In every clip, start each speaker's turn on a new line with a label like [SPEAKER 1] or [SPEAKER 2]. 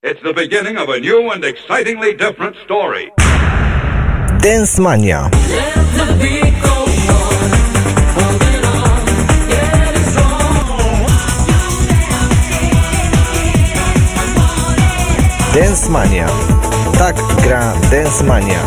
[SPEAKER 1] It's the beginning of a new and excitingly different story.
[SPEAKER 2] Dance Mania. Dance Mania. Tak gra Dance Mania.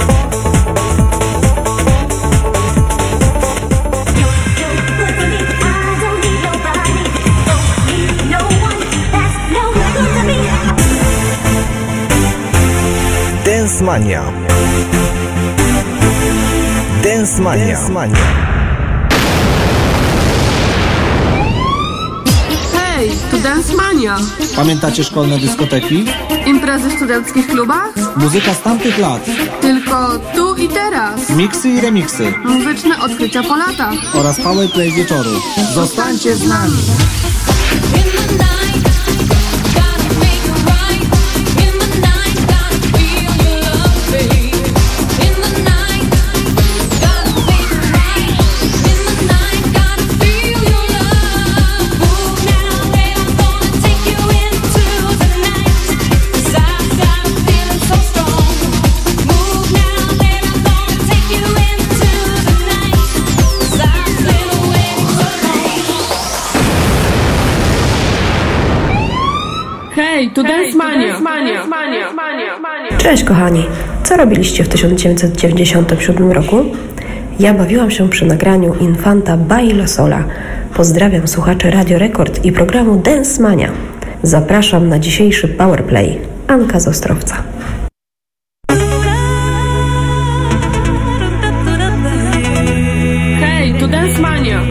[SPEAKER 2] Dance Mania. Dance Mania. Dance Mania.
[SPEAKER 3] Hej, to Dance Mania.
[SPEAKER 4] Pamiętacie szkolne dyskoteki?
[SPEAKER 3] Imprezy w studenckich klubach?
[SPEAKER 4] Muzyka z tamtych lat.
[SPEAKER 3] Tylko tu i teraz.
[SPEAKER 4] Miksy i remiksy.
[SPEAKER 3] Muzyczne odkrycia po latach.
[SPEAKER 4] Oraz powerplay wieczoru. Zostańcie z nami.
[SPEAKER 3] To Dance Mania.
[SPEAKER 5] Cześć kochani, co robiliście w 1997 roku? Ja bawiłam się przy nagraniu Infanta Baila Sola. Pozdrawiam słuchaczy Radio Rekord i programu Dance Mania. Zapraszam na dzisiejszy Powerplay. Anka z Ostrowca.
[SPEAKER 3] Hej, to Dance Mania.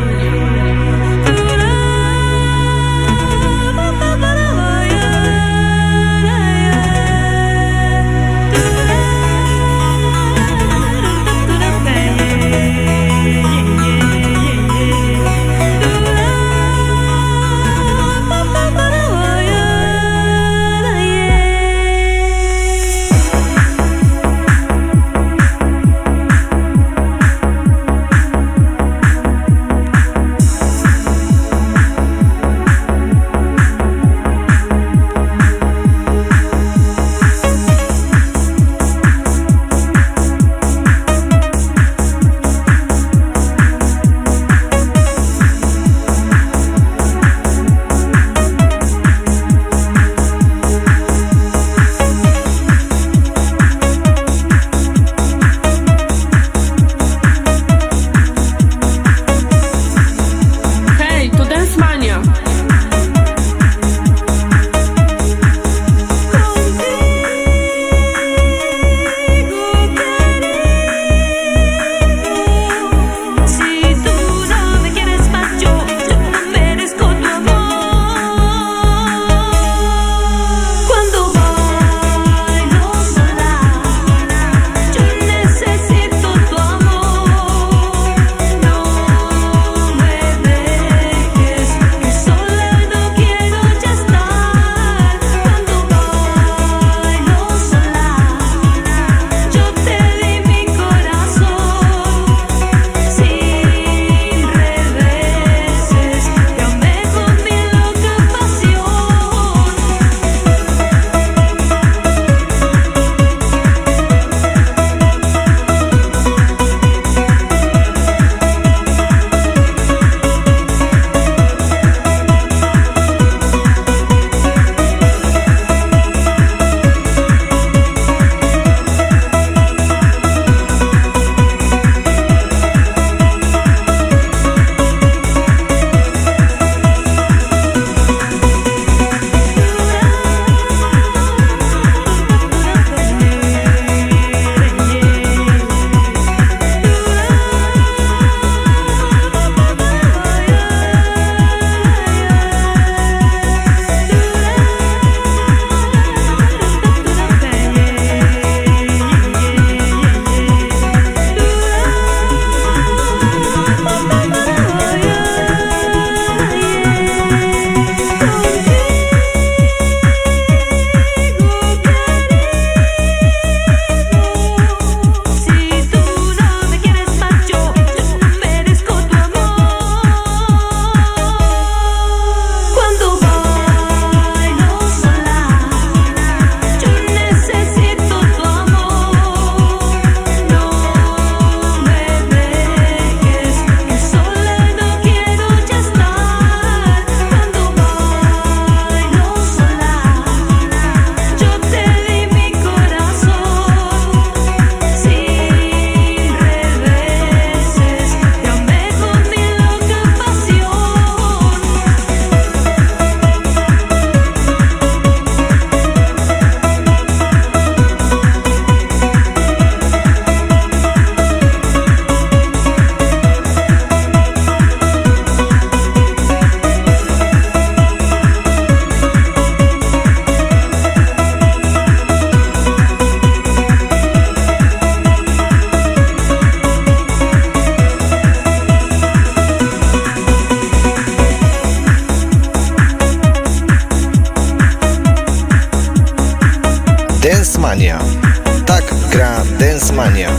[SPEAKER 2] Dance Mania. Tak gra Dance Mania.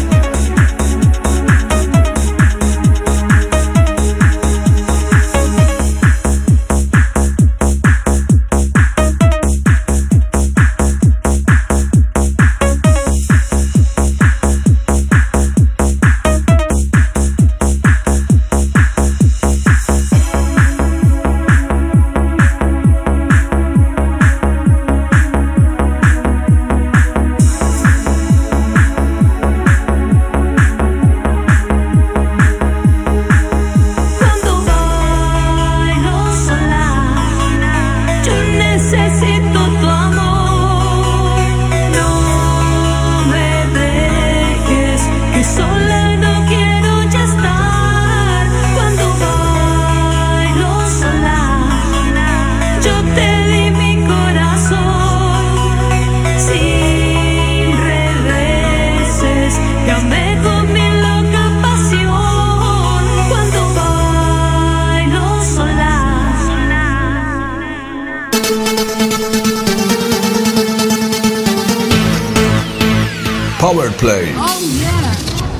[SPEAKER 1] Power Play.
[SPEAKER 3] Oh yeah!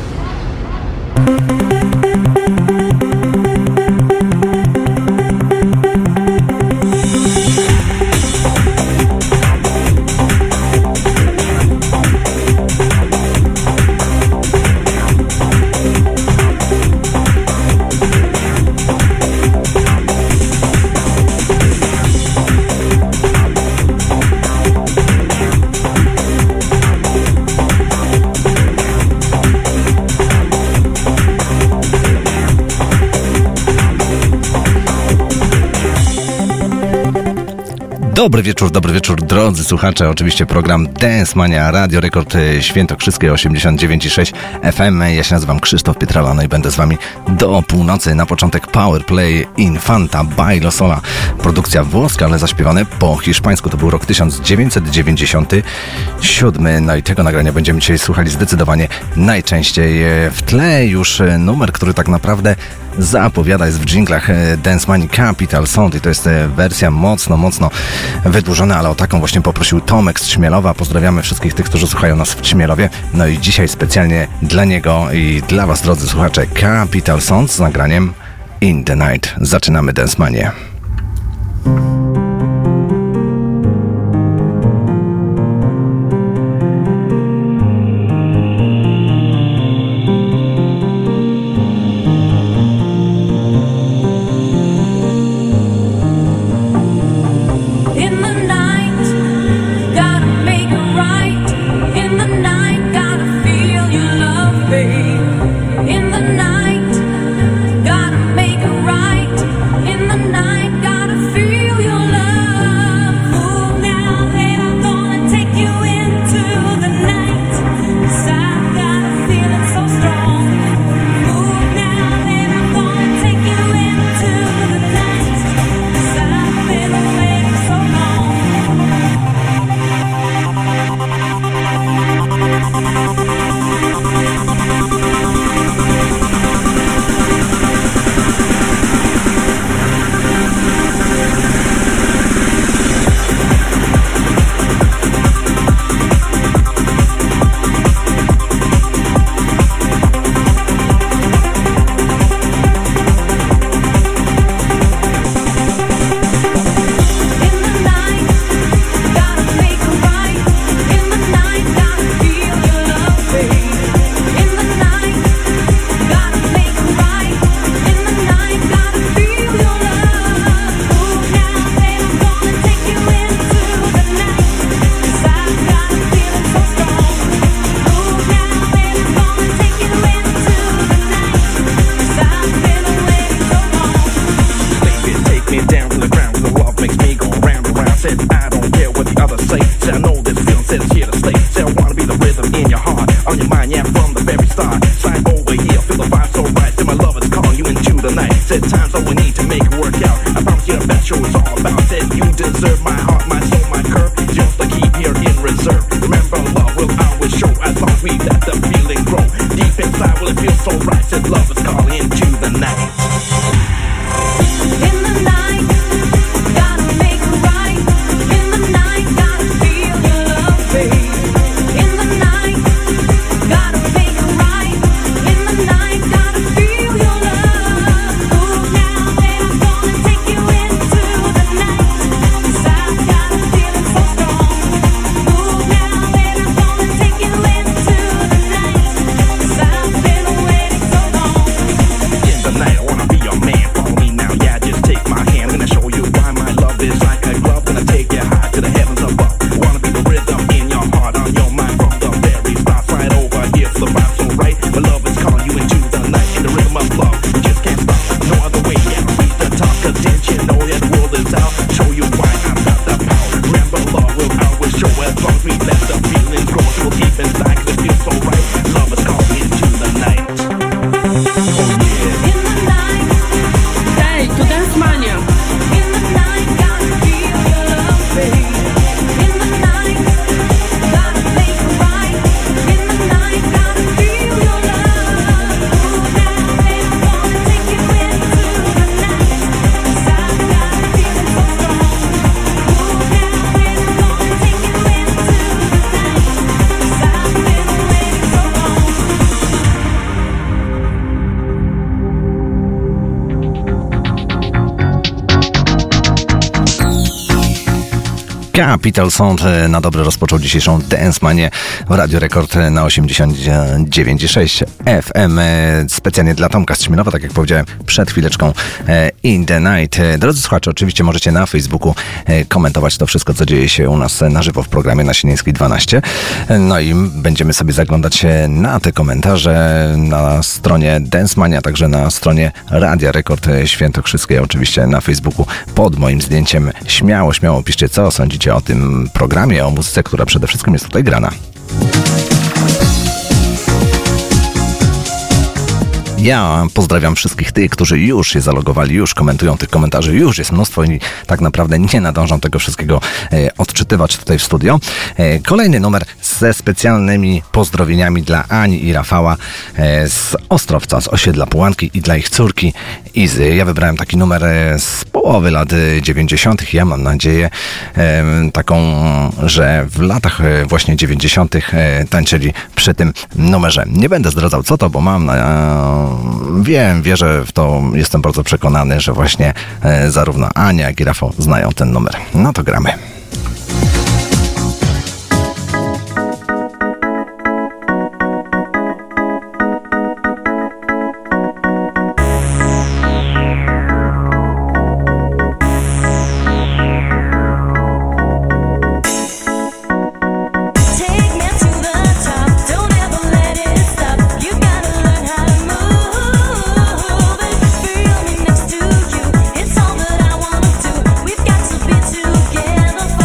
[SPEAKER 6] Dobry wieczór, drodzy słuchacze. Oczywiście program Dance Mania, Radio Rekord Świętokrzyskie 89,6 FM. Ja się nazywam Krzysztof Pietrala, no i będę z wami do północy. Na początek Power Play Infanta Bailo Sola. Produkcja włoska, ale zaśpiewane po hiszpańsku. To był rok 1997. No i tego nagrania będziemy dzisiaj słuchali zdecydowanie najczęściej. W tle już numer, który tak naprawdę zapowiada, jest w dżinglach Dance Mania, Capital Sound, i to jest wersja mocno wydłużona, ale o taką właśnie poprosił Tomek z Ćmielowa. Pozdrawiamy wszystkich tych, którzy słuchają nas w Ćmielowie. No i dzisiaj specjalnie dla niego i dla was, drodzy słuchacze, Capital Sound z nagraniem In the Night. Zaczynamy Dance Manię.
[SPEAKER 7] Feel your
[SPEAKER 6] Capital Sound na dobre rozpoczął dzisiejszą Dance Manię w Radio Rekord na 89,6 FM. Specjalnie dla Tomka Strzmienowa, tak jak powiedziałem przed chwileczką, In the Night. Drodzy słuchacze, oczywiście możecie na Facebooku komentować to wszystko, co dzieje się u nas na żywo w programie Nasienińskiej 12. No i będziemy sobie zaglądać na te komentarze na stronie Dance Mania, także na stronie Radia Rekord Świętokrzyskie, oczywiście na Facebooku pod moim zdjęciem. Śmiało piszcie, co sądzicie o tym programie, o muzyce, która przede wszystkim jest tutaj grana. Ja pozdrawiam wszystkich tych, którzy już się zalogowali, już komentują tych komentarzy, już jest mnóstwo i tak naprawdę nie nadążam tego wszystkiego odczytywać tutaj w studio. Kolejny numer ze specjalnymi pozdrowieniami dla Ani i Rafała z Ostrowca, z osiedla Połanki i dla ich córki Izy. Ja wybrałem taki numer z połowy lat 90. Ja mam nadzieję taką, że w latach właśnie 90. tańczyli przy tym numerze. Nie będę zdradzał co to, bo mam wierzę w to, jestem bardzo przekonany, że właśnie zarówno Ania, jak i Rafał znają ten numer. No to gramy.
[SPEAKER 7] Together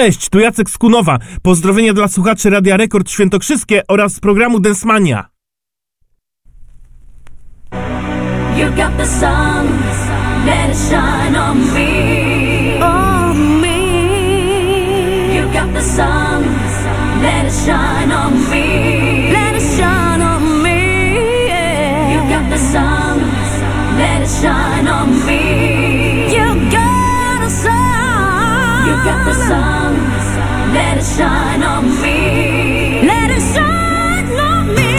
[SPEAKER 7] Cześć, tu Jacek z Kunowa. Pozdrowienia dla słuchaczy Radia Rekord Świętokrzyskie oraz programu Dance Mania.
[SPEAKER 8] You got the sun, let it shine on me. On me. You got the sun, let it shine on me. Let it shine on me. Yeah. You got the sun, let it shine on me. You got a sun. You got the sun, let it shine on me. Let it shine on me.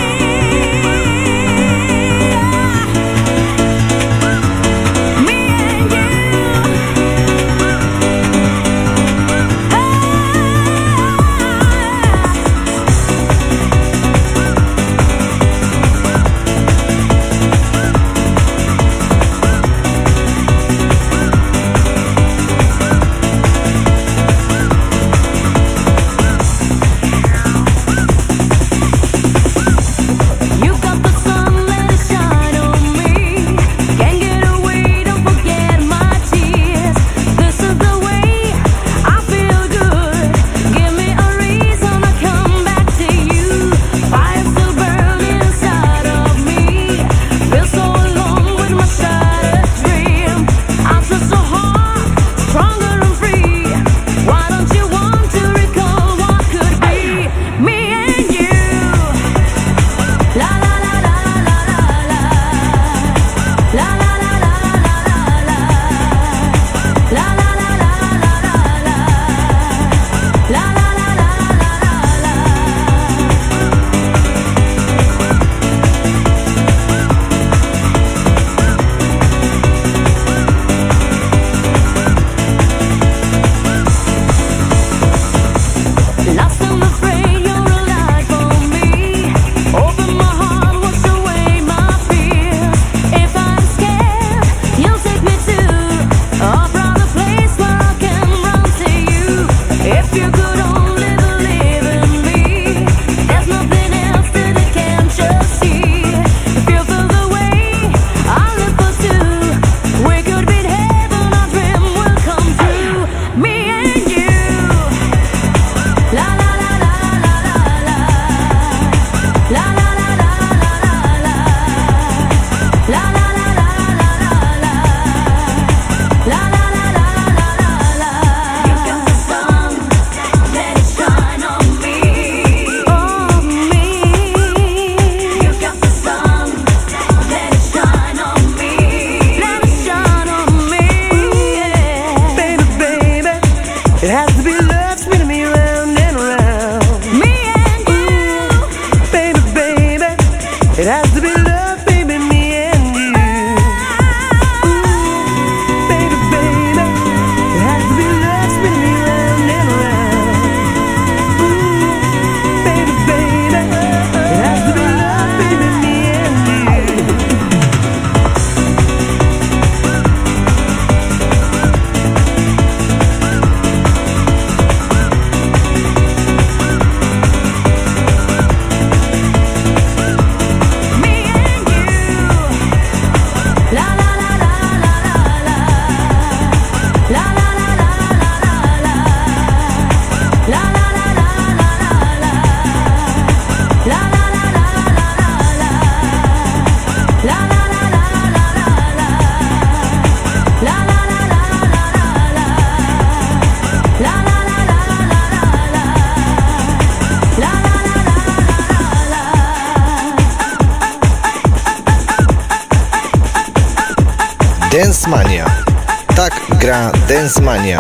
[SPEAKER 2] Dance Mania. Tak gra Dance Mania.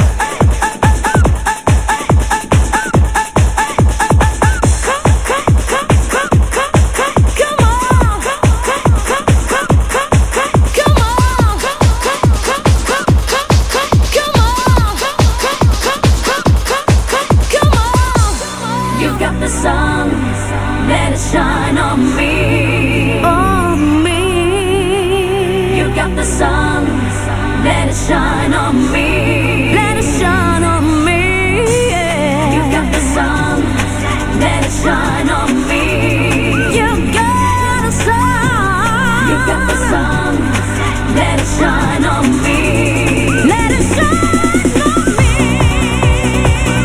[SPEAKER 8] Shine on me. Let it shine on me.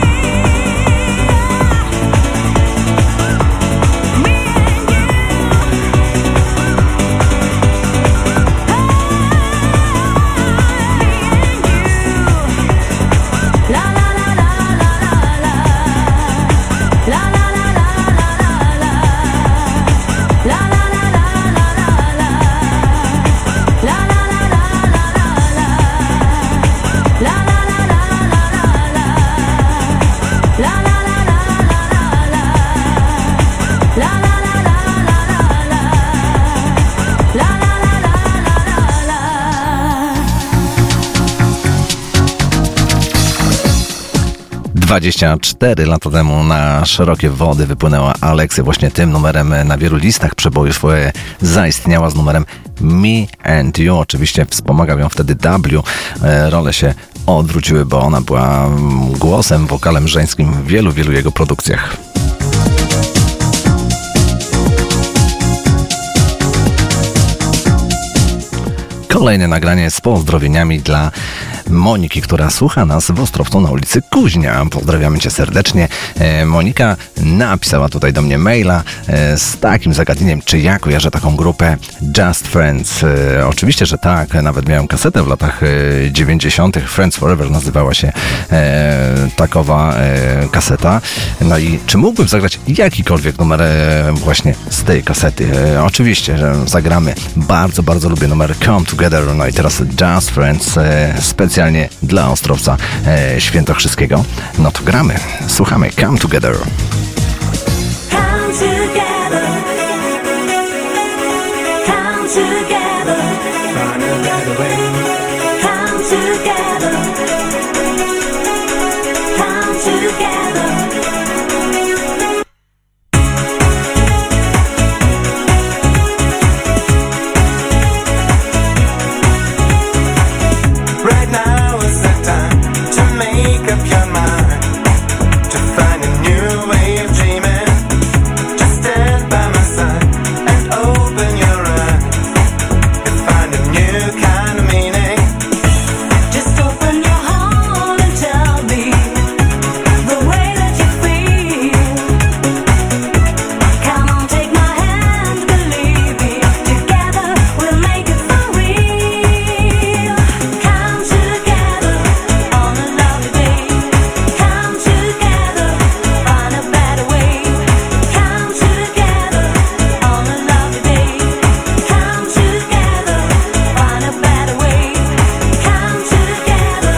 [SPEAKER 6] 24 lata temu na szerokie wody wypłynęła Alexia. Właśnie tym numerem na wielu listach przebojów zaistniała z numerem Me and You. Oczywiście wspomagał ją wtedy W. Role się odwróciły, bo ona była głosem, wokalem żeńskim w wielu jego produkcjach. Kolejne nagranie z pozdrowieniami dla Moniki, która słucha nas w Ostrowcu na ulicy Kuźnia. Pozdrawiamy Cię serdecznie. Monika napisała tutaj do mnie maila z takim zagadnieniem, czy ja kojarzę taką grupę Just Friends. Oczywiście, że tak. Nawet miałem kasetę w latach 90. Friends Forever nazywała się takowa kaseta. No i czy mógłbym zagrać jakikolwiek numer właśnie z tej kasety? Oczywiście, że zagramy. Bardzo lubię numer Come Together. No i teraz Just Friends specjalnie dla Ostrowca Świętokrzyskiego. No to gramy, słuchamy Come Together.
[SPEAKER 8] Come together. Come together. Come together. Come together.
[SPEAKER 9] Right now is the time to make up your mind, to find a new way of dreaming. Just stand by my side and open your eyes and find a new kind of meaning.
[SPEAKER 8] Just open your heart and tell me the way that you feel. Come on, take my hand, believe me. Together we'll make it for real. Come together on a lovely day. Come together, find a better way. Come together on a lovely day. Come together, find a better way. Come together.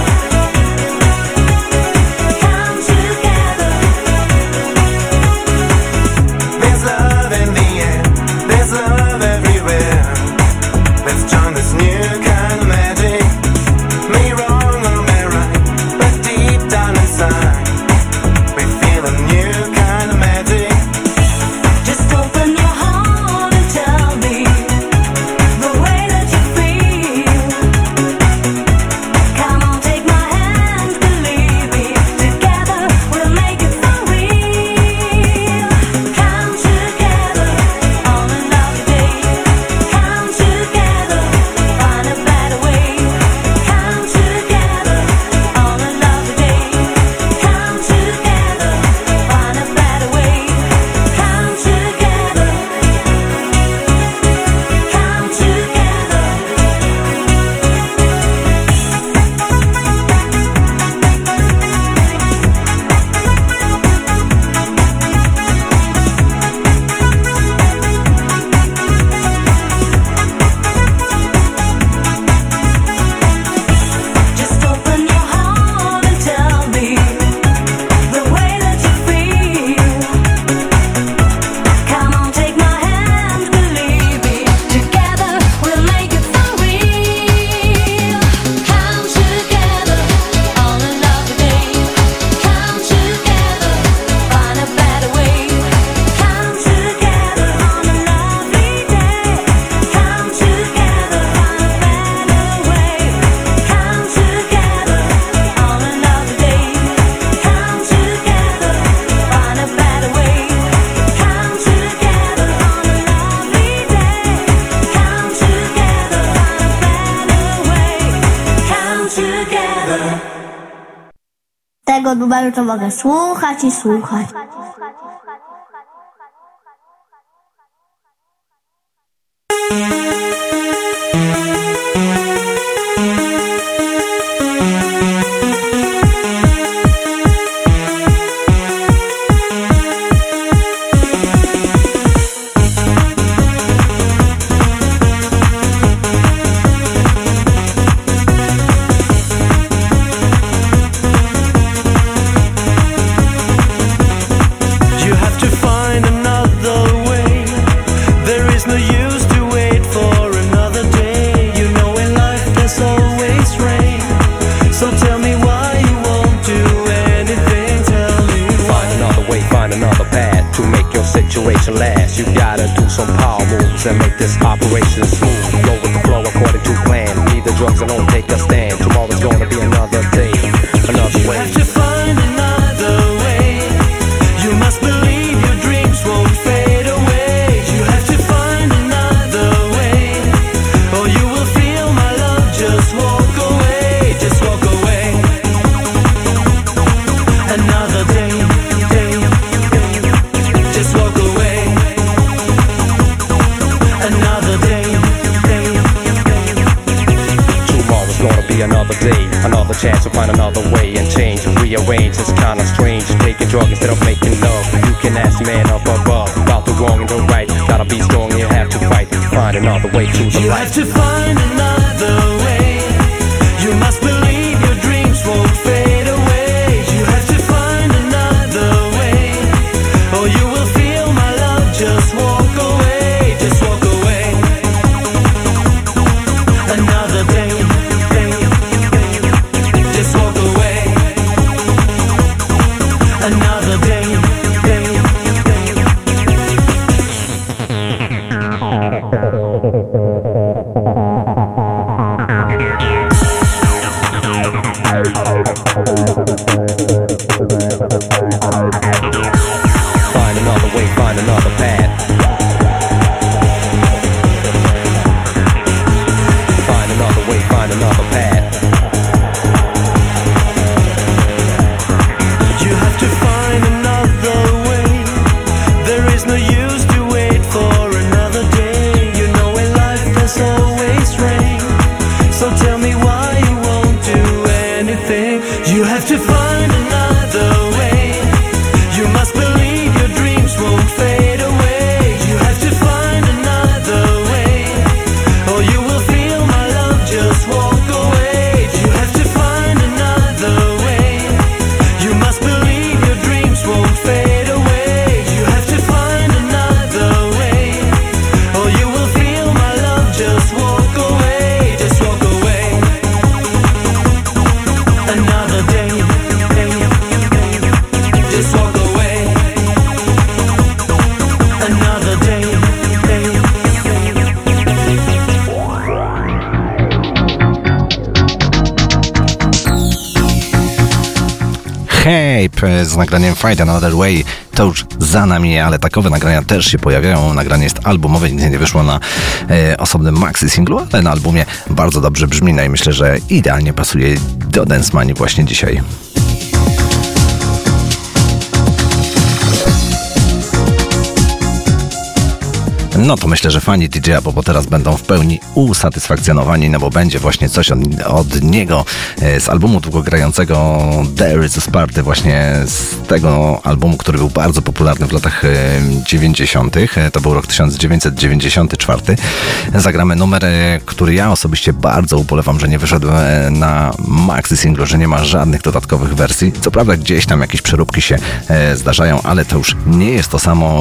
[SPEAKER 8] Come together.
[SPEAKER 9] There's love in the air, there's love everywhere. Let's join this new kind of magic. Me wrong or me right, but deep down inside, we feel a new kind of magic.
[SPEAKER 8] Just open your heart and tell me the way that you feel. Come on, take my hand, believe me. Together we'll make it for real. Come together on a lovely day. Come together, find a better way. Come together on a lovely day. Come together, find a better way. Come together. Come together. Just open your heart and tell me the way that you feel. Come on, take my hand, believe me. Together we'll make it for real. Come together on a lovely day. Come together, find a better way. Come together on a lovely day. Come together, find a better way. Come together on a lovely day. Come together, find a better way. Come together on a lovely day. Come together, find a better way. Come together.
[SPEAKER 10] Tego numeru to mogę słuchać i słuchać.
[SPEAKER 9] You have to find another way. There is no use to wait for
[SPEAKER 11] fast. You gotta do some power moves and make this operation smooth. Go with the flow according to plan. Leave the drugs and don't take a stand. Tomorrow's gonna be another day, another way.
[SPEAKER 9] You have to find another way. You must believe your dreams won't fade away. You have to find another way, or you will feel my love. Just walk away, just walk away. Another day, just walk away. Another day. Tomorrow's gonna be another day, another chance to find another way and change, rearrange. It's kinda strange, taking drugs instead of making love. You can ask man up above about the wrong and the right. Gotta be strong, you have to fight. Find another way to the light. You have to find another way. You must believe your dreams won't fade away. You have to find another way, or you will feel my love. Just walk away, just walk away. Another day, just walk away. Another day. Find another way, find another path. Find another way, find another path. You have to find another way. There is no use to wait for another day. You know in life there's always rain. So tell me why you won't do anything. You have to find another way. You must believe your dreams won't fade away. You have to find another way, or you will feel my love. Just walk away. You have to find another way. You must believe your dreams won't fade away. You have to find another way, or you will feel my love. Just walk away, just walk away. Another day, just walk away. Another day.
[SPEAKER 6] Hej, z nagraniem Fight Another Way to już za nami, ale takowe nagrania też się pojawiają. Nagranie jest albumowe, nigdy nie wyszło na osobnym maxi singlu, ale na albumie bardzo dobrze brzmi, no i myślę, że idealnie pasuje do Dance Manii właśnie dzisiaj. No to myślę, że fani DJ-a Bobo teraz będą w pełni usatysfakcjonowani, no bo będzie właśnie coś od niego z albumu długogrającego There is a Sparty, właśnie z tego albumu, który był bardzo popularny w latach 90. To był rok 1994. Zagramy numer, który ja osobiście bardzo ubolewam, że nie wyszedł na maxi singlu, że nie ma żadnych dodatkowych wersji. Co prawda gdzieś tam jakieś przeróbki się zdarzają, ale to już nie jest to samo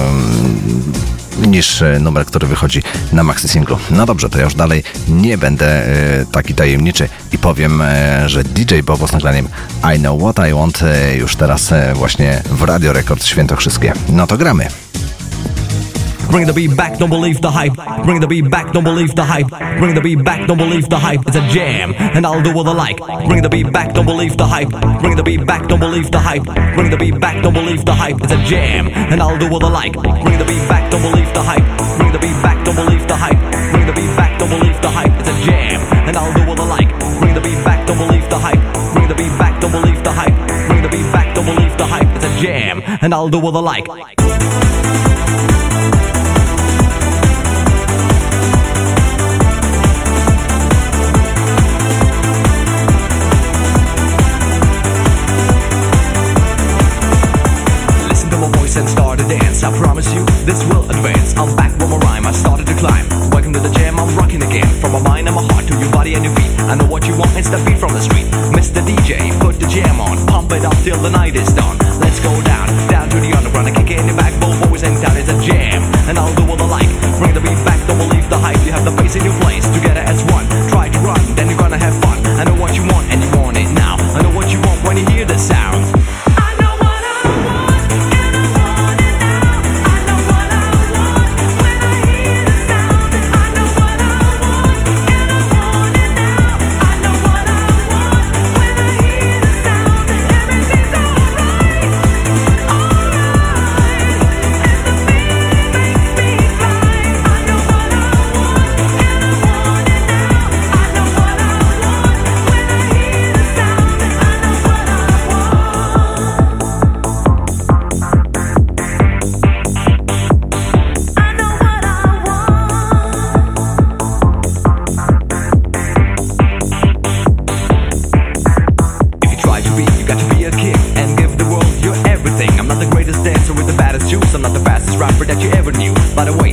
[SPEAKER 6] niż numer, który wychodzi na maxi singlu. No dobrze, to ja już dalej nie będę taki tajemniczy i powiem, że DJ Bobo z nagraniem I Know What I Want już teraz właśnie w Radio Rekord Świętokrzyskie. No to gramy.
[SPEAKER 12] Bring the beat back, don't believe the hype. Bring the beat back, don't believe the hype. Bring the beat back, don't believe the hype. It's a jam, and I'll do what I like. Bring the beat back, don't believe the hype. Bring the beat back, don't believe the hype. Bring the beat back, don't believe the hype. It's a jam, and I'll do what I like. Bring the beat back, don't believe the hype. Bring the beat back, don't believe the hype. Bring the beat back, don't believe the hype. It's a jam, and I'll do what I like. Bring the beat back, don't believe the hype. Bring the beat back, don't believe the hype. Bring the beat back, don't believe the hype. It's a jam, and I'll do what I like. And start to dance. I promise you this will advance. I'm back with my rhyme, I started to climb. Welcome to the jam, I'm rocking again. From my mind and my heart to your body and your feet. I know what you want, it's the beat from the street. Mr. DJ, put the jam on. Pump it up till the night is done. Let's go down, down to the underground and kick it in the back. Both boys and down, it's a jam, and I'll do what I like. Bring the beat back, don't believe the hype. You have the bass in your place, together as one. Try to run, then you're gonna have fun. I know what you want and you want it now. I know what you want when you hear the sound.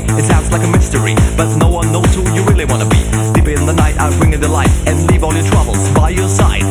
[SPEAKER 12] way. It sounds like a mystery, but no one knows who you really wanna be. Deep in the night, I'll bring in the light and leave all your troubles by your side.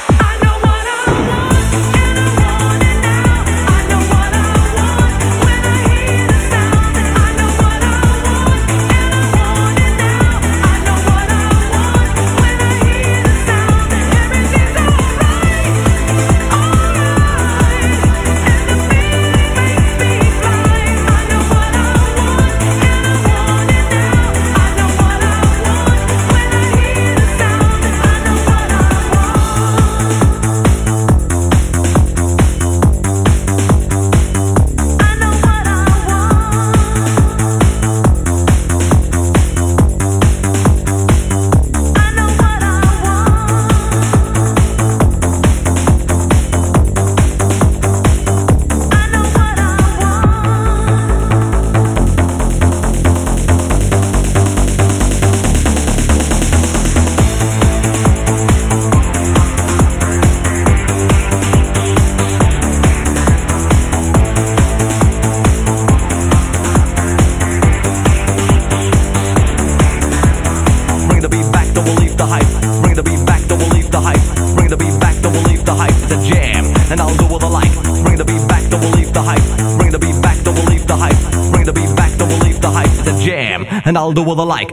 [SPEAKER 12] And I'll do what I like.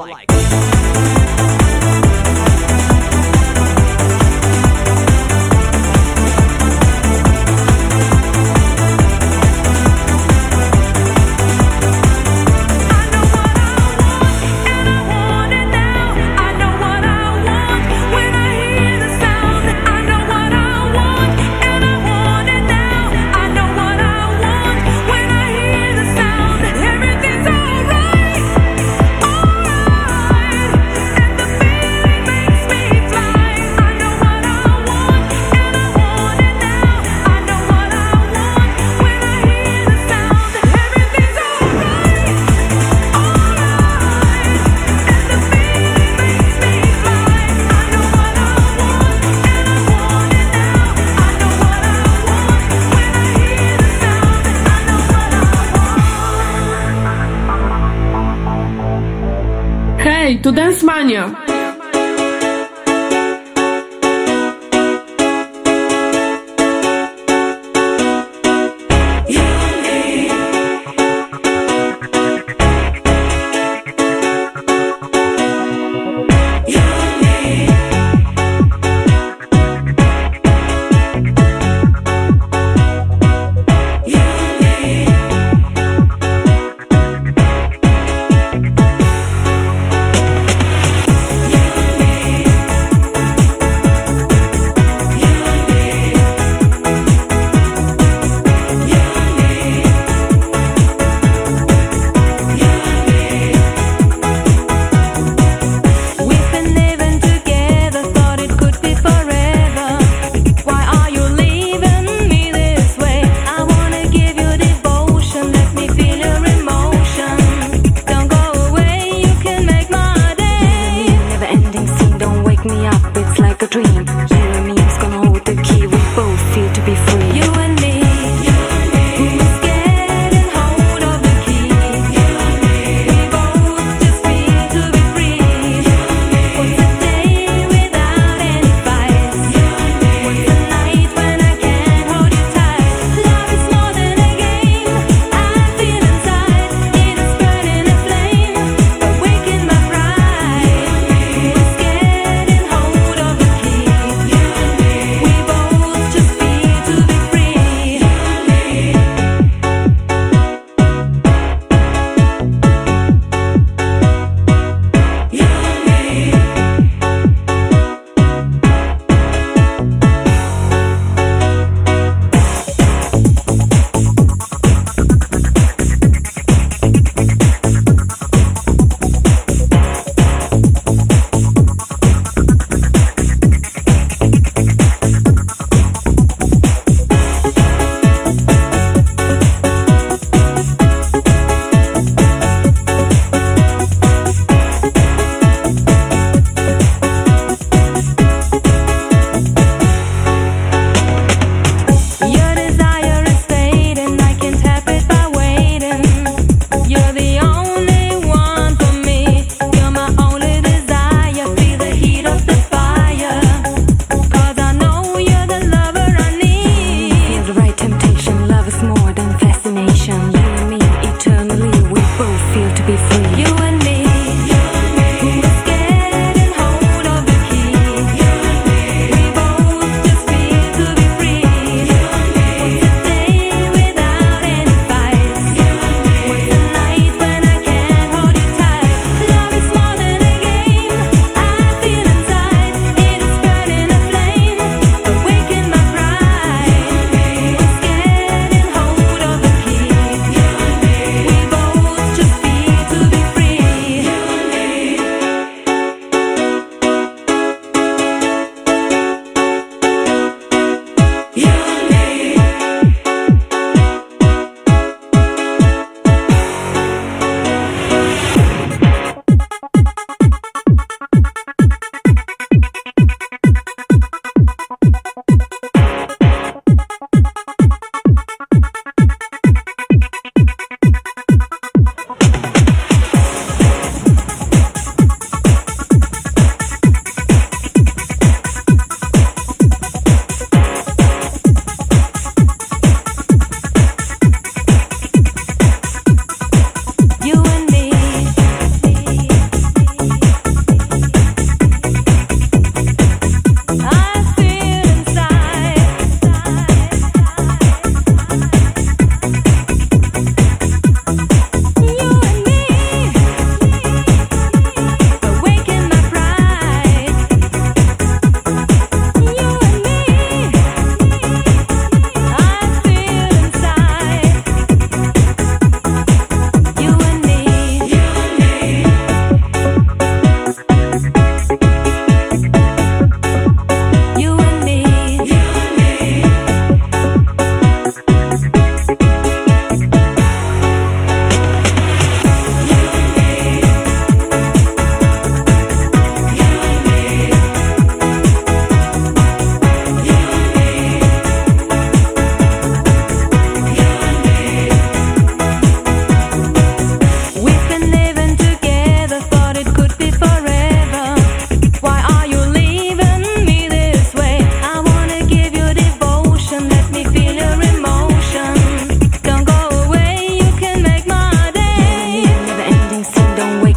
[SPEAKER 3] Hej, tu Dance Mania.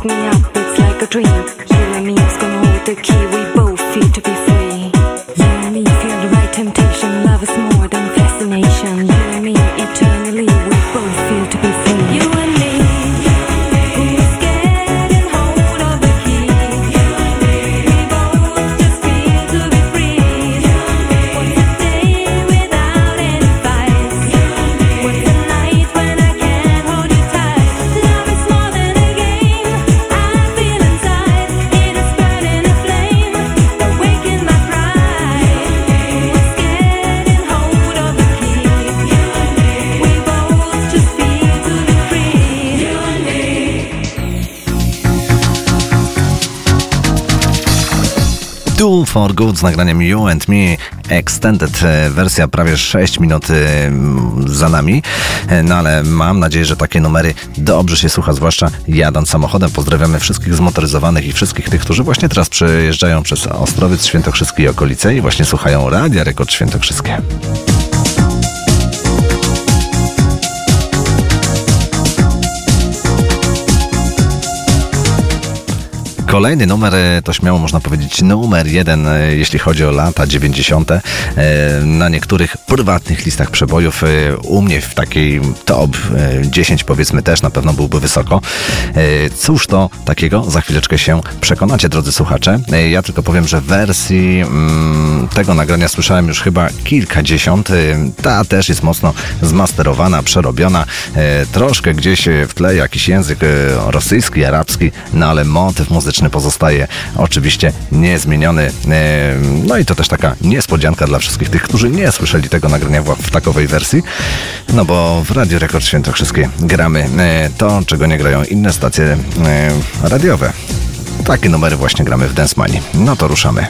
[SPEAKER 13] me up, it's like a dream. You and me is gonna hold the key, we both feel to be free. You and me feel the right temptation, love is more than fascination. You and me eternally, we both feel to be free. You and me, who's getting hold of the key? We both just feel to be free. What's a day without any fights? What's a night when I can't hold you tight? Love is more than a game, I feel inside. It is burning a flame, awaken my pride. Who's getting hold of the key? We both just feel to be free. You and me.
[SPEAKER 6] Tool for Good z nagraniem You and Me Extended, wersja prawie 6 minut za nami, no ale mam nadzieję, że takie numery dobrze się słucha, zwłaszcza jadąc samochodem. Pozdrawiamy wszystkich zmotoryzowanych i wszystkich tych, którzy właśnie teraz przejeżdżają przez Ostrowiec Świętokrzyski i okolice i właśnie słuchają Radia Rekord Świętokrzyskie. Kolejny numer to śmiało można powiedzieć numer 1, jeśli chodzi o lata 90. Na niektórych prywatnych listach przebojów, u mnie w takiej top 10 powiedzmy też na pewno byłby wysoko. Cóż to takiego? Za chwileczkę się przekonacie, drodzy słuchacze. Ja tylko powiem, że wersji tego nagrania słyszałem już chyba kilkadziesiąt. Ta też jest mocno zmasterowana, przerobiona. Troszkę gdzieś w tle jakiś język rosyjski, arabski, no ale motyw muzyczny pozostaje oczywiście niezmieniony. No i to też taka niespodzianka dla wszystkich tych, którzy nie słyszeli tego nagrania w takowej wersji. No bo w Radiu Rekord Świętokrzyskie gramy to, czego nie grają inne stacje radiowe. Takie numery właśnie gramy w Dance Manii. No to ruszamy.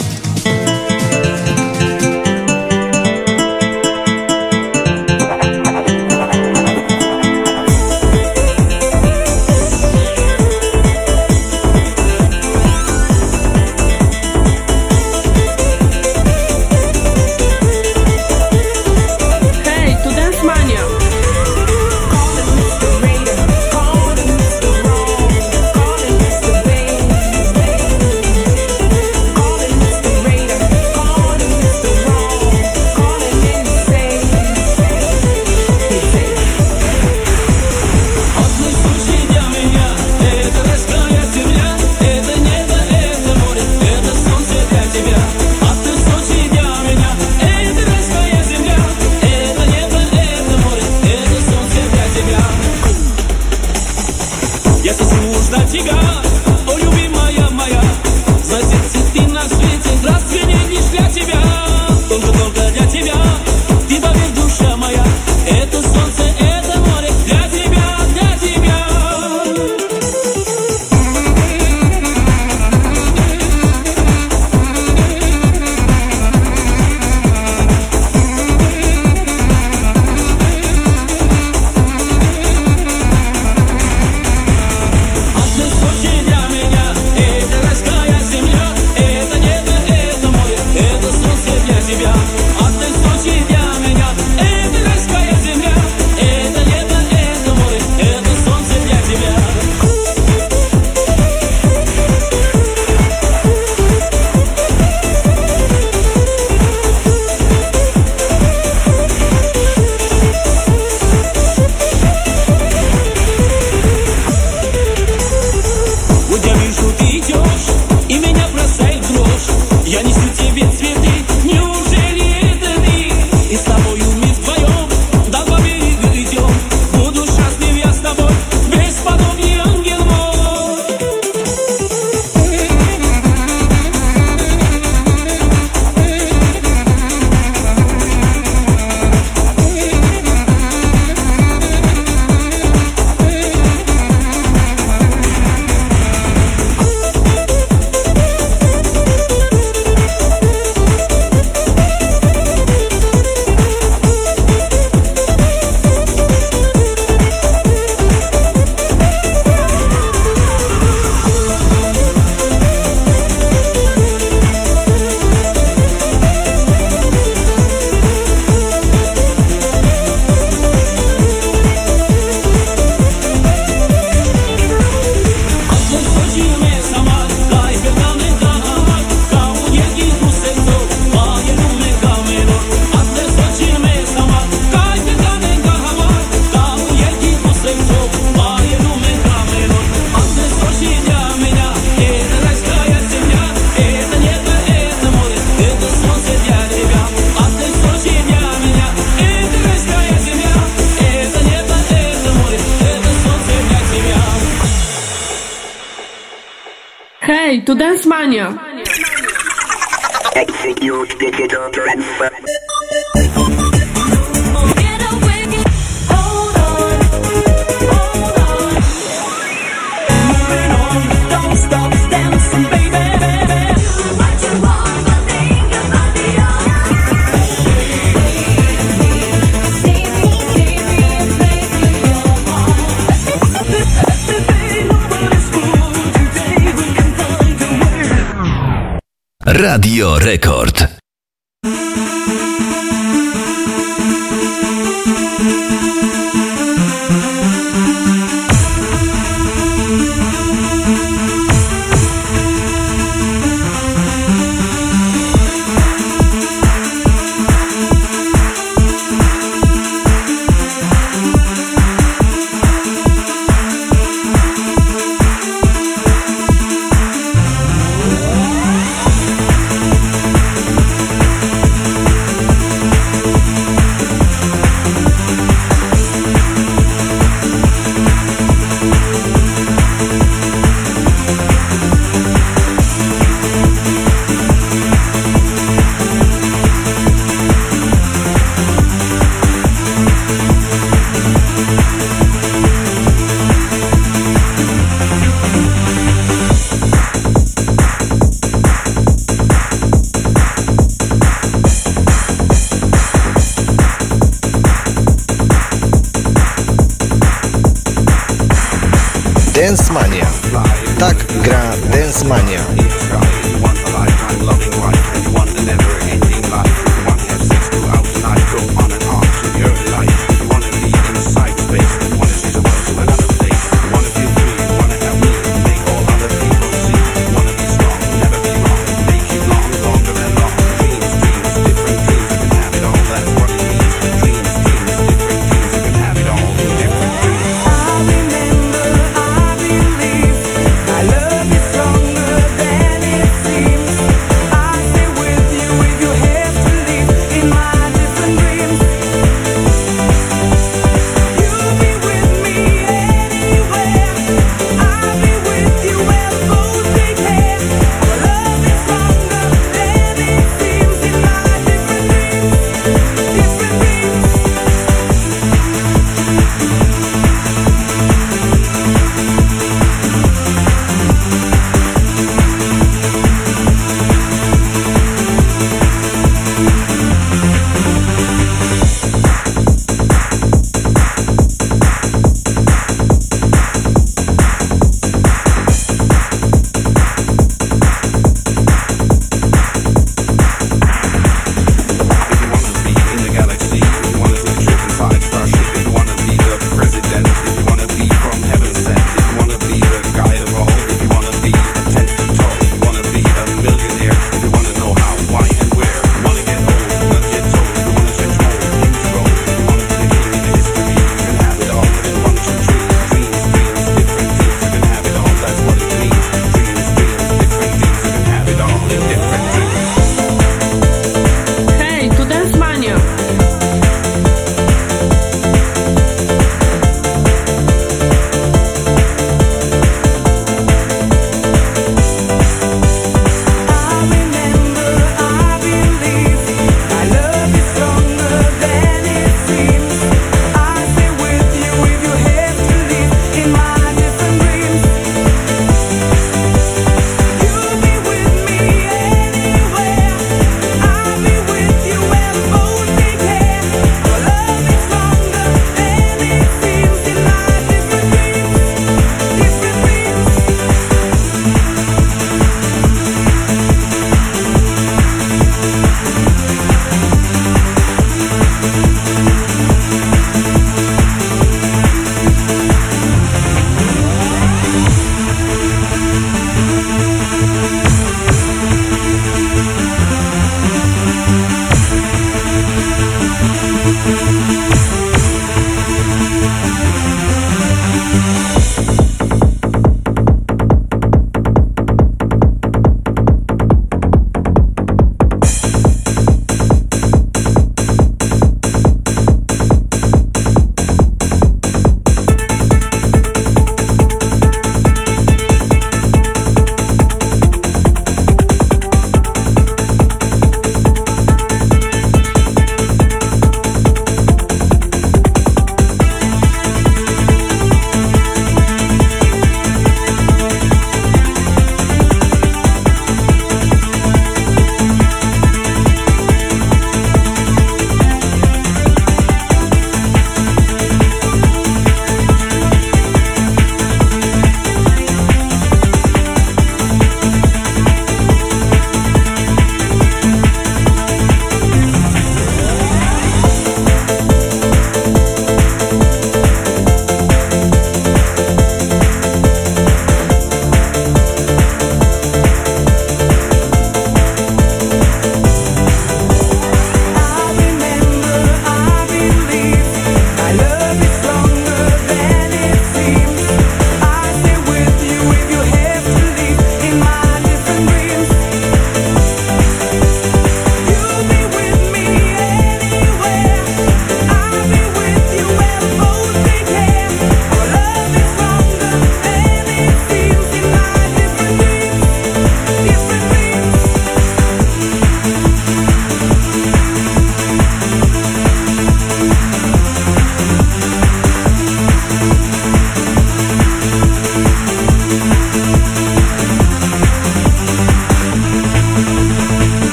[SPEAKER 14] Тебя, а ты
[SPEAKER 3] Hej, tu Dance Mania.
[SPEAKER 14] Execute digital transfer.
[SPEAKER 15] Radio Rekord.
[SPEAKER 2] Dance Mania. Tak gra Dance Mania.
[SPEAKER 9] I love you stronger than it's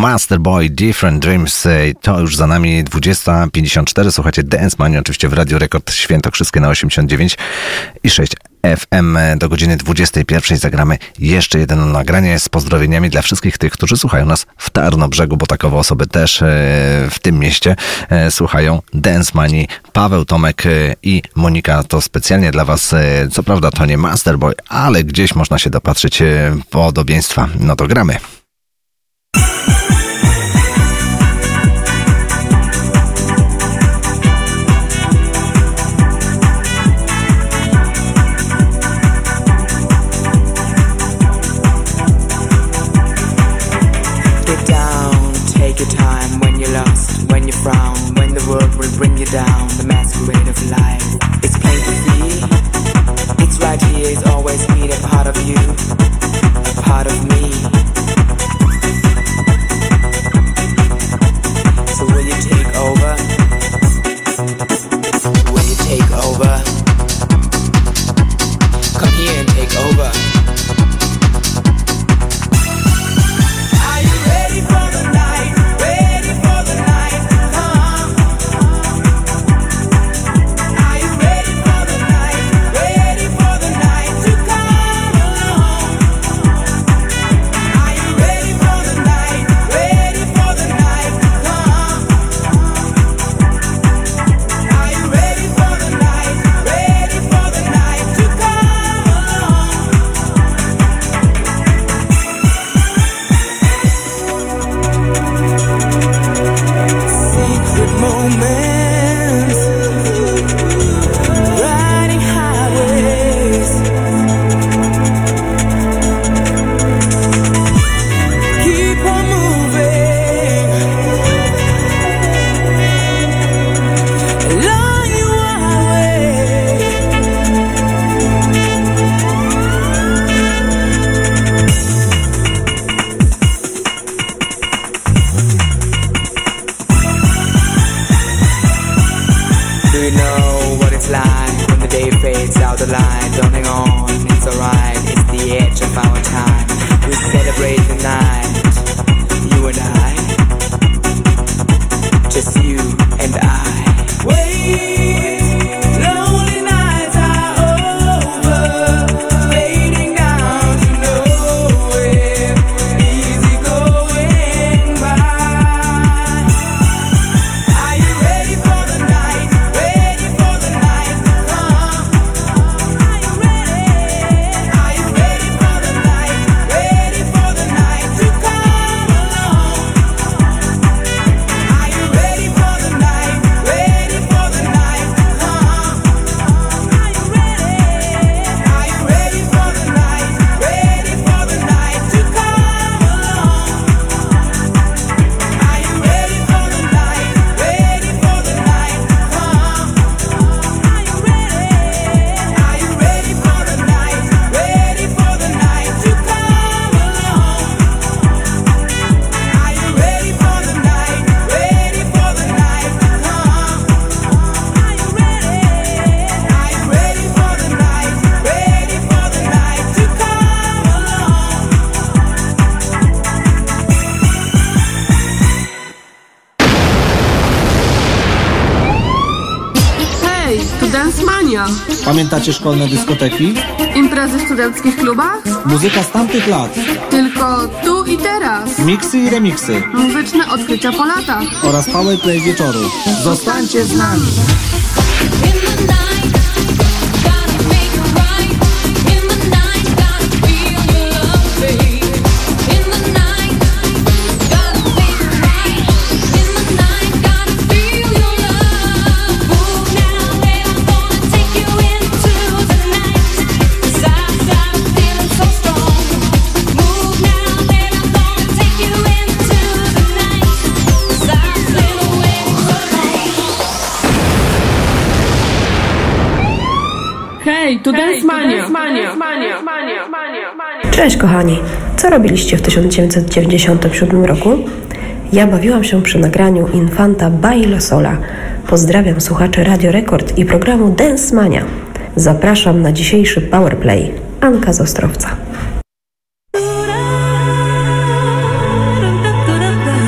[SPEAKER 6] Masterboy, Different Dreams. To już za nami 20:54. Słuchacie Dance Mania, oczywiście w Radio Rekord Świętokrzyskie na 89,6 FM. Do godziny 21:00 zagramy jeszcze jedno nagranie z pozdrowieniami dla wszystkich tych, którzy słuchają nas w Tarnobrzegu, bo takowe osoby też w tym mieście słuchają Dance Manii. Paweł, Tomek i Monika, to specjalnie dla was. Co prawda to nie Masterboy, ale gdzieś można się dopatrzyć podobieństwa. No to gramy.
[SPEAKER 16] When you frown, when the world will bring you down, the masquerade of life. It's plain to see, it's right here, it's always been a part of you, a part of me. So will you take over? Will you take over? Come here and take over. Are you ready for the night? Ready for the night? Are you ready for the night? Ready for the night to come along? Are you ready for the night? Ready for the night to come? Are you ready for the night? Ready for the night to come along? Secret moments, riding highways, keep on moving along your way. Do you know what it's like when the day fades out the light? Dawning on, it's alright, it's the edge of our time. We celebrate the night, you and I, just you and I. Wait, lonely nights are over, fading down to nowhere, easy going by. Are you ready for the night? Ready for the night to come? Are you ready? Are you ready for the night? Ready for the night to come along? Are you ready for the night? Ready for the night to come? Are you ready? Are you ready for the night? Ready for the night to come along? Are you ready for the night? Ready for the night to come? Are you ready? Are you ready for the night? Ready for the night to come along? Are you ready for the night? Ready for the night to come? Are you ready? Are you ready for the night? Ready for the night to come along?
[SPEAKER 3] Hej, tu Dance Mania.
[SPEAKER 4] Pamiętacie szkolne dyskoteki?
[SPEAKER 3] Imprezy w studenckich klubach?
[SPEAKER 4] Muzyka z tamtych lat.
[SPEAKER 3] Tylko tu i teraz.
[SPEAKER 4] Miksy i remiksy.
[SPEAKER 3] Muzyczne odkrycia po latach.
[SPEAKER 4] Oraz powerplay wieczoru. Zostańcie z nami.
[SPEAKER 3] Hej, tu Dance Mania.
[SPEAKER 5] Cześć kochani, co robiliście w 1997 roku? Ja bawiłam się przy nagraniu Infanta Bailo Sola. Pozdrawiam słuchaczy Radio Rekord i programu Dance Mania. Zapraszam na dzisiejszy Powerplay. Anka z Ostrowca.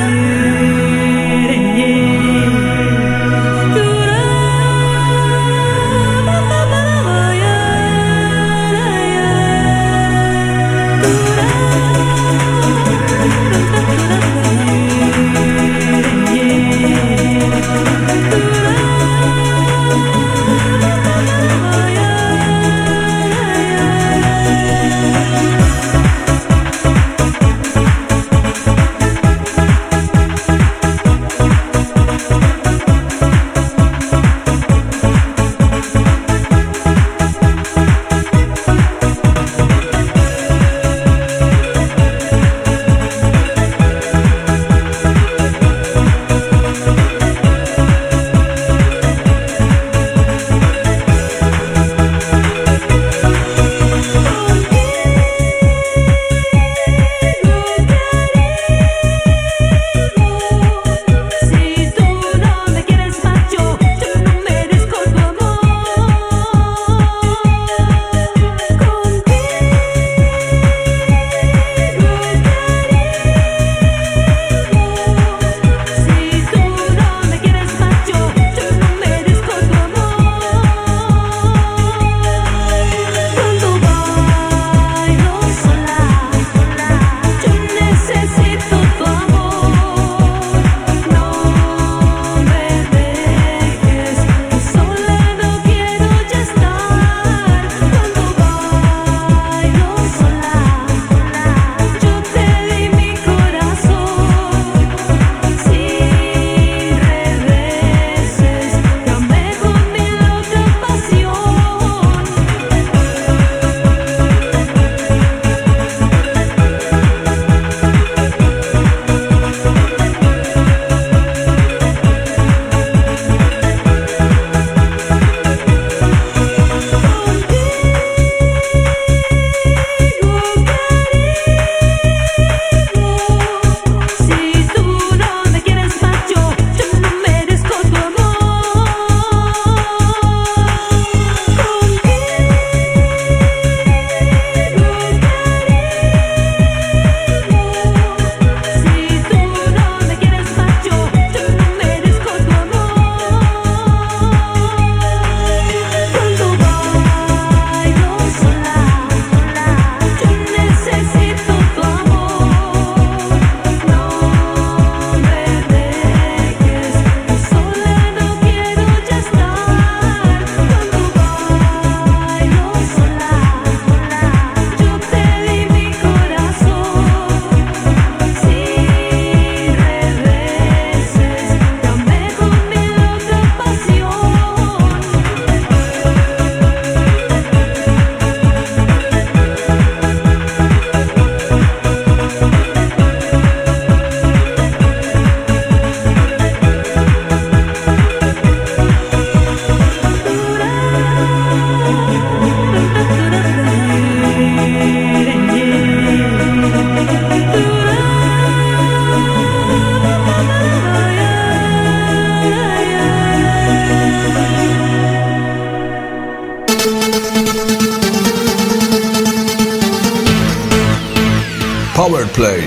[SPEAKER 17] play.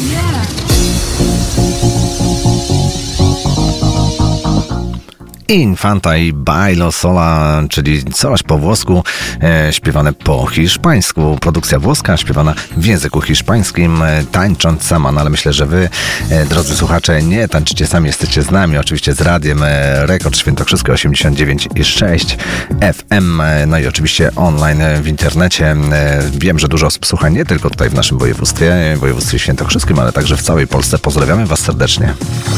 [SPEAKER 6] Infanta i Bailo Sola, czyli coś po włosku, śpiewane po hiszpańsku. Produkcja włoska, śpiewana w języku hiszpańskim, tańcząc sama. No ale myślę, że wy, drodzy słuchacze, nie tańczycie sami, jesteście z nami, oczywiście z radiem Rekord Świętokrzyskie 89,6 FM, no i oczywiście online w internecie. Wiem, że dużo osób słucha nie tylko tutaj w naszym województwie świętokrzyskim, ale także w całej Polsce. Pozdrawiamy was serdecznie.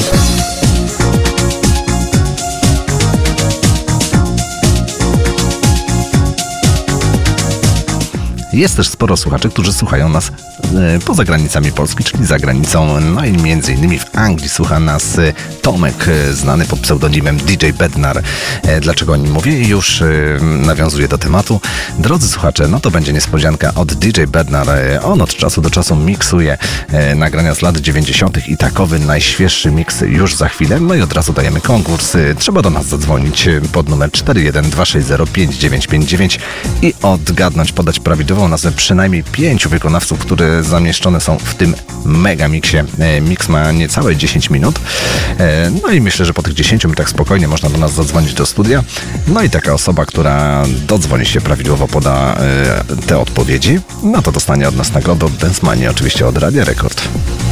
[SPEAKER 6] Jest też sporo słuchaczy, którzy słuchają nas poza granicami Polski, czyli za granicą. No i między innymi w Anglii słucha nas Tomek, znany pod pseudonimem DJ Bednar. Dlaczego o nim mówię? Już nawiązuję do tematu. Drodzy słuchacze, no to będzie niespodzianka od DJ Bednar. On od czasu do czasu miksuje nagrania z lat 90. i takowy najświeższy miks już za chwilę. No i od razu dajemy konkurs. Trzeba do nas zadzwonić pod numer 412605959 i odgadnąć, podać prawidłową nazwę przynajmniej 5 wykonawców, które zamieszczone są w tym mega miksie. Miks ma niecałe 10 minut. No i myślę, że po tych 10 minutach spokojnie można do nas zadzwonić do studia. No i taka osoba, która dodzwoni się prawidłowo, poda te odpowiedzi, no to dostanie od nas nagrodę od Dance Mania, oczywiście od Radia Rekord.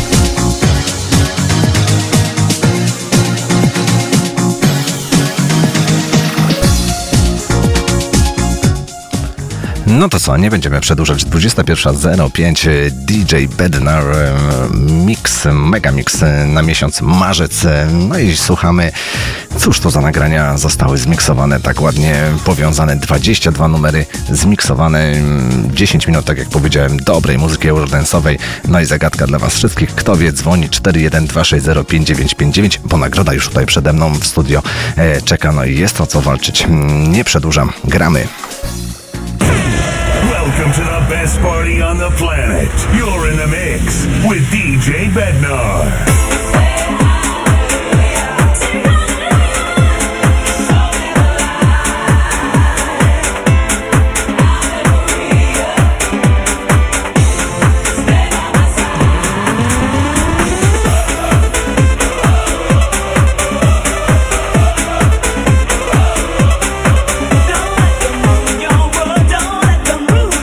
[SPEAKER 6] No to co, nie będziemy przedłużać. 21:05 DJ Bednar mix, mega mix na miesiąc marzec. No i słuchamy, cóż to za nagrania zostały zmiksowane, tak ładnie powiązane. 22 numery zmiksowane, 10 minut, tak jak powiedziałem, dobrej muzyki eurodance'owej. No i zagadka dla was wszystkich. Kto wie, dzwoni 412605959, bo nagroda już tutaj przede mną w studio czeka. No i jest o co walczyć. Nie przedłużam, gramy.
[SPEAKER 18] Welcome to the best party on the planet. You're in the mix with DJ Bednar.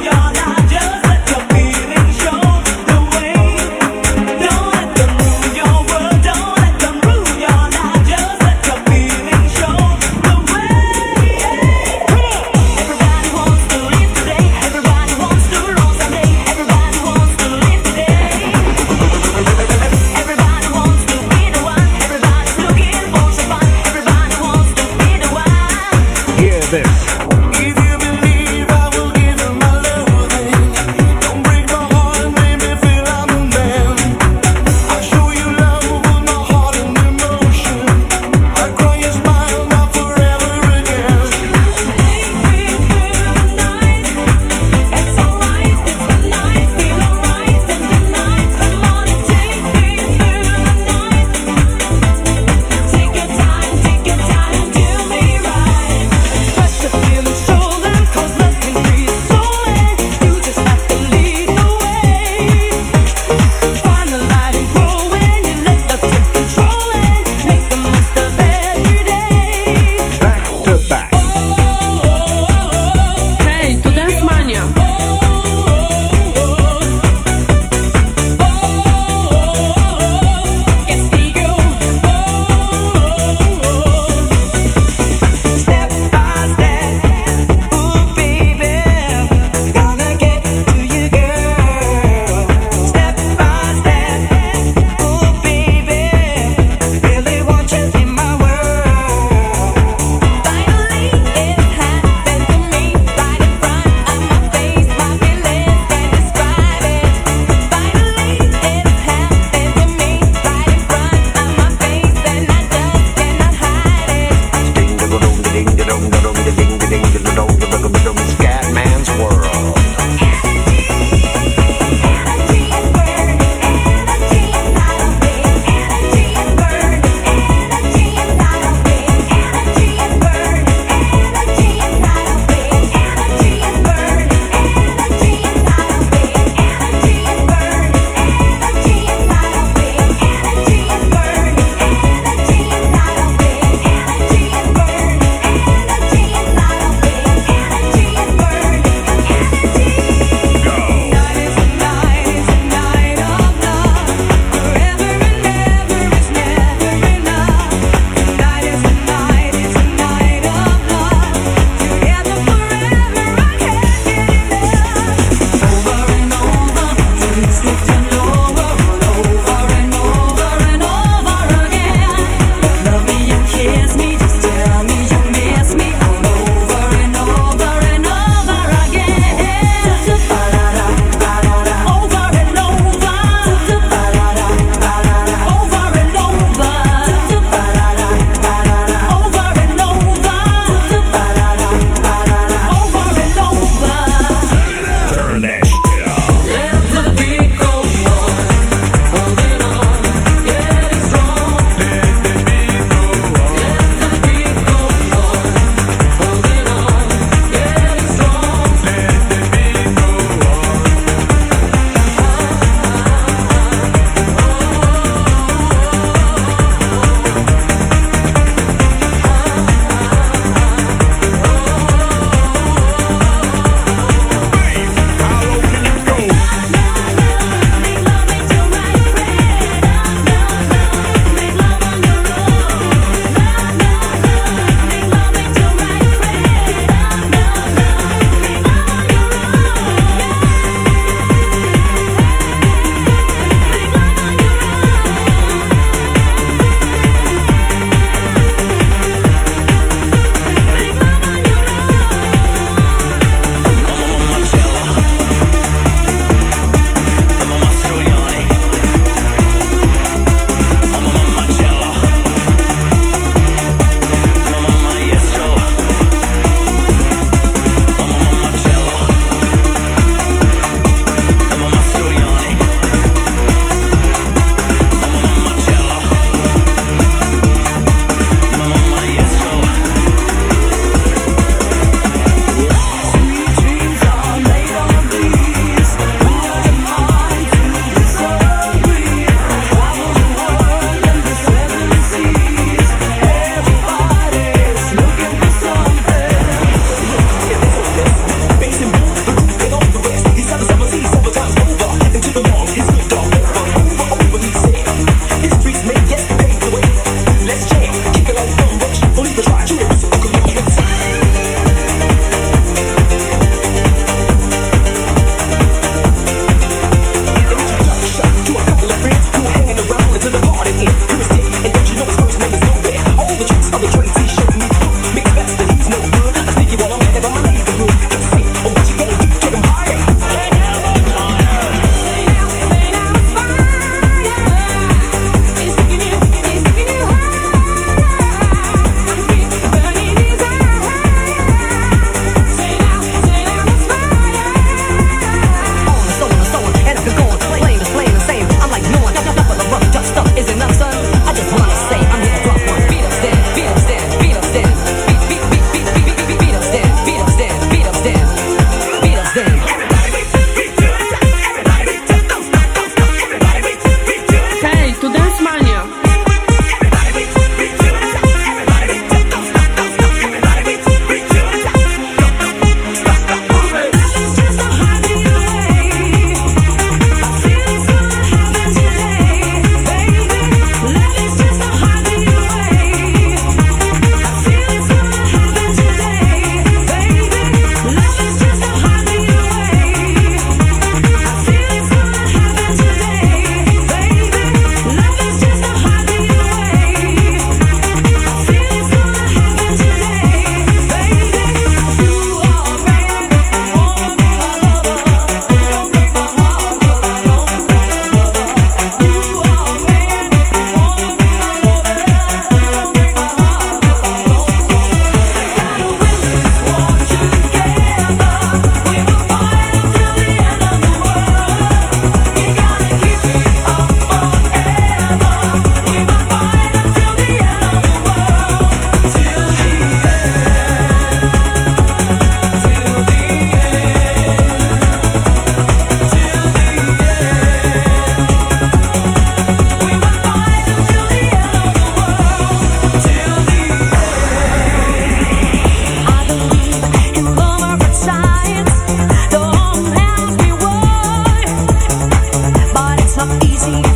[SPEAKER 16] Don't let them move your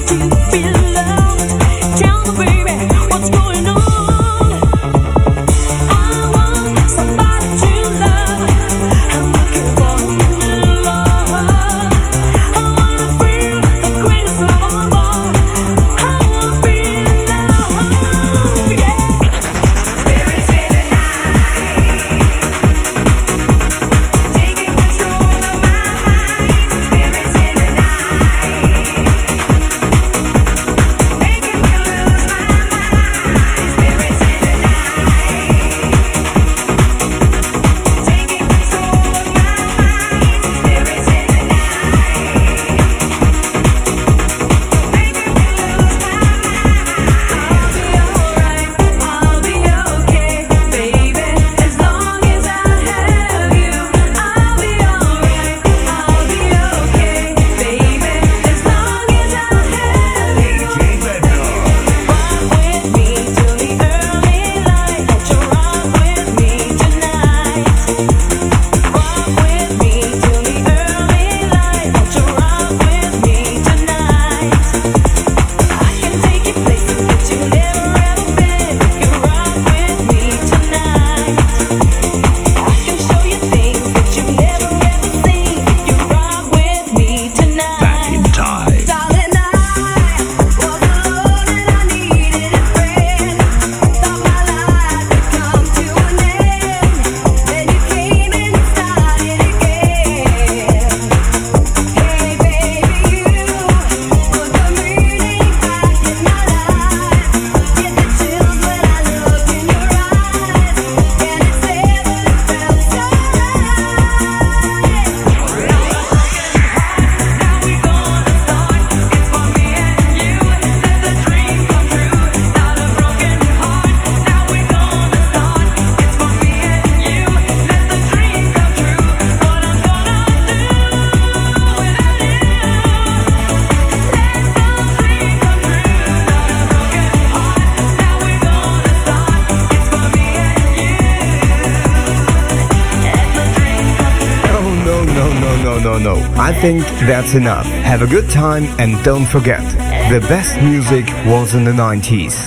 [SPEAKER 17] no. I think that's enough. Have a good time and don't forget, the best music was in the 90s.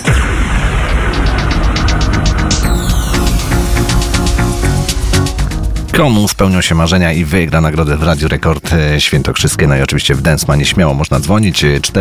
[SPEAKER 6] Komu spełnią się marzenia i wygra nagrodę w Radiu Rekord Świętokrzyskie. No i oczywiście w Dance Manie śmiało można dzwonić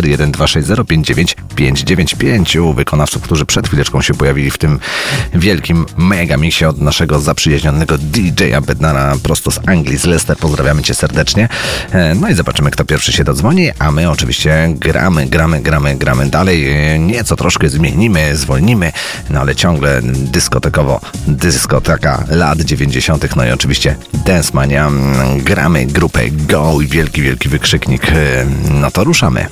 [SPEAKER 6] 412605995 u wykonawców, którzy przed chwileczką się pojawili w tym wielkim megamixie od naszego zaprzyjaźnionego DJ-a Bednara prosto z Anglii, z Leicester. Pozdrawiamy Cię serdecznie. No i zobaczymy, kto pierwszy się dodzwoni, a my oczywiście gramy dalej. Nieco troszkę zmienimy, zwolnimy, no ale ciągle dyskotekowo, dyskoteka lat 90. No i oczywiście Dance Mania, gramy grupę Go i wielki wykrzyknik, no to ruszamy.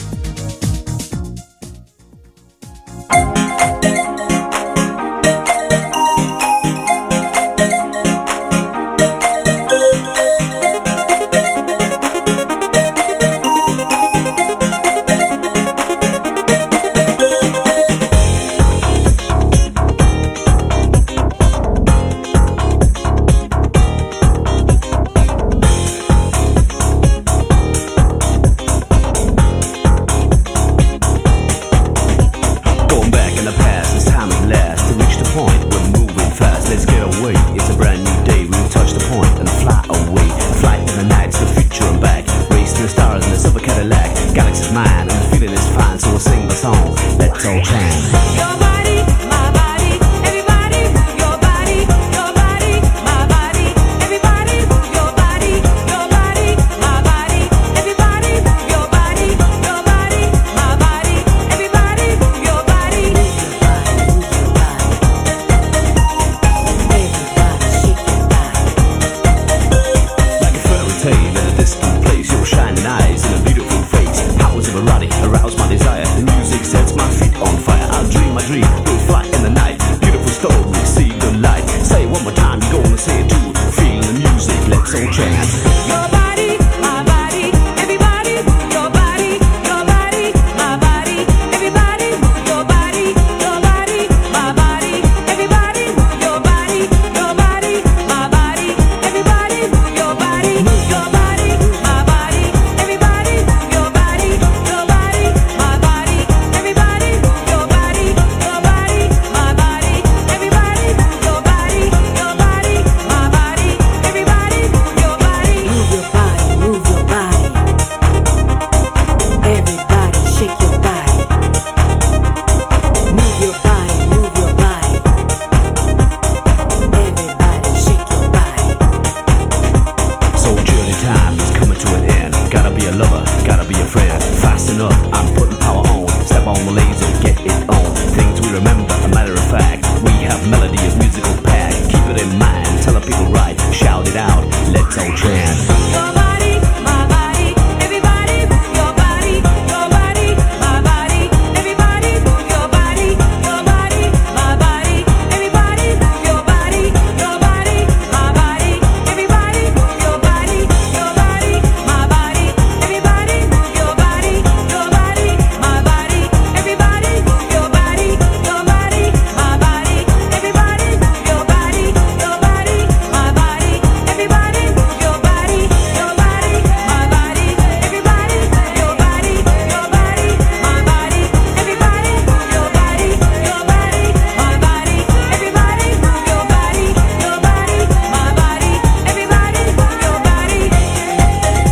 [SPEAKER 12] grab on the laser, get it on. Things we remember, a matter of fact. We have melody of musical pack. Keep it in mind, tell the people right, shout it out, let's all chant.
[SPEAKER 16] Your body, my body, everybody move your body, my body, everybody move your body, my body, everybody move your body, my body, everybody move your body, my body, everybody move your body, my body, everybody move your body, my body, everybody move your body, my body, everybody move your body, your body, my body, everybody move your body, your body, my body, everybody move your body, your body, my body, everybody move your body, your body, my body, everybody move your body.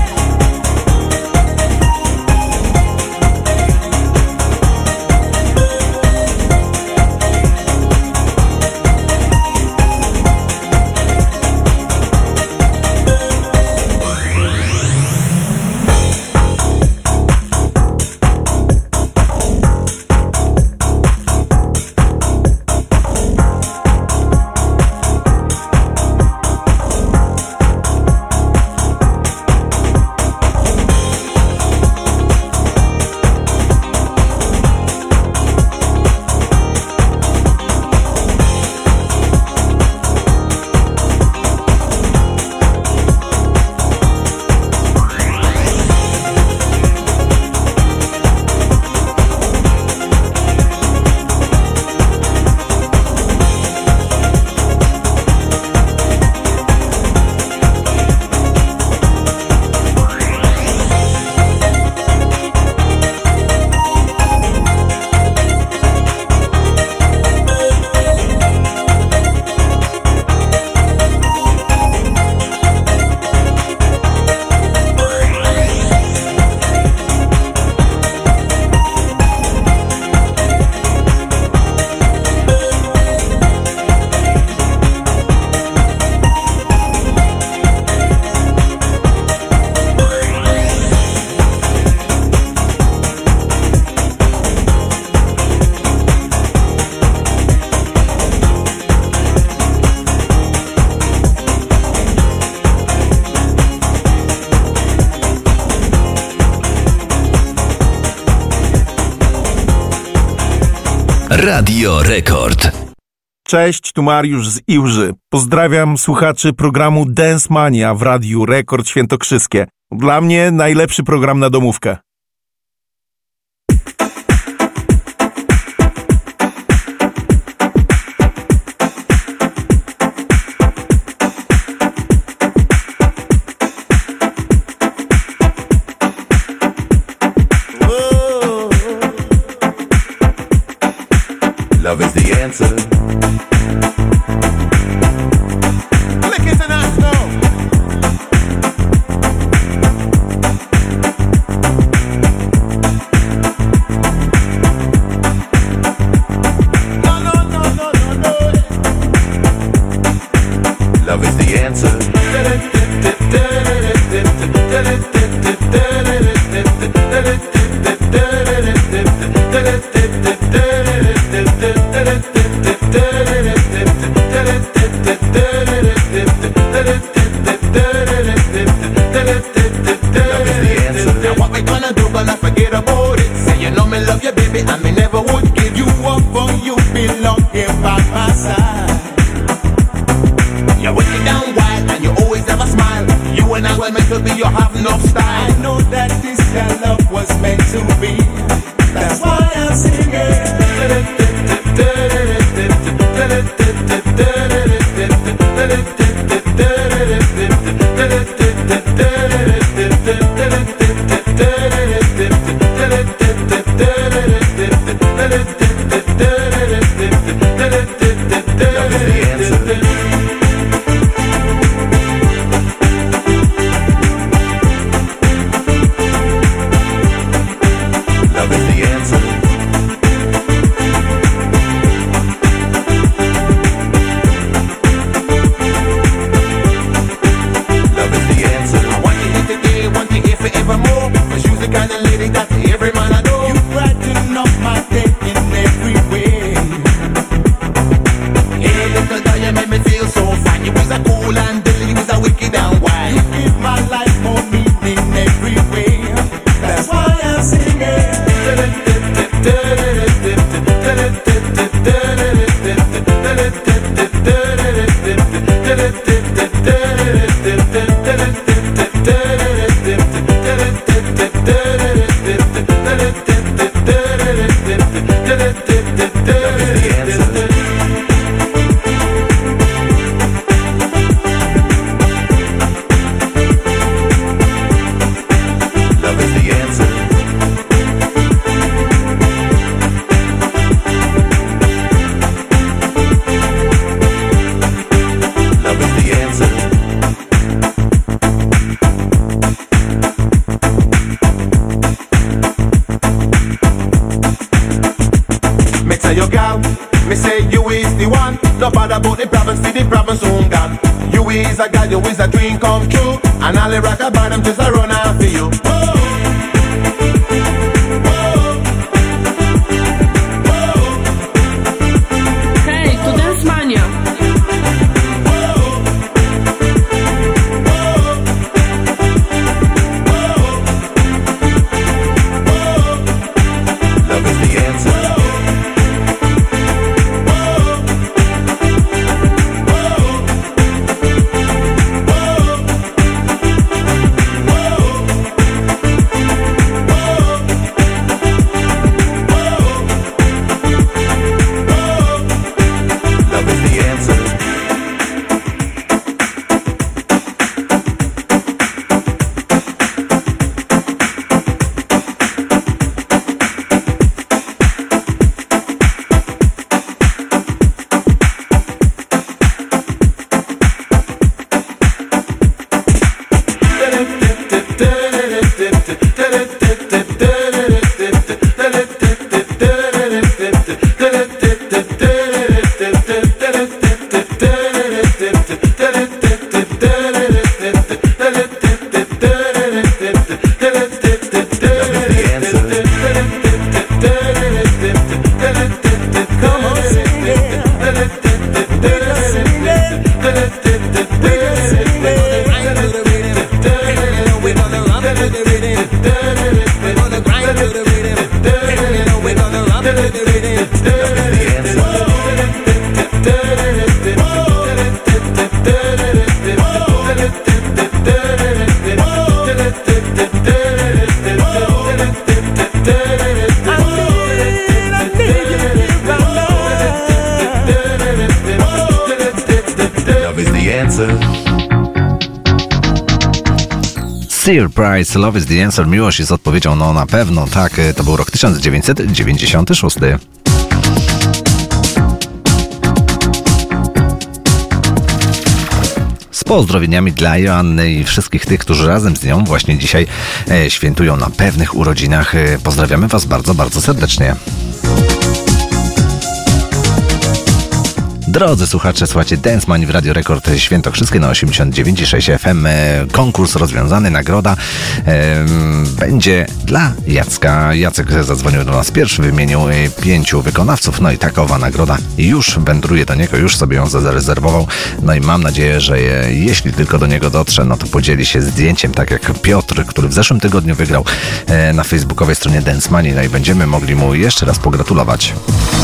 [SPEAKER 15] Radio Rekord.
[SPEAKER 7] Cześć, tu Mariusz z Iłży. Pozdrawiam słuchaczy programu Dance Mania w Radiu Rekord Świętokrzyskie. Dla mnie najlepszy program na domówkę.
[SPEAKER 9] Love is the answer. Click International. Love is the answer. Now what we gonna do, gonna forget about it. Say you know me love you, baby, and me never would give you up for you belong here by my side. You're with me down wide and you always have a smile. You and I were meant to be, you have no style. I know that this kind of love was meant to be. That's why I'm singing. Kind of lady that every man I know. You brighten up my Me say you is the one. No bother about the problems, see the problems soon gone. You is a God, you is a dream come true. And all the rock about them just a run after you.
[SPEAKER 3] Hej, tu Dance Mania.
[SPEAKER 9] Love is the answer.
[SPEAKER 6] Price, Love is the Answer, miłość jest odpowiedzią, no na pewno, tak, to był rok 1996. Z pozdrowieniami dla Joanny i wszystkich tych, którzy razem z nią właśnie dzisiaj świętują na pewnych urodzinach. Pozdrawiamy Was bardzo, bardzo serdecznie. Drodzy słuchacze, słuchajcie Dance Mania w Radio Rekord Świętokrzyskie na 89,6 FM. Konkurs rozwiązany, nagroda będzie dla Jacka. Jacek zadzwonił do nas pierwszy, wymienił 5 wykonawców, no i takowa nagroda już wędruje do niego, już sobie ją zarezerwował. No i mam nadzieję, że jeśli tylko do niego dotrze, no to podzieli się zdjęciem, tak jak Piotr, który w zeszłym tygodniu wygrał na facebookowej stronie Dance Mania, no i będziemy mogli mu jeszcze raz pogratulować.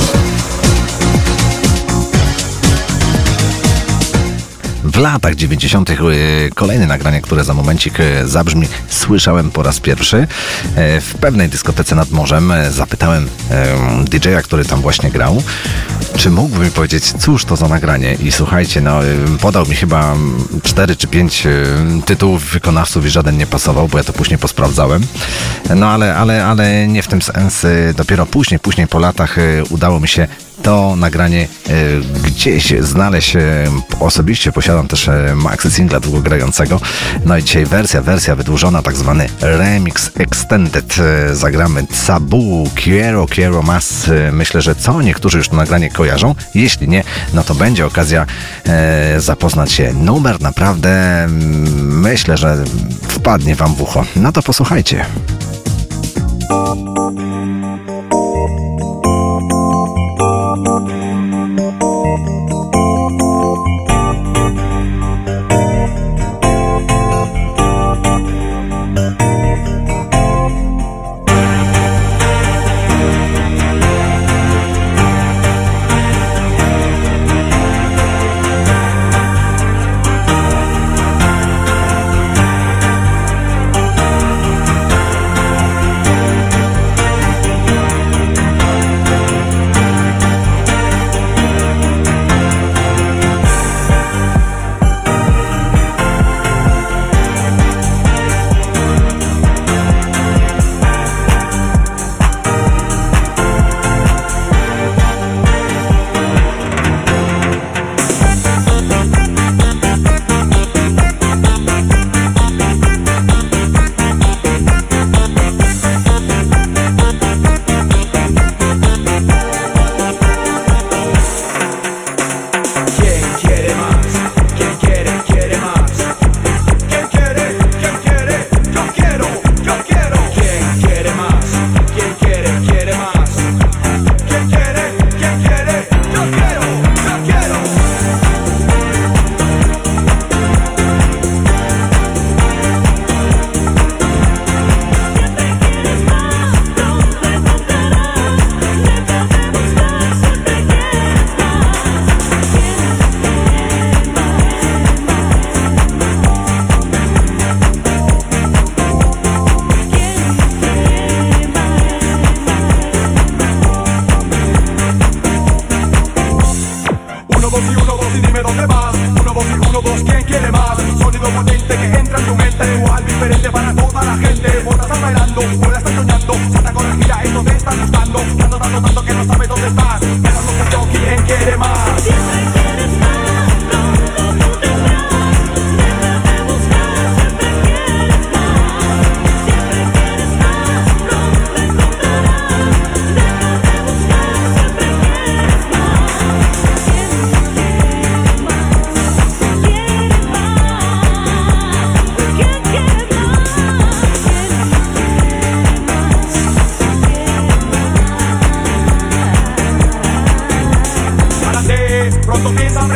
[SPEAKER 6] W latach 90. kolejne nagranie, które za momencik zabrzmi, słyszałem po raz pierwszy. W pewnej dyskotece nad morzem zapytałem DJ-a, który tam właśnie grał, czy mógłby mi powiedzieć, cóż to za nagranie. I słuchajcie, no podał mi chyba 4 czy 5 tytułów wykonawców i żaden nie pasował, bo ja to później posprawdzałem. No ale nie w tym sens. Dopiero później po latach udało mi się to nagranie gdzieś znaleźć. Osobiście posiadam też maxi singla długogrającego. No i dzisiaj wersja wydłużona, tak zwany remix extended. Zagramy Sabu, Quiero Mas. Myślę, że niektórzy już to nagranie kojarzą. Jeśli nie, no to będzie okazja zapoznać się. Numer naprawdę myślę, że wpadnie Wam w ucho. No to posłuchajcie.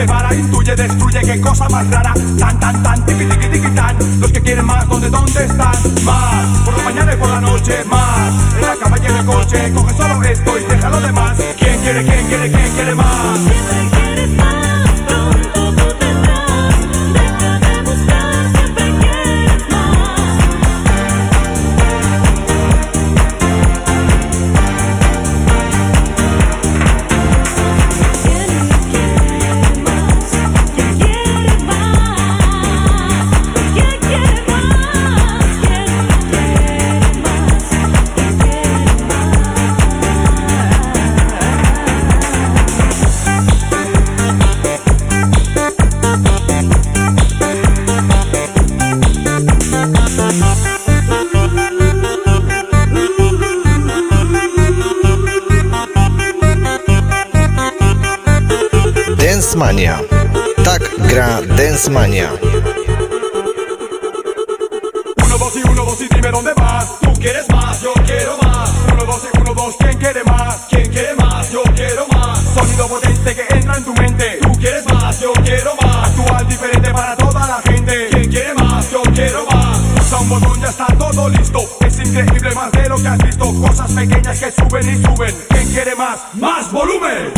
[SPEAKER 16] prepara, intuye, destruye, qué cosa más rara. Tan, tan, tan, tiqui, tiqui, tiqui, tan. Los que quieren más, ¿dónde están? Más, por la mañana y por la noche, más. En la cama y en el coche, coge solo esto y deja lo demás. ¿Quién quiere más?
[SPEAKER 2] Dance Mania. Tak gra Dance Mania.
[SPEAKER 16] Uno, dos y dime dónde vas. Tú quieres más, yo quiero más. Uno, dos, ¿quién quiere más? ¿Quién quiere más? Yo quiero más. Sonido potente que entra en tu mente. Tú quieres más, yo quiero más. Actual diferente para toda la gente. ¿Quién quiere más? Yo quiero más. Pulsa un botón, ya está todo listo. Es increíble más de lo que has visto. Cosas pequeñas que suben y suben. ¿Quién quiere más? ¡Más volumen!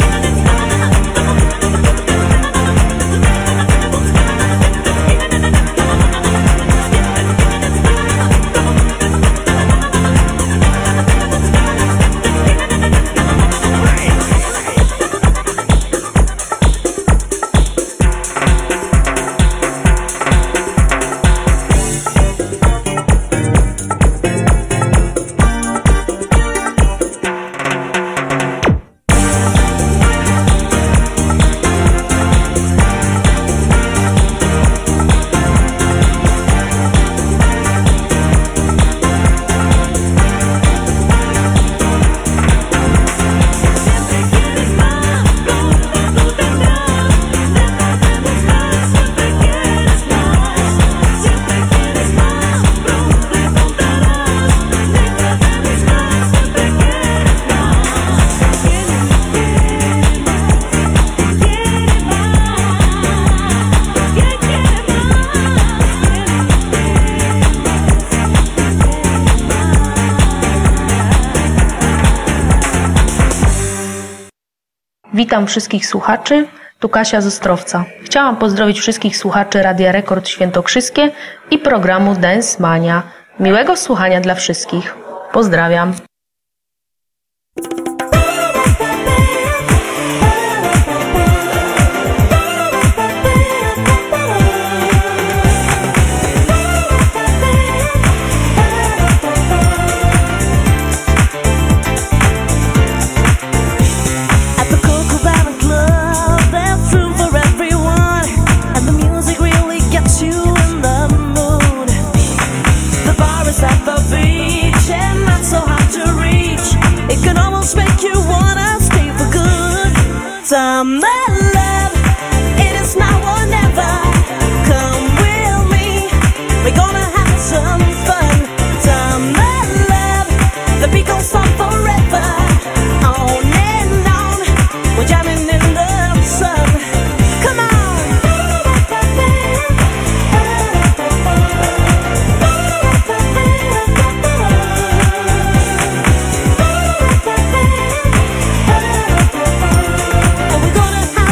[SPEAKER 19] Witam wszystkich słuchaczy, tu Kasia z Ostrowca. Chciałam pozdrowić wszystkich słuchaczy Radia Rekord Świętokrzyskie i programu Dance Mania. Miłego słuchania dla wszystkich. Pozdrawiam.
[SPEAKER 20] Some love, it is now or never. Come with me, we're gonna have some fun. Some love, the beat goes on forever. On and on, we're jamming in the sun. Come on. We're gonna have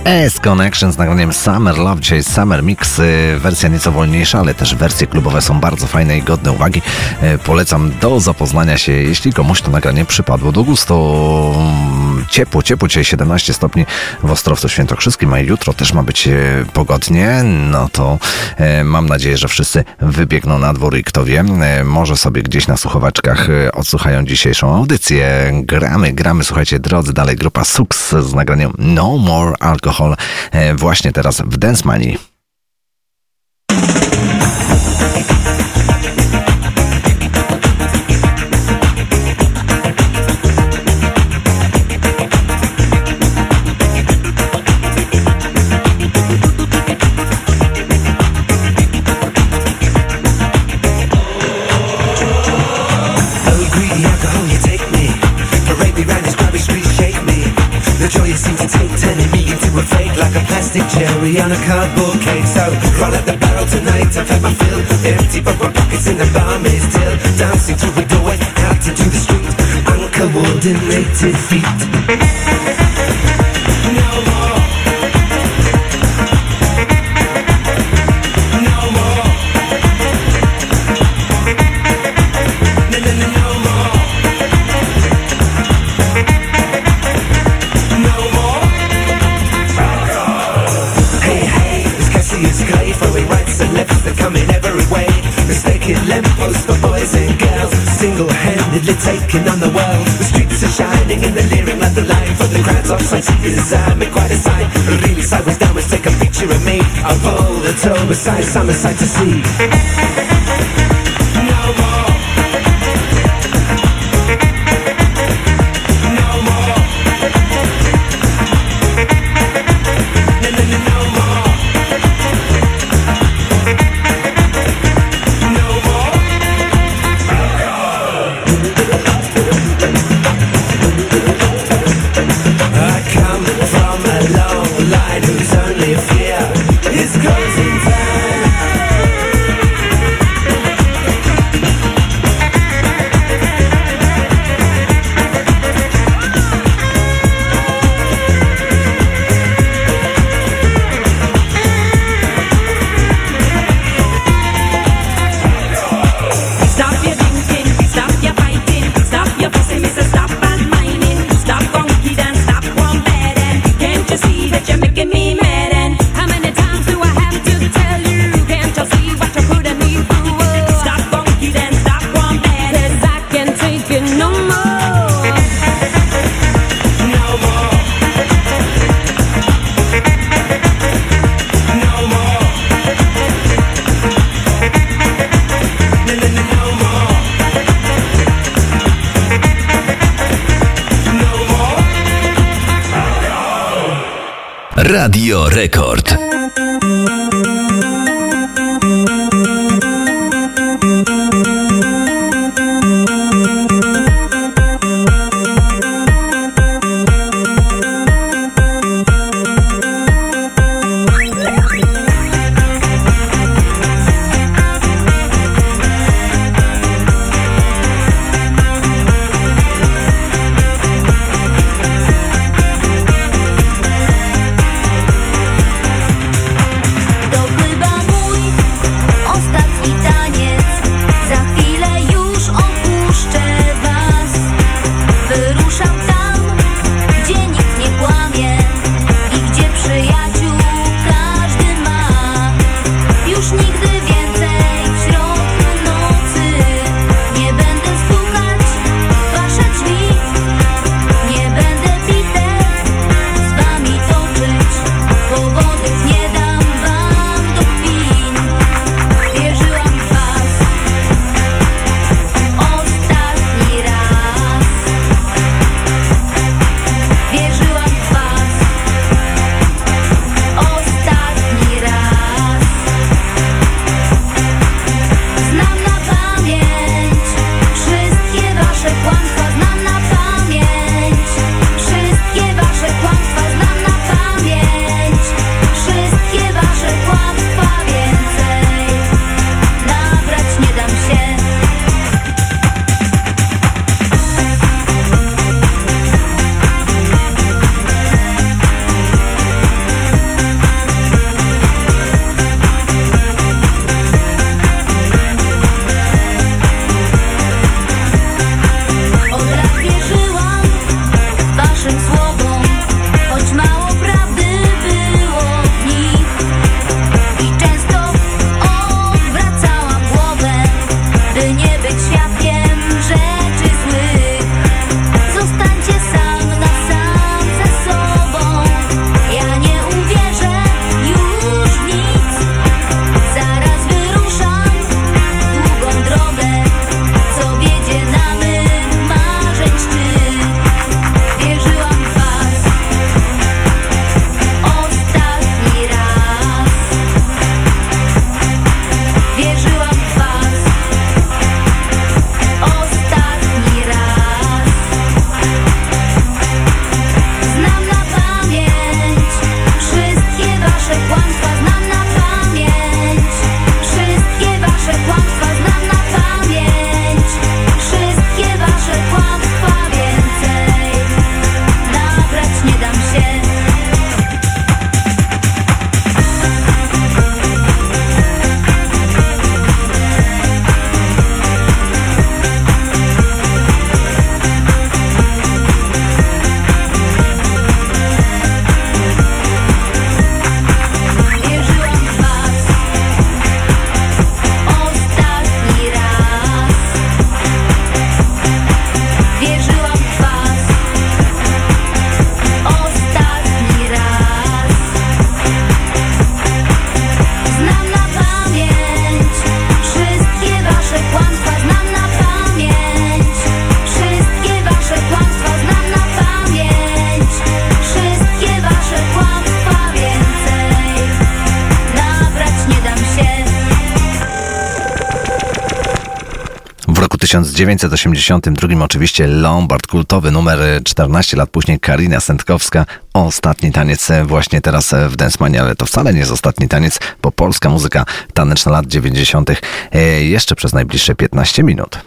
[SPEAKER 6] S-Connection z nagraniem Summer Love. Dzisiaj Summer Mix, wersja nieco wolniejsza, ale też wersje klubowe są bardzo fajne i godne uwagi. Polecam do zapoznania się, jeśli komuś to nagranie przypadło do gustu. Ciepło, dzisiaj 17 stopni w Ostrowcu Świętokrzyskim, a jutro też ma być pogodnie. No to mam nadzieję, że wszyscy wybiegną na dwór i kto wie, może sobie gdzieś na słuchowaczkach odsłuchają dzisiejszą audycję. Gramy, słuchajcie drodzy, dalej grupa Sux z nagraniem No More Alcohol właśnie teraz w Dance Manii.
[SPEAKER 9] Cherry on a cardboard cake, so roll out the barrel tonight. I've had my fill, empty but my pockets in the bar is still dancing through the doorway, out into the street, uncoordinated feet. No more. No more. No more. No more. It's clay throwing rights and lefts, they're coming every way. Mistaking lampposts for boys and girls, single-handedly taking on the world. The streets are shining and they're leering like the light for the crowds offside. Sightseers make quite a sight. Really sideways downwards, take a picture of me. I'll roll the toe beside summer sight to see. No more. No more. No more.
[SPEAKER 15] Radio Rekord.
[SPEAKER 8] Życie sam na sam ze sobą. Ja nie uwierzę już w nic. Zaraz wyruszam w długą drogę, co wiedzie na mych marzeń szczyt. Wierzyłam w was ostatni raz. Wierzyłam w was ostatni raz. Znam na pamięć wszystkie wasze kłamstwa. Znam na pamięć wszystkie wasze kłamstwa. Znam na pamięć wszystkie wasze kłamstwa. Więcej nabrać nie dam się. Wierzyłam w was ostatni raz. Wierzyłam w was ostatni raz. Znam na pamięć wszystkie wasze kłamstwa. Znam na pamięć wszystkie wasze kłamstwa. Znam na pamięć wszystkie wasze kłamstwa. Więcej nabrać nie dam się.
[SPEAKER 6] W roku 1982 oczywiście Lombard, kultowy numer. 14 lat później Karina Sędkowska, Ostatni taniec, właśnie teraz w Densmanie, ale to wcale nie jest ostatni taniec, bo polska muzyka taneczna lat 90. Jeszcze przez najbliższe 15 minut.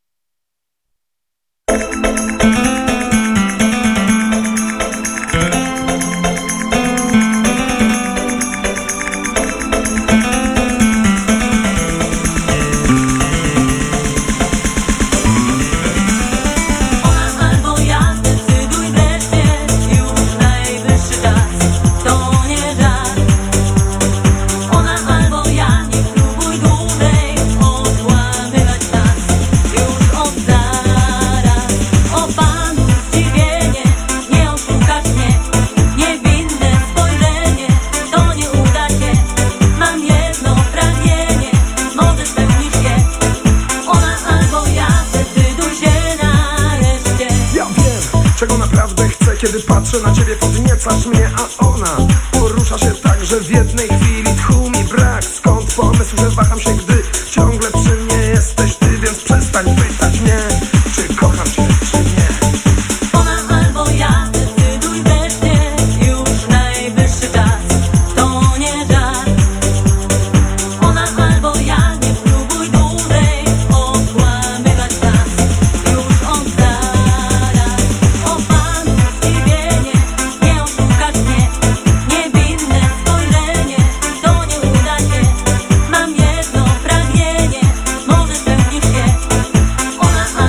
[SPEAKER 8] Ona albo ja, zdecyduj wreszcie, już najwyższy czas, to nie żart. Ona albo ja, nie próbuj dłużej odłamywać nas, już od zaraz. Opanuj zdziwienie, nie oszukasz mnie, niewinne spojrzenie, to nie uda się. Mam jedno pragnienie, może spełnisz je. Ona albo ja, zdecyduj się nareszcie.
[SPEAKER 21] Ja wiem, czego naprawdę chcę, kiedy patrzę na ciebie, podniecasz mnie, a ona porusza się tak, że w jednej chwili tchu mi brak. Skąd pomysł, że waham się, gdy ciągle przy mnie jesteś ty, więc przestań pytać mnie, czy kocham cię, czy nie.
[SPEAKER 8] Ona albo ja, zdecyduj wreszcie, już najwyższy czas, to nie żart. Ona albo ja, nie próbuj dłużej odłamywać nas, już od zaraz. Opanuj zdziwienie, nie oszukasz mnie, niewinne spojrzenie, to nie uda się. Mam jedno pragnienie, może spełnisz się. Ona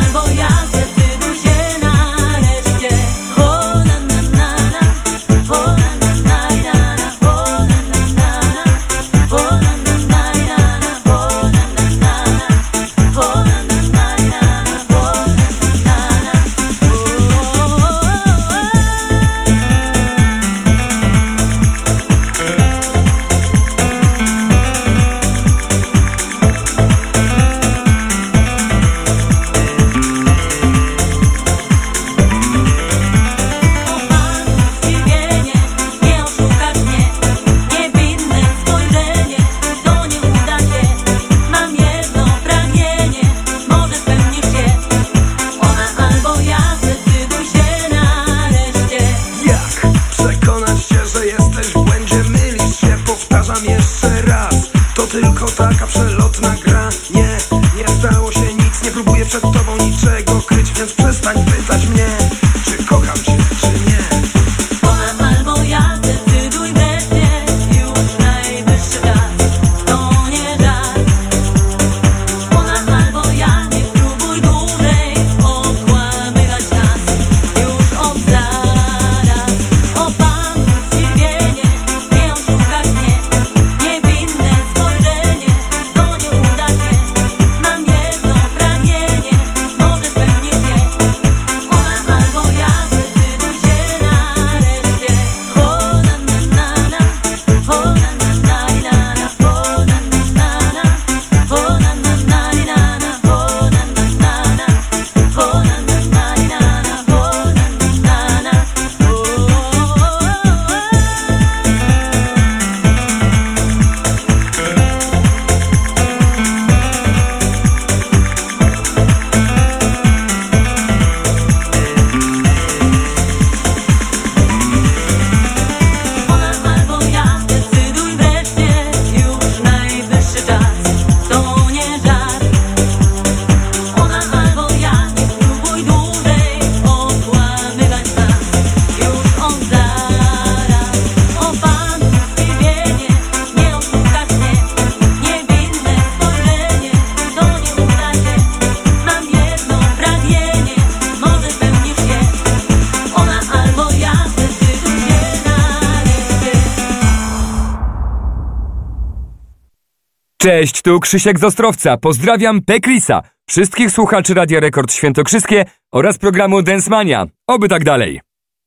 [SPEAKER 1] Cześć, tu Krzysiek z Ostrowca. Pozdrawiam Pekrisa, wszystkich słuchaczy Radia Rekord Świętokrzyskie oraz programu Dance Mania. Oby tak dalej.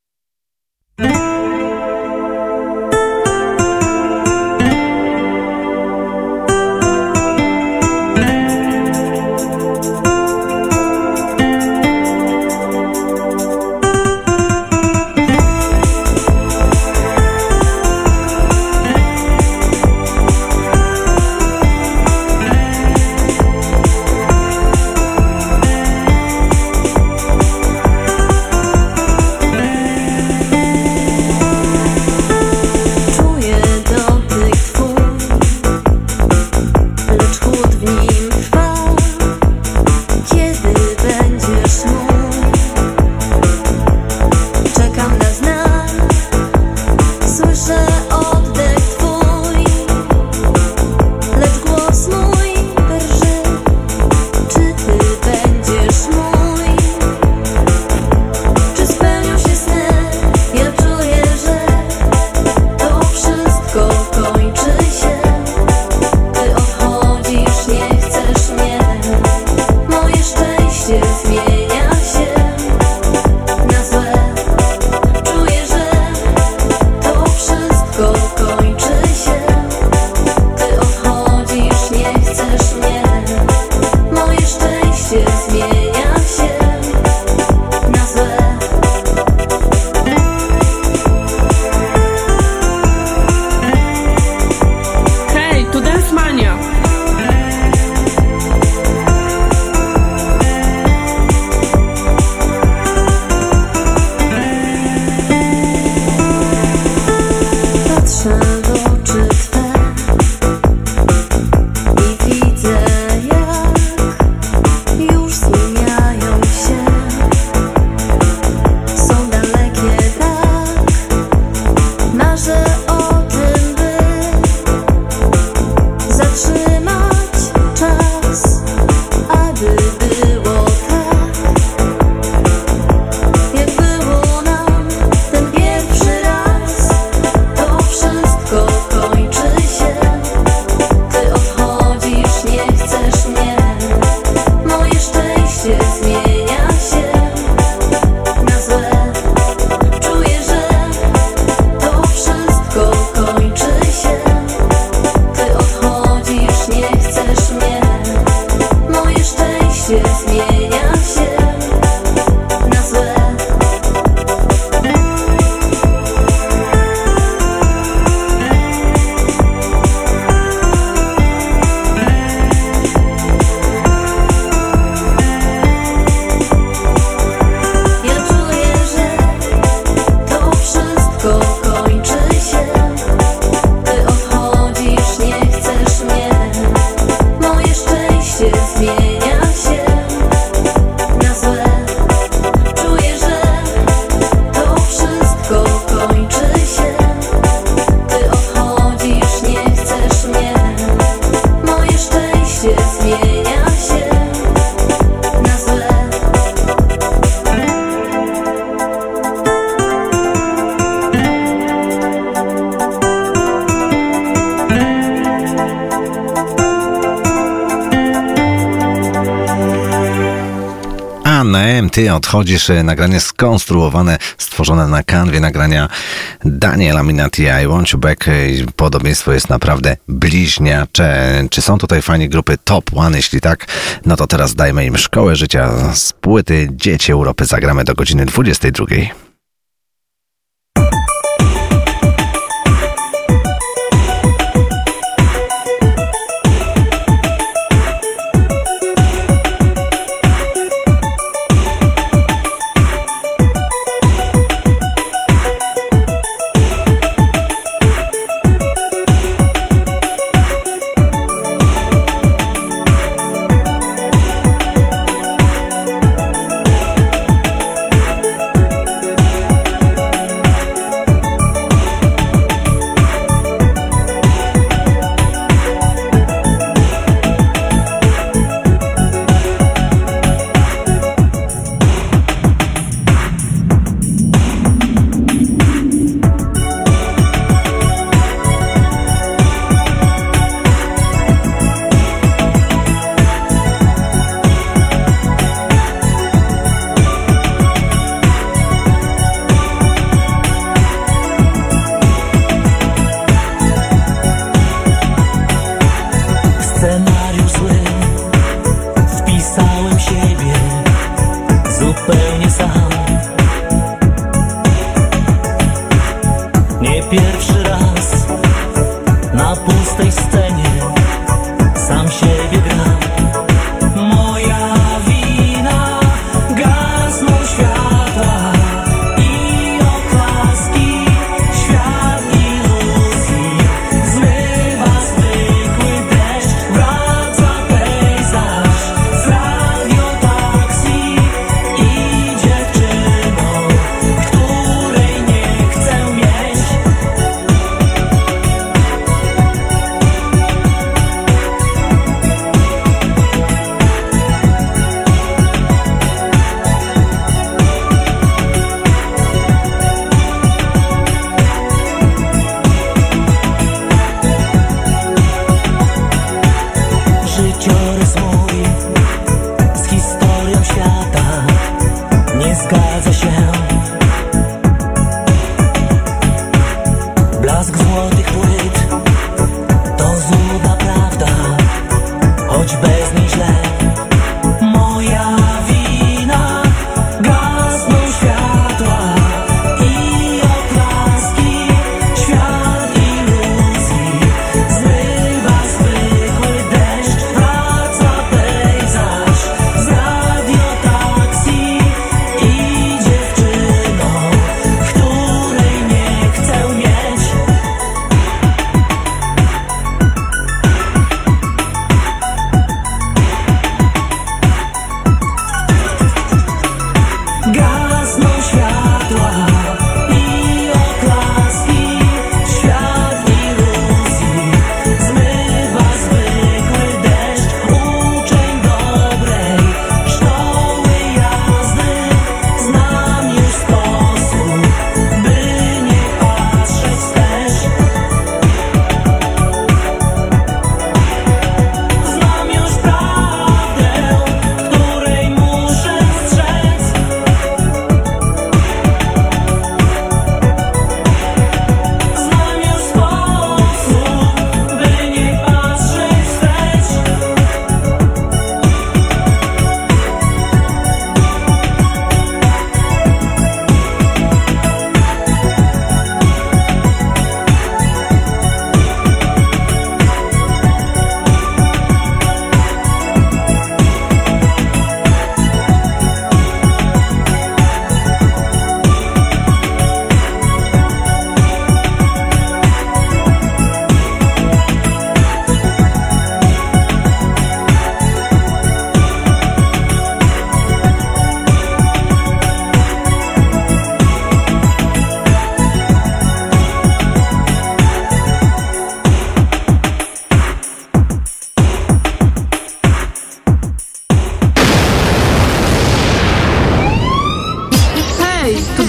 [SPEAKER 6] Ty odchodzisz, nagranie skonstruowane, stworzone na kanwie nagrania Daniela Minati, I Want You Back. Podobieństwo jest naprawdę bliźniacze. Czy są tutaj fani grupy Top One? Jeśli tak, no to teraz dajmy im szkołę życia z płyty Dzieci Europy. Zagramy do godziny 22.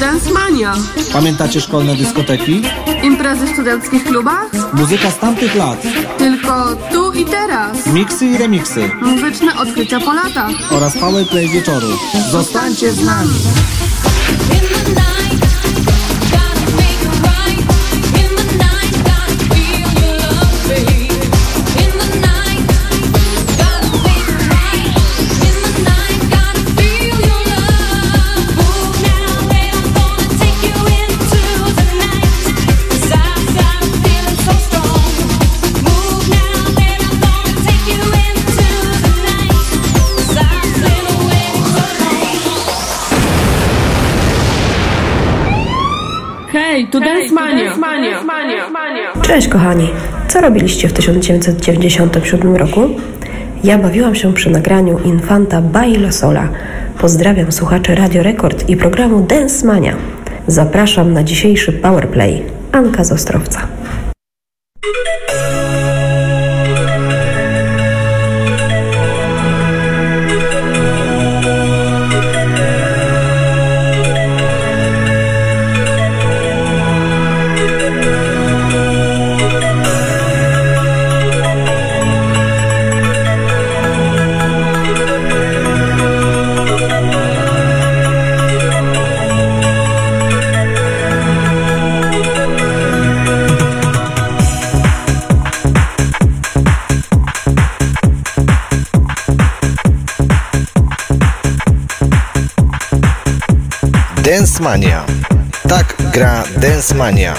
[SPEAKER 3] Dance Mania.
[SPEAKER 4] Pamiętacie szkolne dyskoteki?
[SPEAKER 3] Imprezy w studenckich klubach?
[SPEAKER 4] Muzyka z tamtych lat.
[SPEAKER 3] Tylko tu i teraz.
[SPEAKER 4] Miksy i remiksy.
[SPEAKER 3] Muzyczne odkrycia po latach.
[SPEAKER 4] Oraz powerplay wieczoru. Zostańcie z nami.
[SPEAKER 3] Hej, tu Dance Mania.
[SPEAKER 5] Cześć kochani, co robiliście w 1997 roku? Ja bawiłam się przy nagraniu Infanta Bailo Sola. Pozdrawiam słuchaczy Radio Rekord i programu Dance Mania. Zapraszam na dzisiejszy Powerplay. Anka z Ostrowca.
[SPEAKER 2] Dance Mania. Tak gra Dance Mania.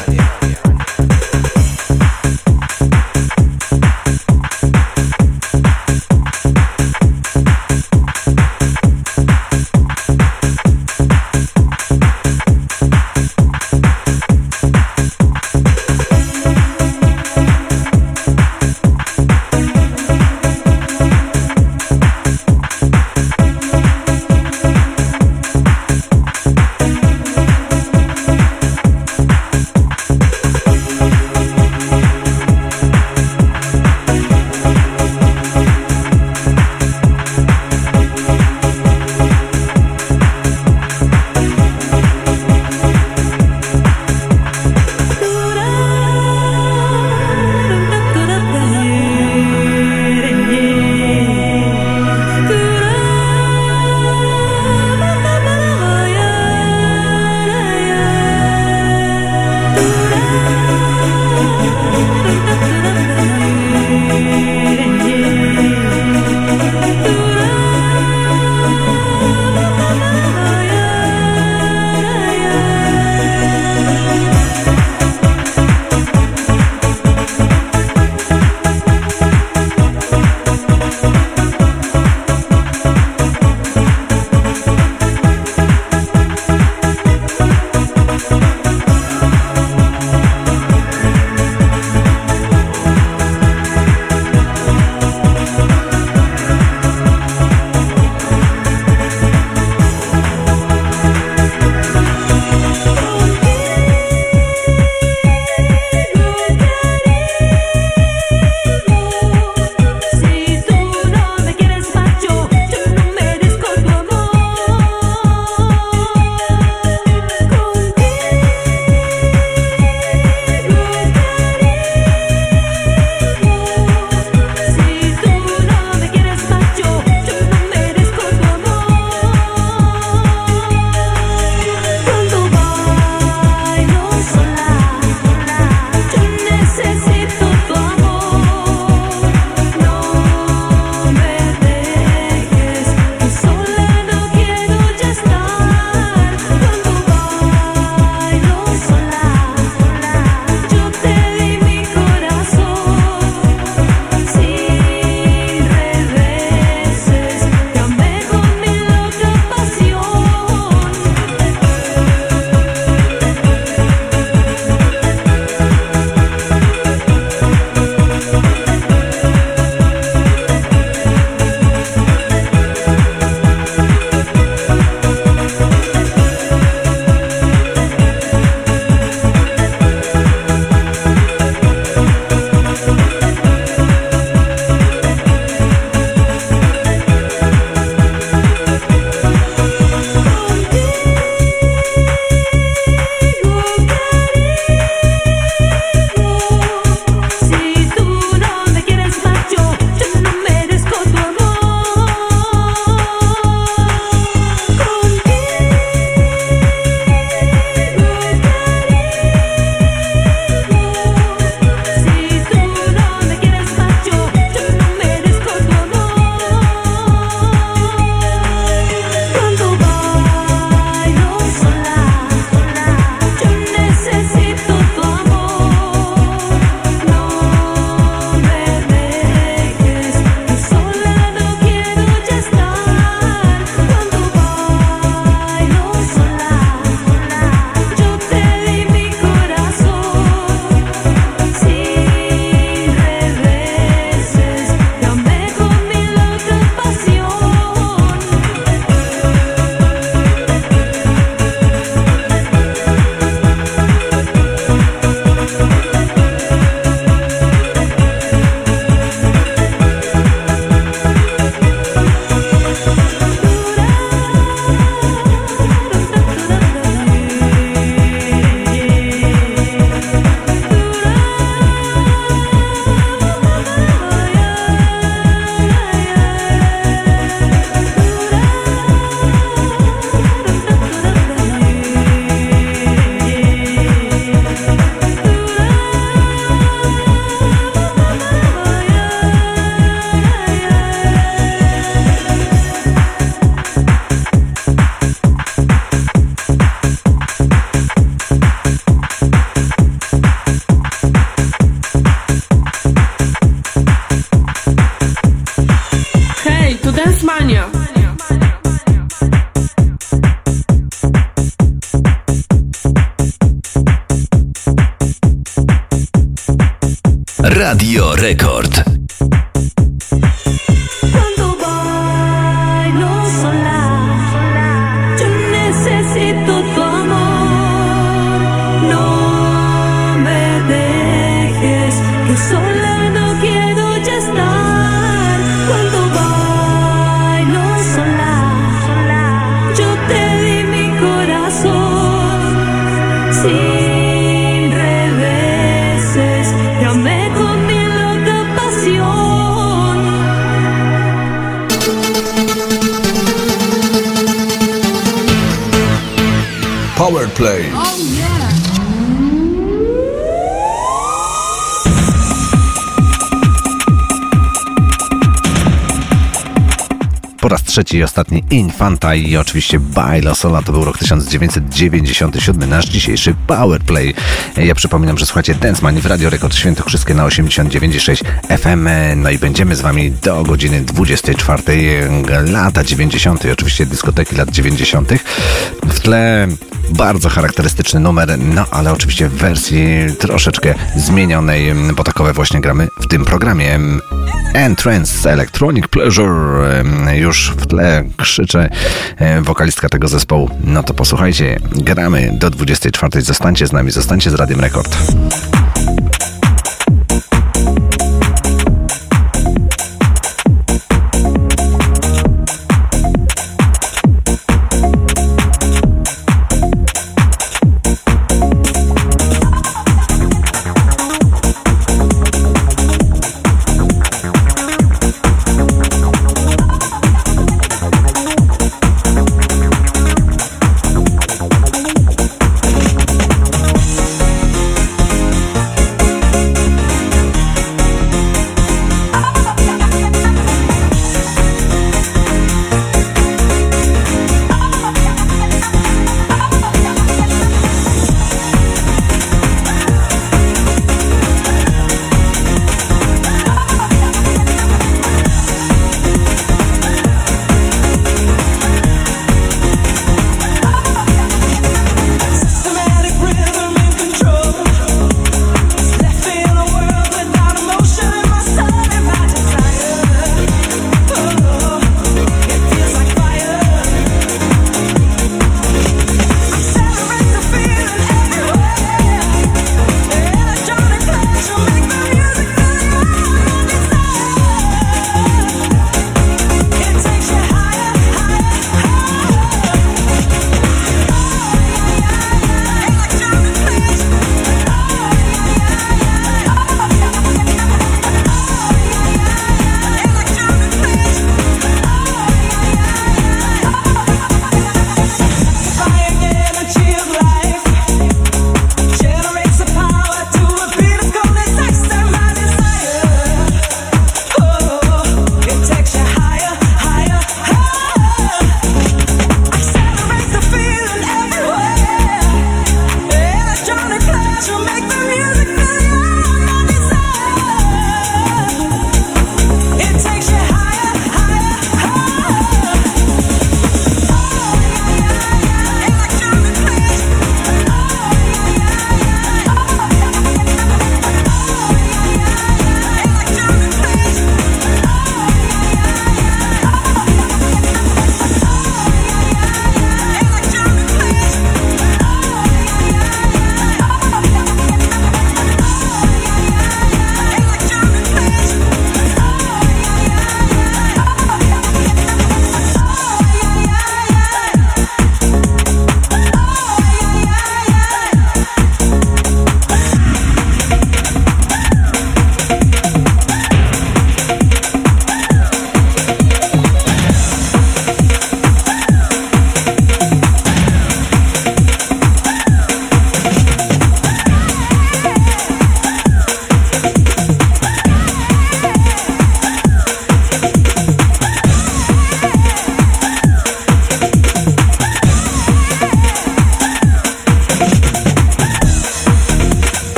[SPEAKER 15] Radio Rekord.
[SPEAKER 20] Cuando bailo sola, yo necesito tu amor. No me dejes, que sola no quiero ya estar. Cuando bailo sola, yo te di mi corazón. Sin reveses, te amé con mi loca pasión.
[SPEAKER 10] Power Play.
[SPEAKER 6] Po raz trzeci i ostatni Infanta i oczywiście Baila Sola. To był rok 1997, nasz dzisiejszy Powerplay. Ja przypominam, że słuchacie Dance Mania w Radio Rekord Świętokrzyskie na 89,6 FM. No i będziemy z wami do godziny 24. Lata 90. Oczywiście dyskoteki lat 90. W tle bardzo charakterystyczny numer, no ale oczywiście w wersji troszeczkę zmienionej, bo takowe właśnie gramy w tym programie. Entrance Electronic Pleasure. Już w tle krzycze wokalistka tego zespołu. No to posłuchajcie, gramy do 24. Zostańcie z nami, zostańcie z Radiem Rekord.
[SPEAKER 20] Cuando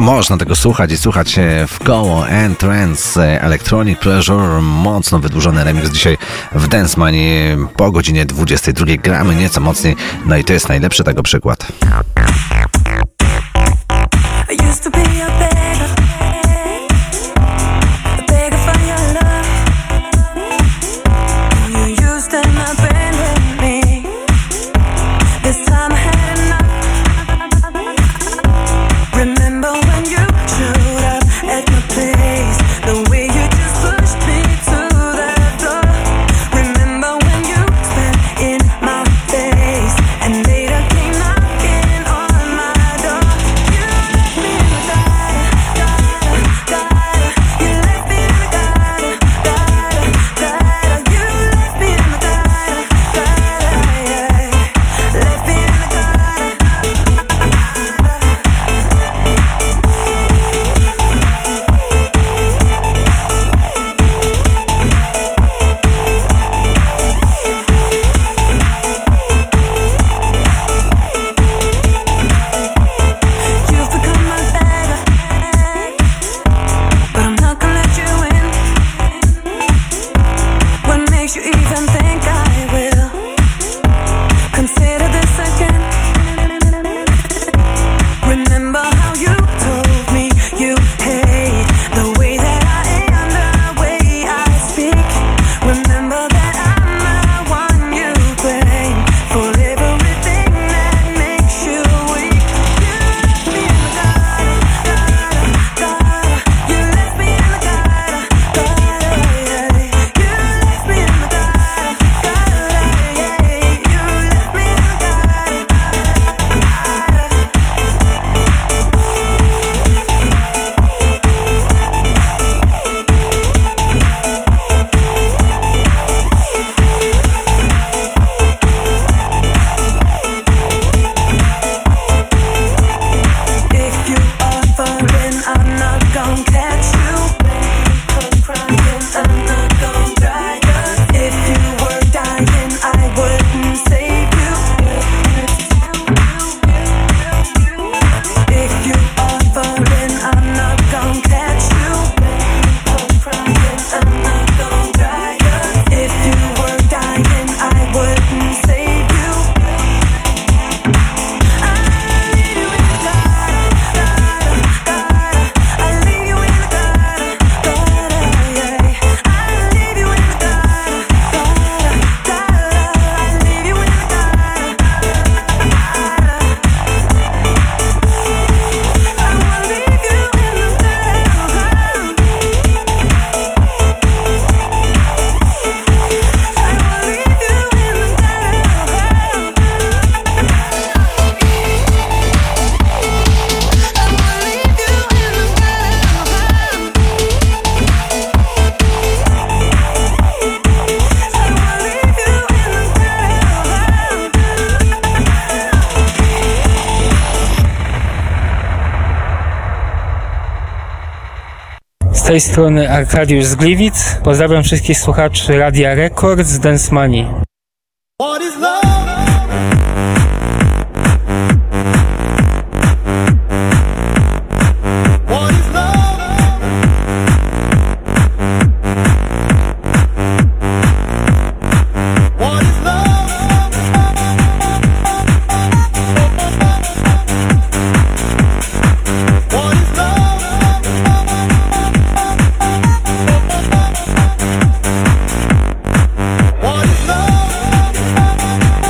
[SPEAKER 6] Można tego słuchać i słuchać w koło. Entrance, Electronic Pleasure, mocno wydłużony remix dzisiaj w Dance Manii po godzinie 22. Gramy nieco mocniej, no i to jest najlepszy tego przykład.
[SPEAKER 11] Z tej strony Arkadiusz z Gliwic. Pozdrawiam wszystkich słuchaczy Radia Rekord z Dance Manii.
[SPEAKER 16] What is love?
[SPEAKER 9] What is love?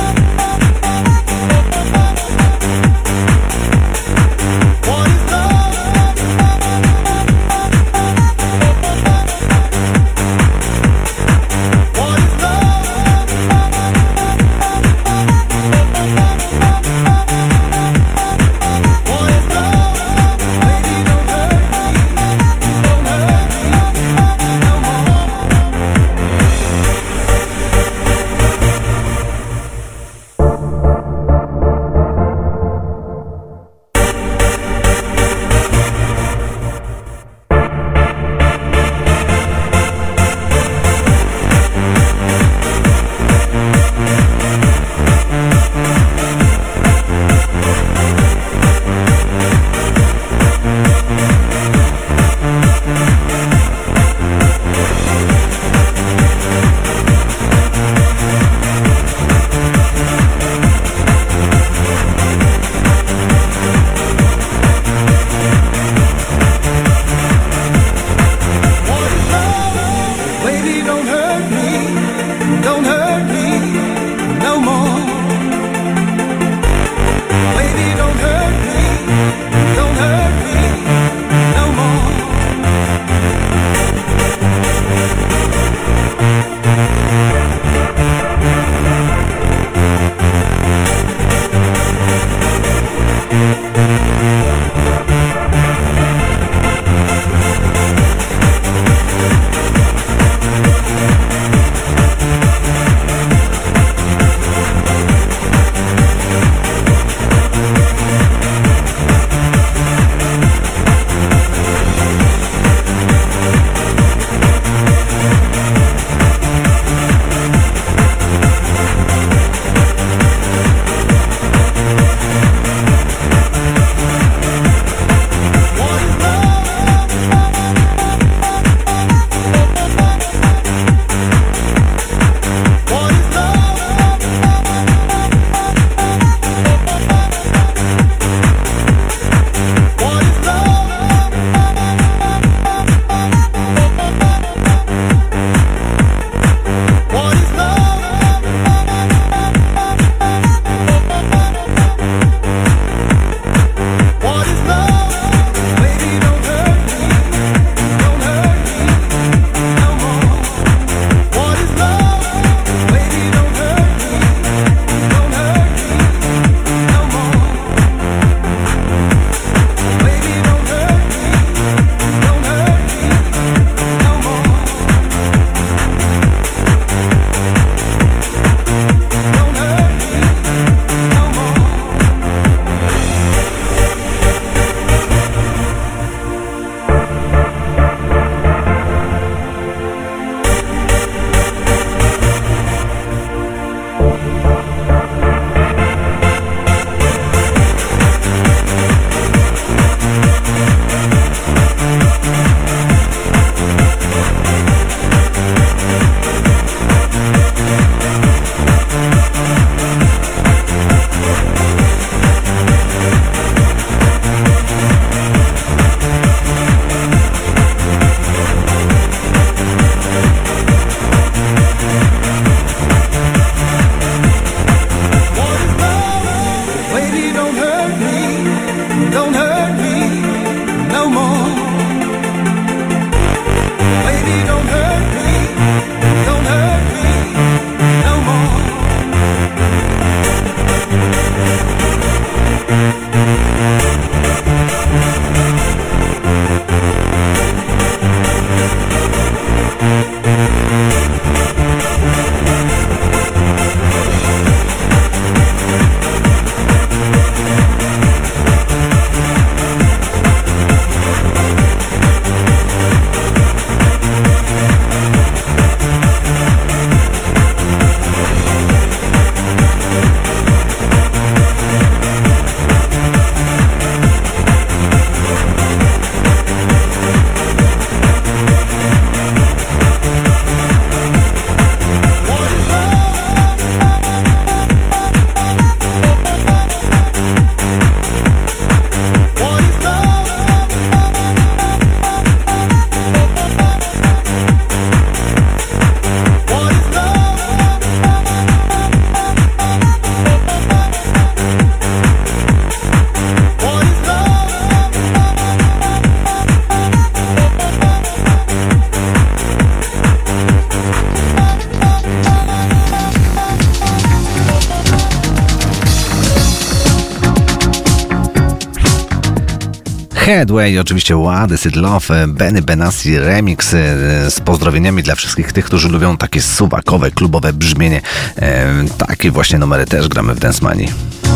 [SPEAKER 6] Headway, oczywiście What Is It Love, Benny Benassi remix z pozdrowieniami dla wszystkich tych, którzy lubią takie suwakowe, klubowe brzmienie. Takie właśnie numery też gramy w Dance Manii.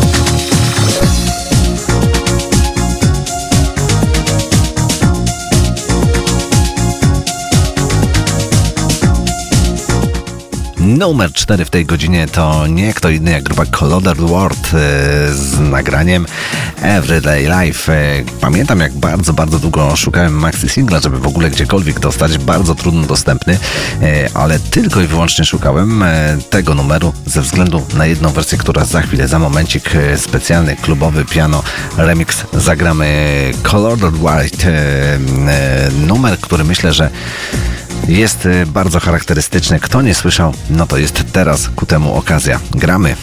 [SPEAKER 6] Numer 4 w tej godzinie to nie kto inny jak grupa Colored World z nagraniem Everyday Life. Pamiętam, jak bardzo długo szukałem maxi singla, żeby w ogóle gdziekolwiek dostać. Bardzo trudno dostępny, ale tylko i wyłącznie szukałem tego numeru ze względu na jedną wersję, która za momencik, specjalny klubowy piano remix zagramy. Colored White, numer, który myślę, że jest bardzo charakterystyczny. Kto nie słyszał, no to jest teraz ku temu okazja. Gramy.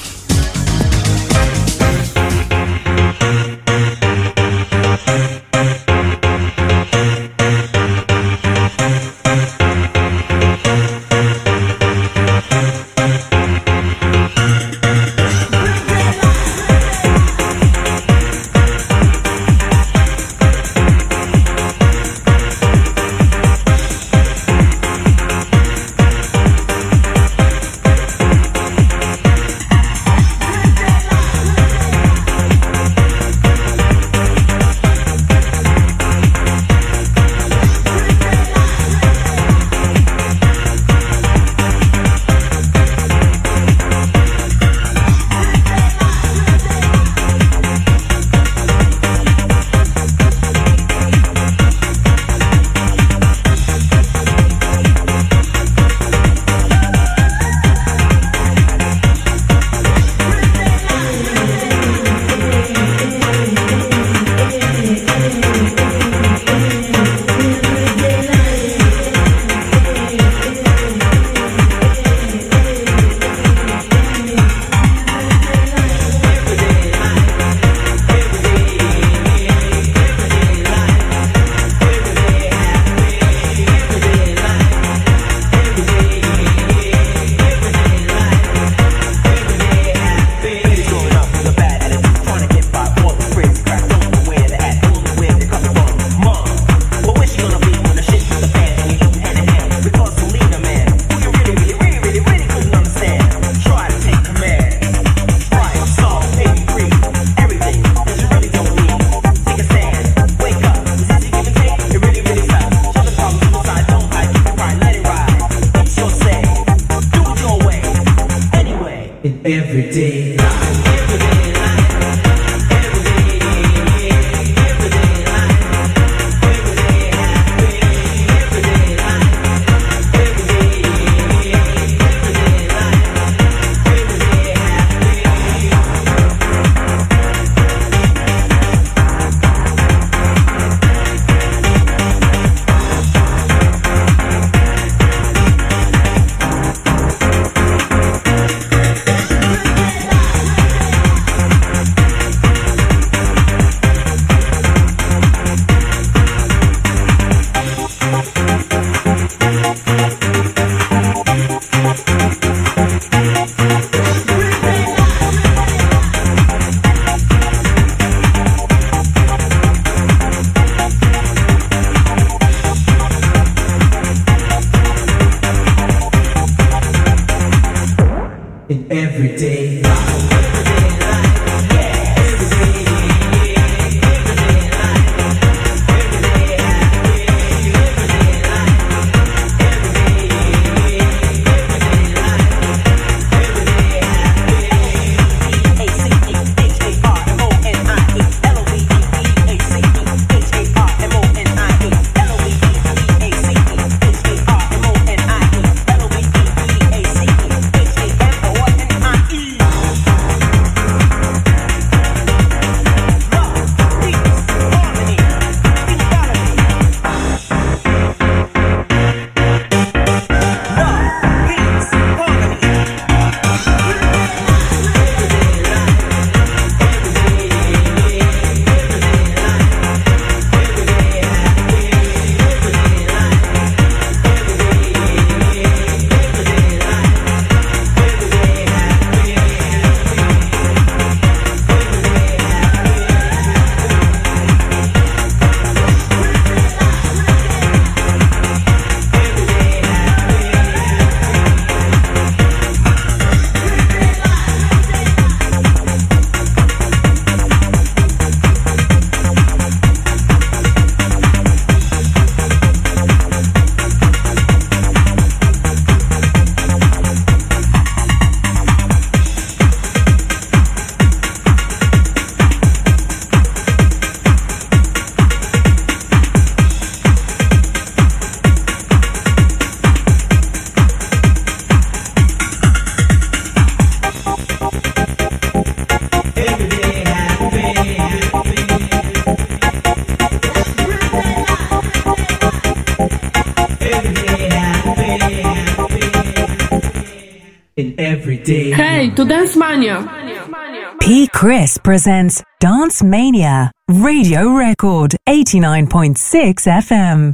[SPEAKER 3] to Dance Mania.
[SPEAKER 13] P. Chris presents Dance Mania, Radio Record 89.6 FM.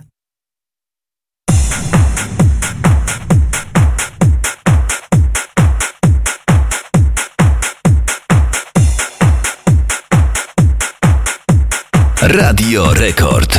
[SPEAKER 15] Radio Rekord.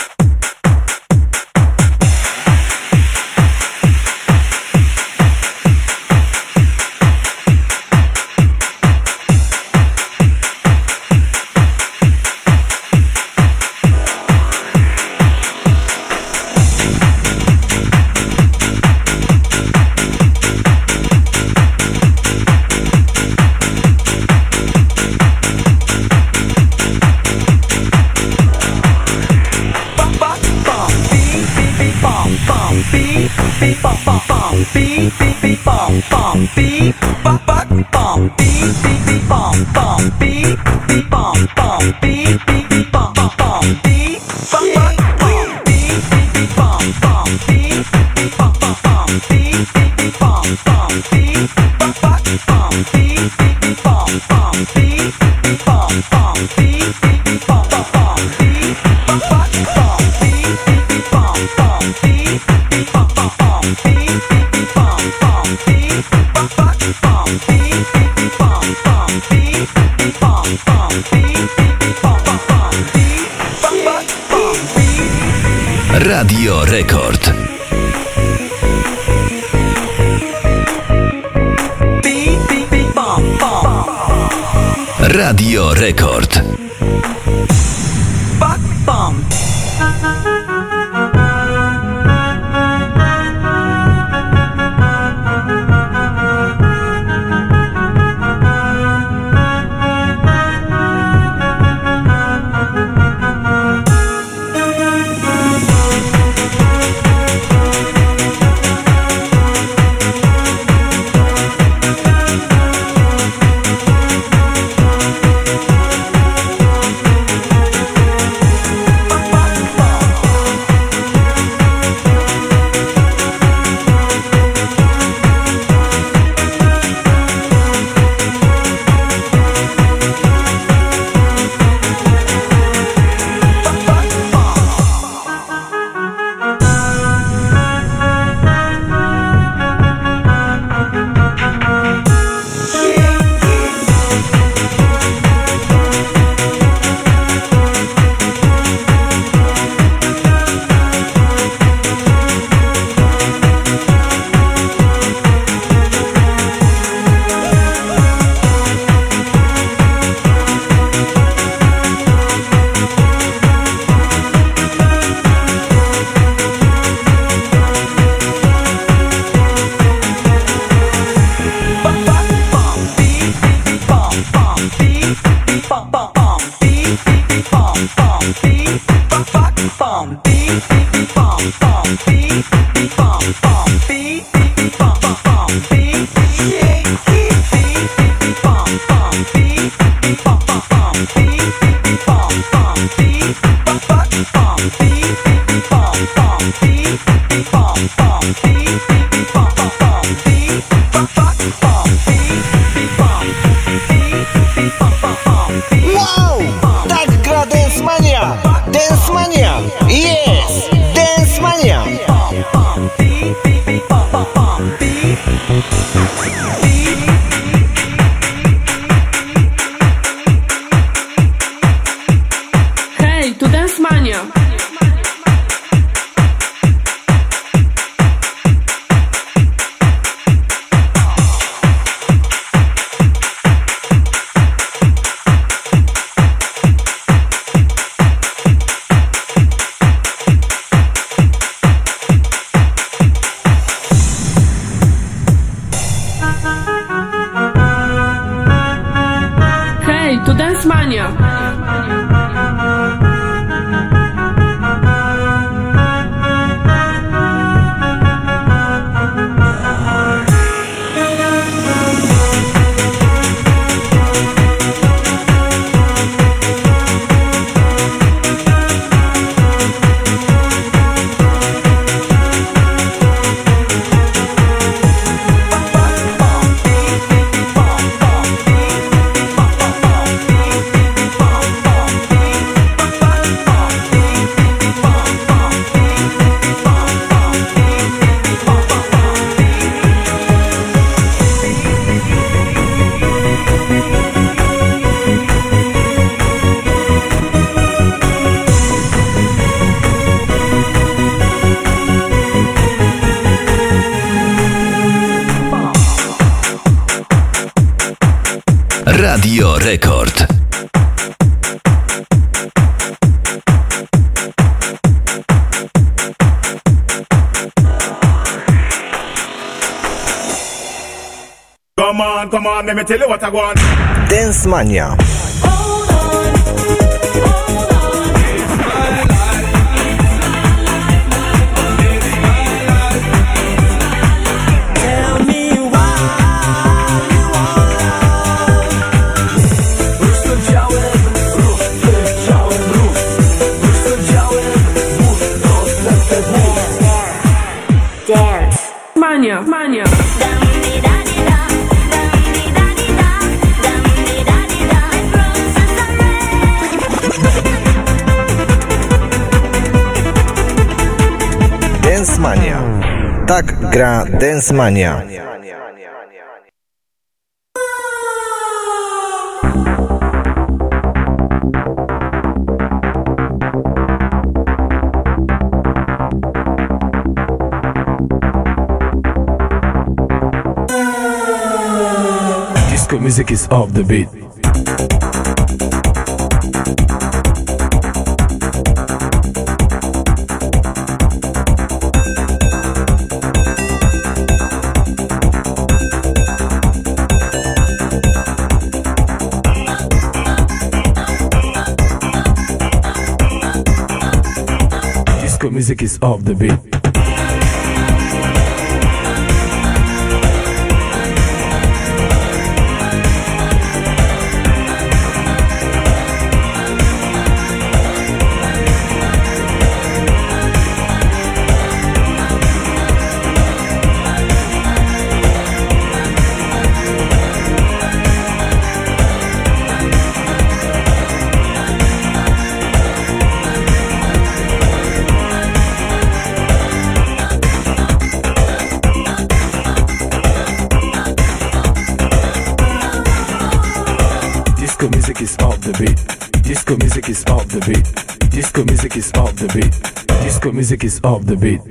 [SPEAKER 15] Radio Rekord. Radio Rekord. Rekord.
[SPEAKER 18] Come on, let me tell you what I want.
[SPEAKER 2] Dance Mania.
[SPEAKER 3] Mania.
[SPEAKER 2] Dance Mania. Tak gra Dance Mania.
[SPEAKER 14] Disco music is off the beat. Disco music is off the beat. Disco music is off the beat. Disco music is off the beat. Disco music is off the beat. Disco music is off the beat.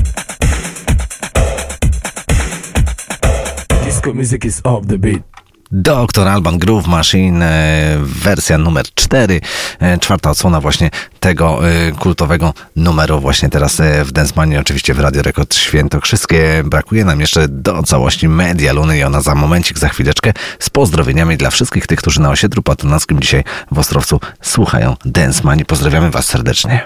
[SPEAKER 14] Disco music is off the beat.
[SPEAKER 6] Dr. Alban Groove Machine, wersja numer 4, czwarta odsłona właśnie tego kultowego numeru właśnie teraz w Dance Manii, oczywiście w Radio Rekord Świętokrzyskie. Brakuje nam jeszcze do całości Media Luny i ona za momencik, za chwileczkę z pozdrowieniami dla wszystkich tych, którzy na osiedlu patronackim dzisiaj w Ostrowcu słuchają Dance Manii. Pozdrawiamy Was serdecznie.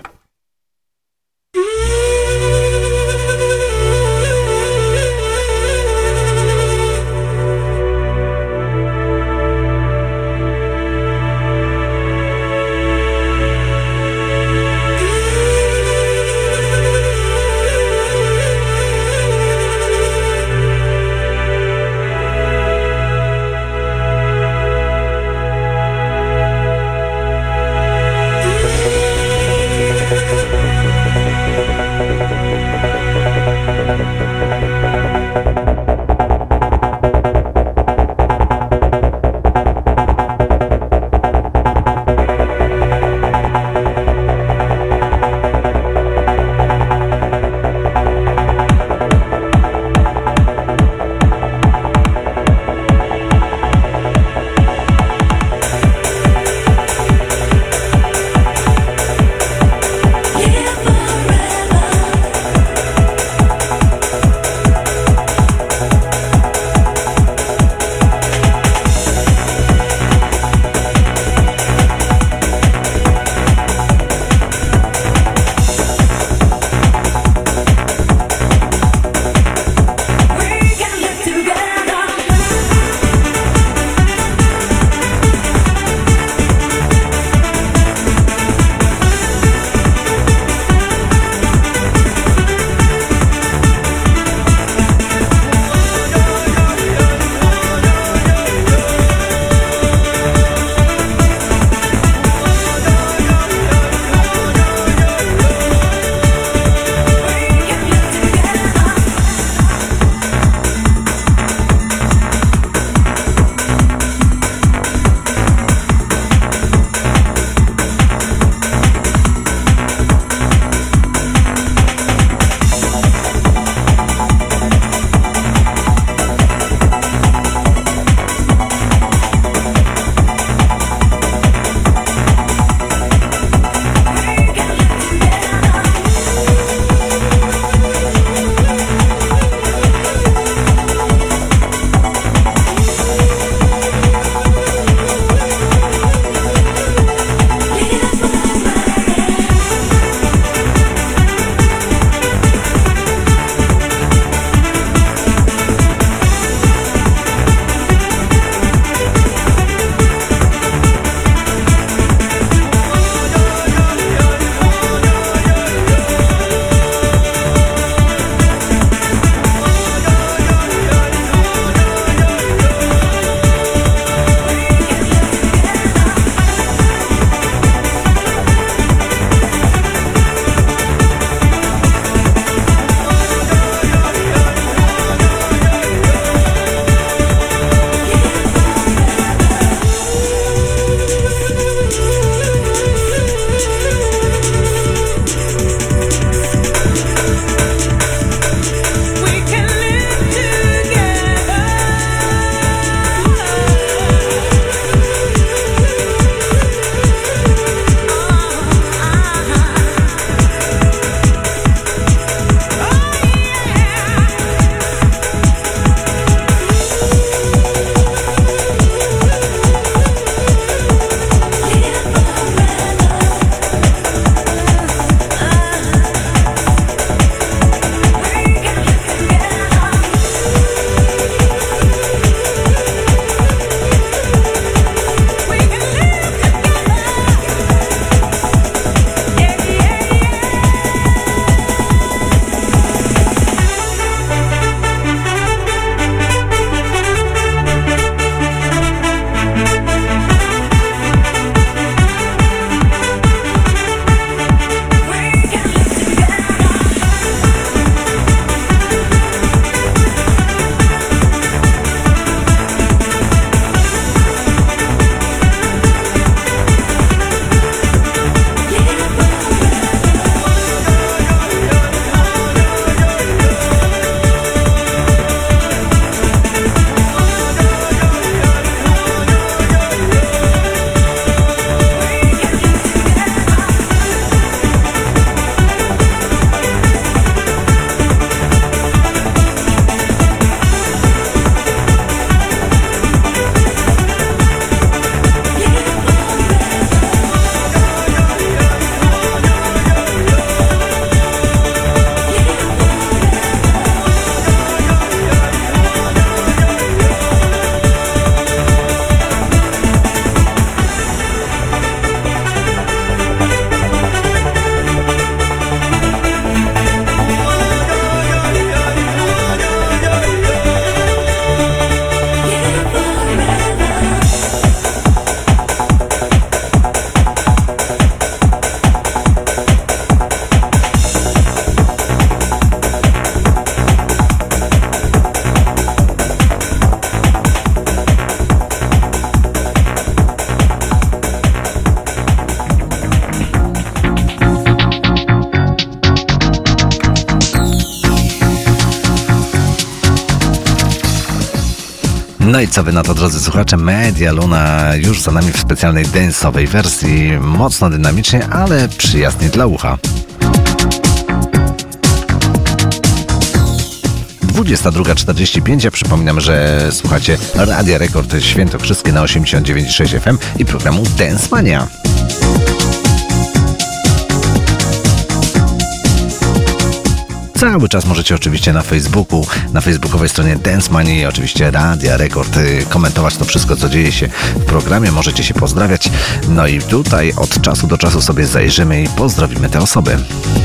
[SPEAKER 6] No i co wy na to, drodzy słuchacze? Media Luna już za nami w specjalnej dance'owej wersji. Mocno dynamicznie, ale przyjaznie dla ucha. 22:45. Ja przypominam, że słuchacie Radia Rekord Świętokrzyskie na 89,6 FM i programu Dance Mania. Cały czas możecie oczywiście na Facebooku, na facebookowej stronie Dance Mania i oczywiście Radia Rekord komentować to wszystko, co dzieje się w programie. Możecie się pozdrawiać. No i tutaj od czasu do czasu sobie zajrzymy i pozdrowimy te osoby.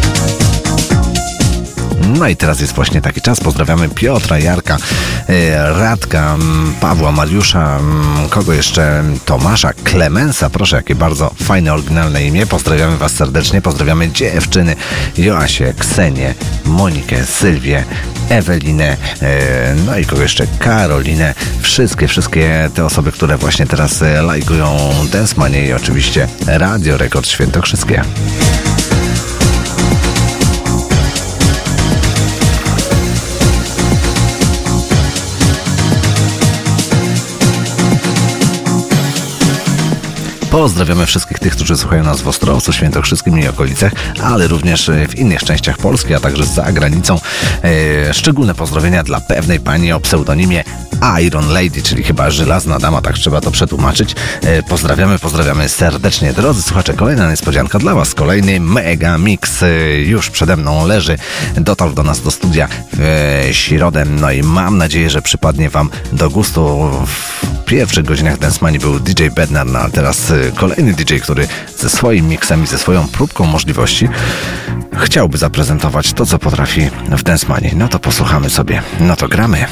[SPEAKER 6] No i teraz jest właśnie taki czas. Pozdrawiamy Piotra, Jarka, Radka, Pawła, Mariusza, kogo jeszcze? Tomasza, Klemensa. Proszę, jakie bardzo fajne, oryginalne imię. Pozdrawiamy was serdecznie. Pozdrawiamy dziewczyny, Joasię, Ksenię, Monikę, Sylwię, Ewelinę, no i kogo jeszcze? Karolinę. Wszystkie te osoby, które właśnie teraz lajkują Dance Mania i oczywiście Radio Rekord Świętokrzyskie. Pozdrawiamy wszystkich tych, którzy słuchają nas w Ostrowcu, Świętokrzyskim i okolicach, ale również w innych częściach Polski, a także za granicą. Szczególne pozdrowienia dla pewnej pani o pseudonimie Iron Lady, czyli chyba żelazna dama, tak trzeba to przetłumaczyć. Pozdrawiamy serdecznie. Drodzy słuchacze, kolejna niespodzianka dla was. Kolejny mega mix już przede mną leży. Dotarł do nas do studia w środę, no i mam nadzieję, że przypadnie wam do gustu. W pierwszych godzinach Dance Mania był DJ Bednar, no a teraz kolejny DJ, który ze swoim miksem i ze swoją próbką możliwości chciałby zaprezentować to, co potrafi w Dance Mania. No to posłuchamy sobie. No to gramy.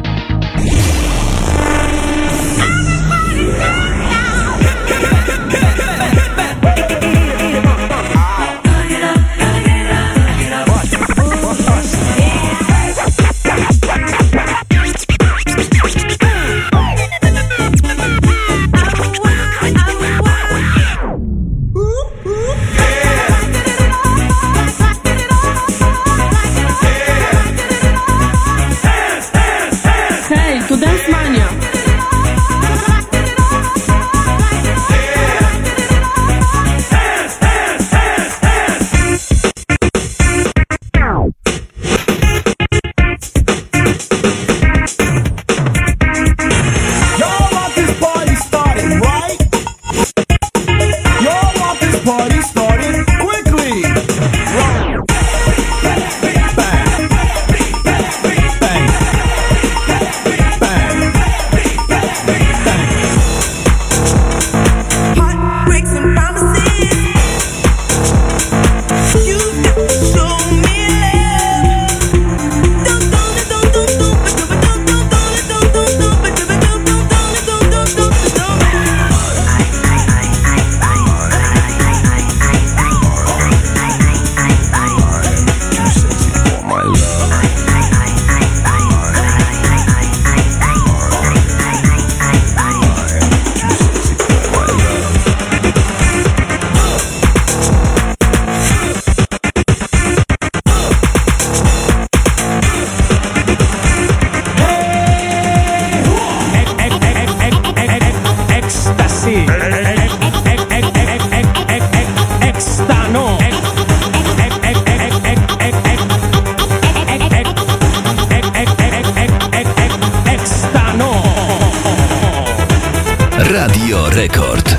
[SPEAKER 15] Radio Rekord.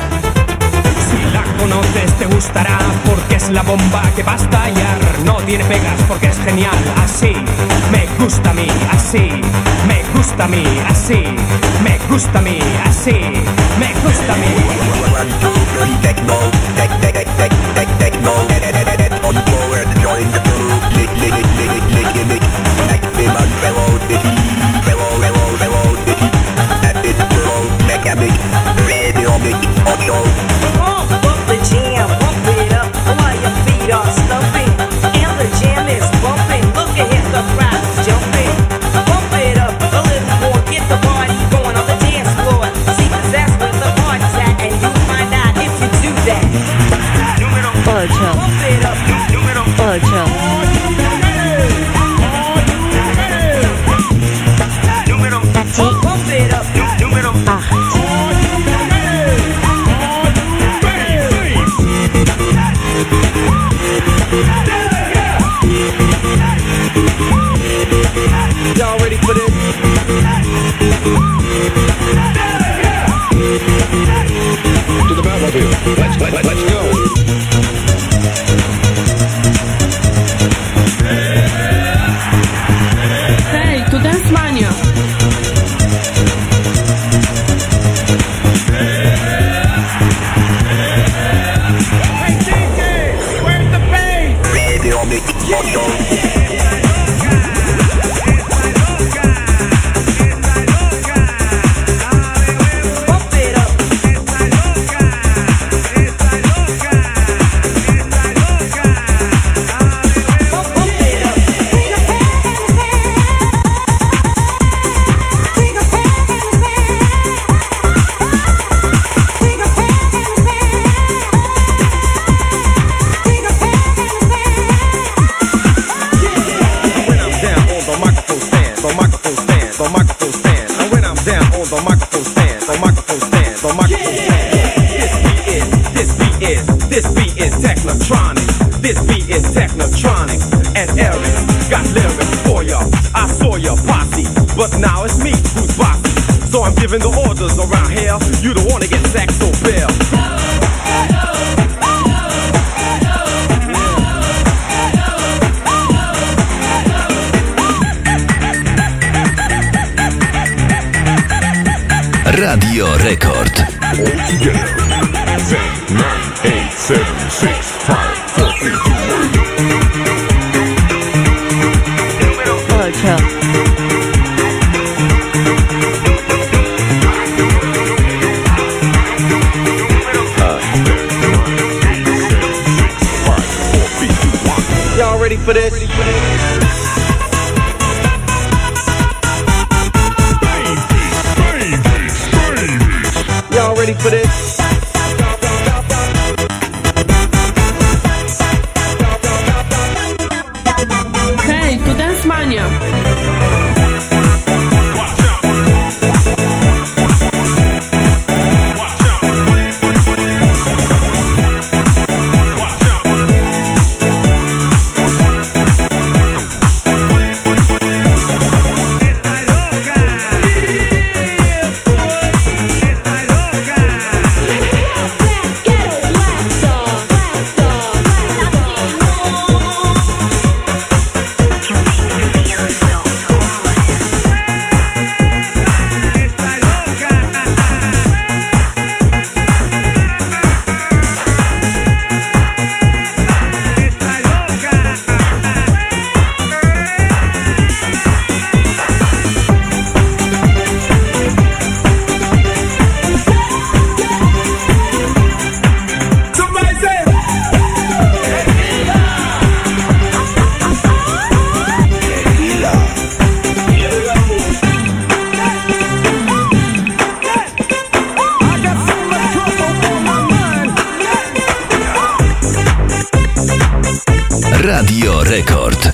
[SPEAKER 17] Si la conoces te gustará porque es la bomba que va a estallar. No tiene pegas porque es genial. Así me gusta a mí, así me gusta a mí, así me gusta a mí, así me gusta a mí.
[SPEAKER 16] Pump up the jam, pump it up while your feet are stumping. And the jam is bumping, look ahead, the crowd is jumping. Pump it up a little more, get the party going on the dance floor. See, 'cause that's where the party's at, and you'll find out if you do that. Pump it up, pump it up.
[SPEAKER 12] Giving the orders around here, you don't wanna get saxed or bill.
[SPEAKER 15] Radio Rekord.
[SPEAKER 18] All together. 10, 9, 8, 7, 6, 5, 4, 3, 2, 1.
[SPEAKER 12] Ready for this? Y'all ready for this?
[SPEAKER 3] Hej, tu Dance Mania.
[SPEAKER 15] Radio Rekord.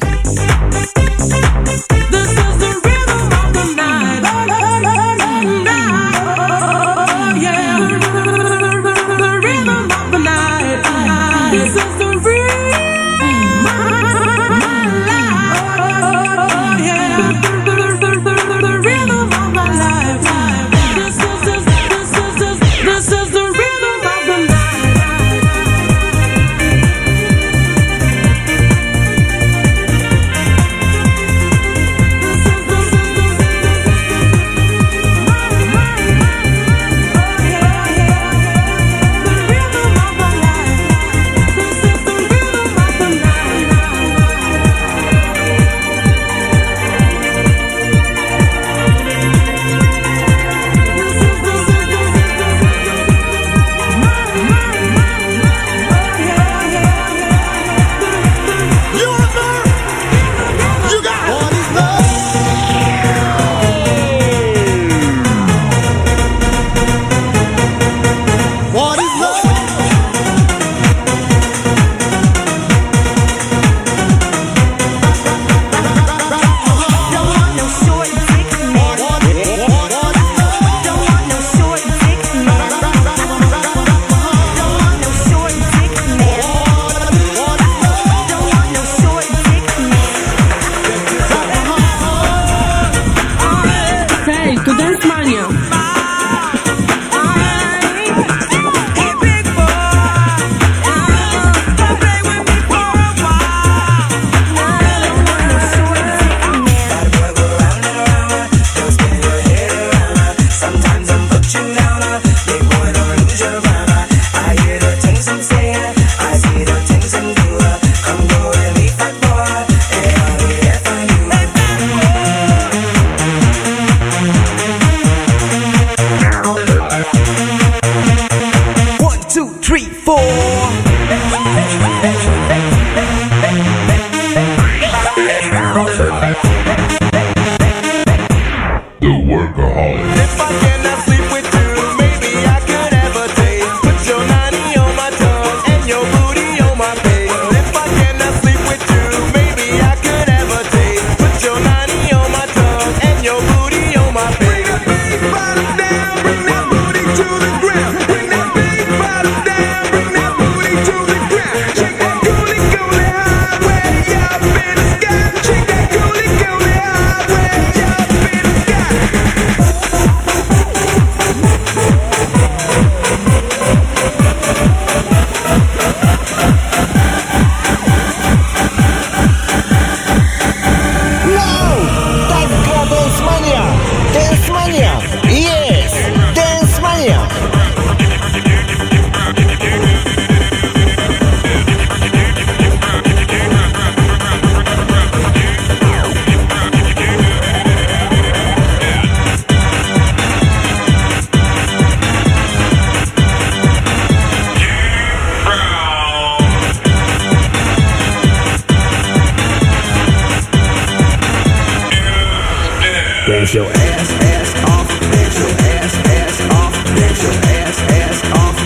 [SPEAKER 14] Dance your ass off. Dance your ass off. Dance your ass off.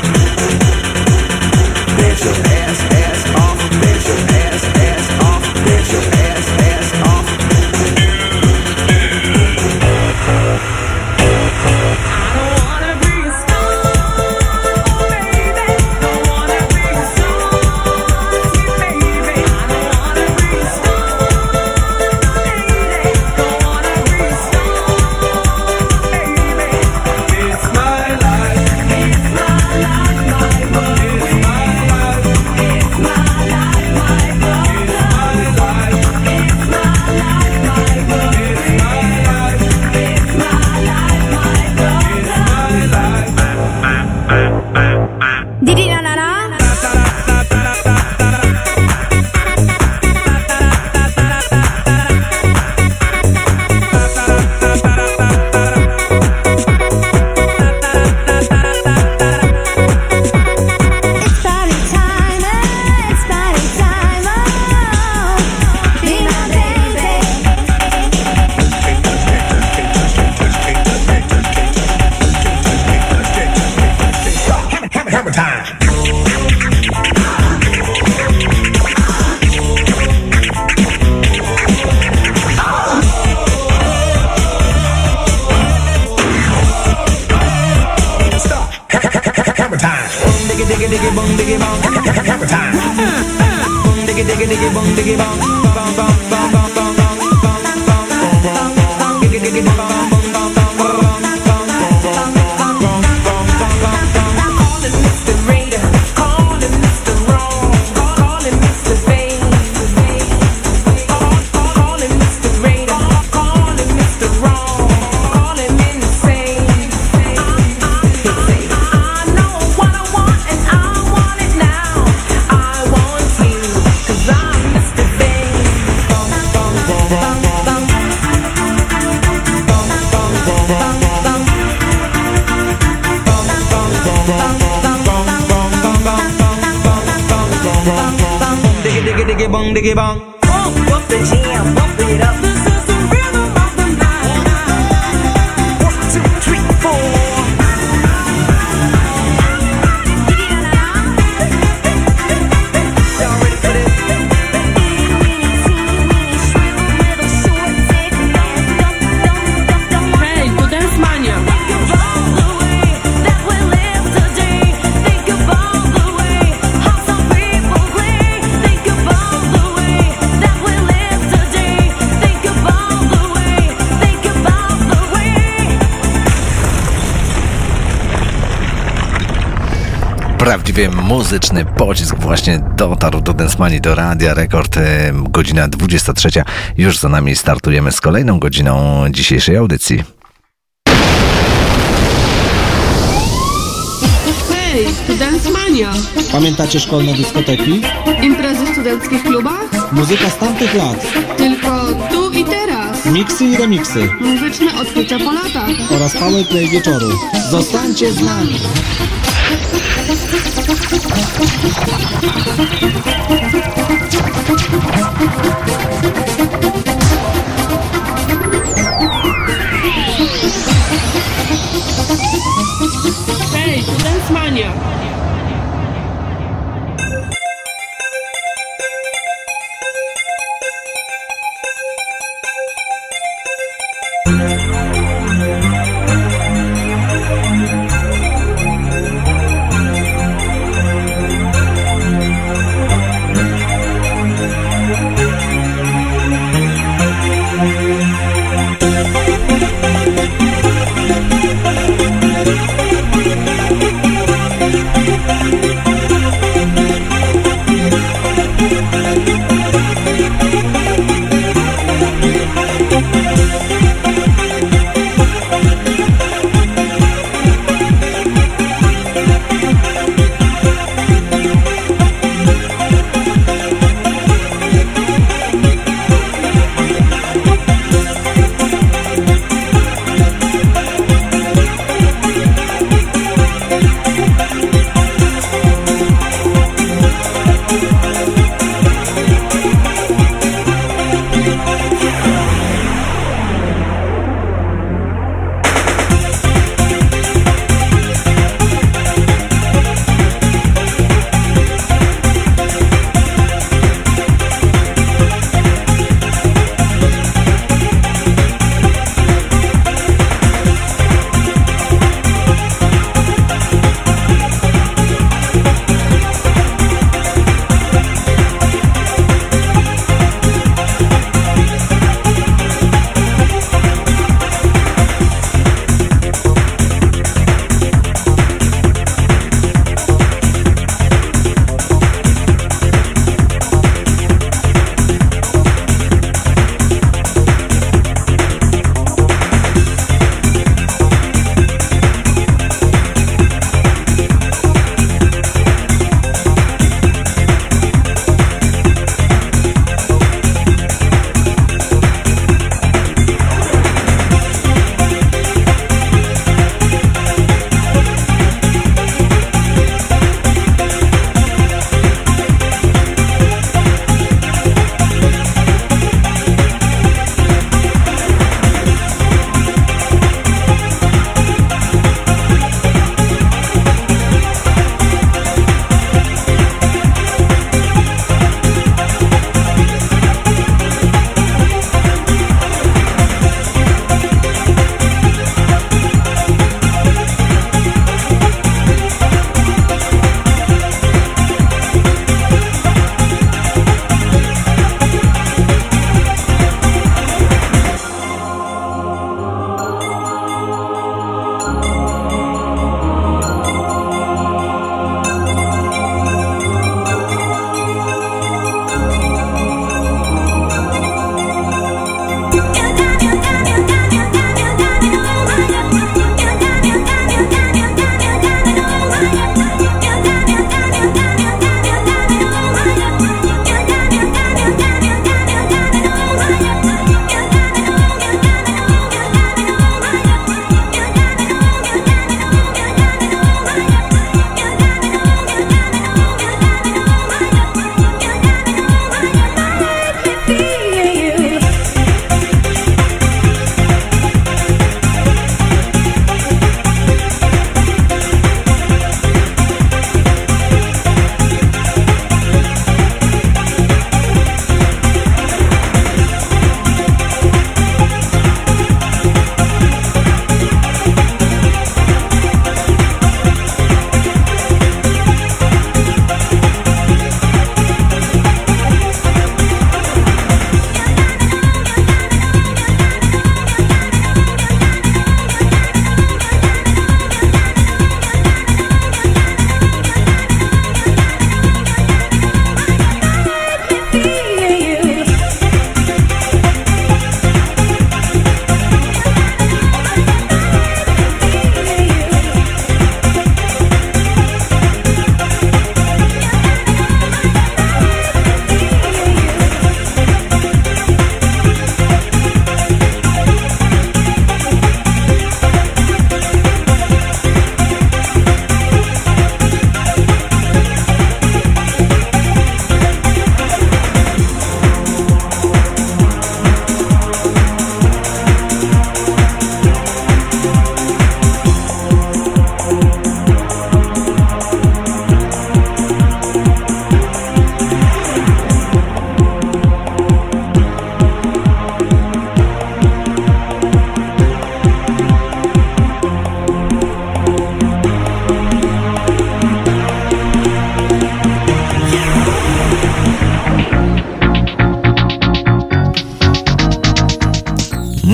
[SPEAKER 14] Dance your ass off. Dance your ass off. Dance your ass off.
[SPEAKER 6] Prawdziwie muzyczny pocisk właśnie dotarł do Densmanii, do Radia Rekord. Godzina 23. Już za nami, startujemy z kolejną godziną dzisiejszej audycji.
[SPEAKER 3] Hej, to Densmania.
[SPEAKER 4] Pamiętacie szkolne dyskoteki?
[SPEAKER 3] Imprezy w studenckich klubach?
[SPEAKER 4] Muzyka z tamtych lat.
[SPEAKER 3] Tylko tu i teraz.
[SPEAKER 4] Miksy i remiksy.
[SPEAKER 3] Muzyczne odkrycia po latach.
[SPEAKER 4] Oraz powerplay wieczoru. Zostańcie z nami.
[SPEAKER 3] Hej, to Densmania.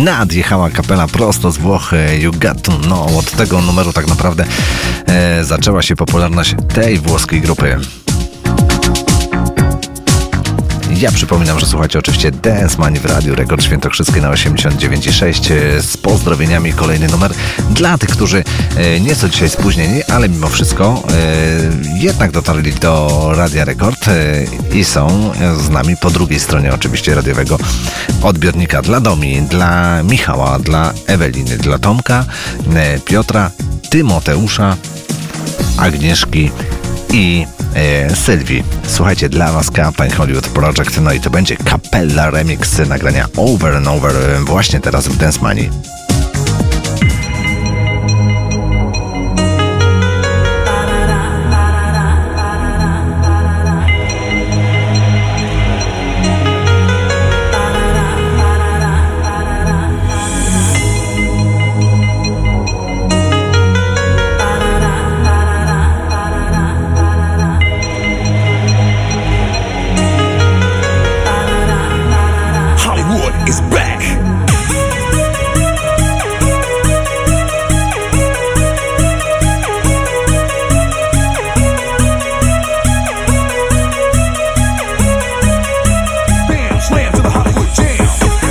[SPEAKER 6] nadjechała kapela prosto z Włoch, You Got To Know. Od tego numeru tak naprawdę zaczęła się popularność tej włoskiej grupy. Ja przypominam, że słuchacie oczywiście Dance Mania w Radiu Rekord Świętokrzyskie na 89,6 z pozdrowieniami. Kolejny numer dla tych, którzy nieco dzisiaj spóźnieni, ale mimo wszystko jednak dotarli do Radia Rekord i są z nami po drugiej stronie oczywiście radiowego odbiornika. Dla Domi, dla Michała, dla Eweliny, dla Tomka, Piotra, Tymoteusza, Agnieszki i Sylwii. Słuchajcie, dla was Campaign Hollywood Project, no i to będzie Capella Remix nagrania Over and Over właśnie teraz w Dance Manii.
[SPEAKER 10] Is back. Bam, slam to the Hollywood jam.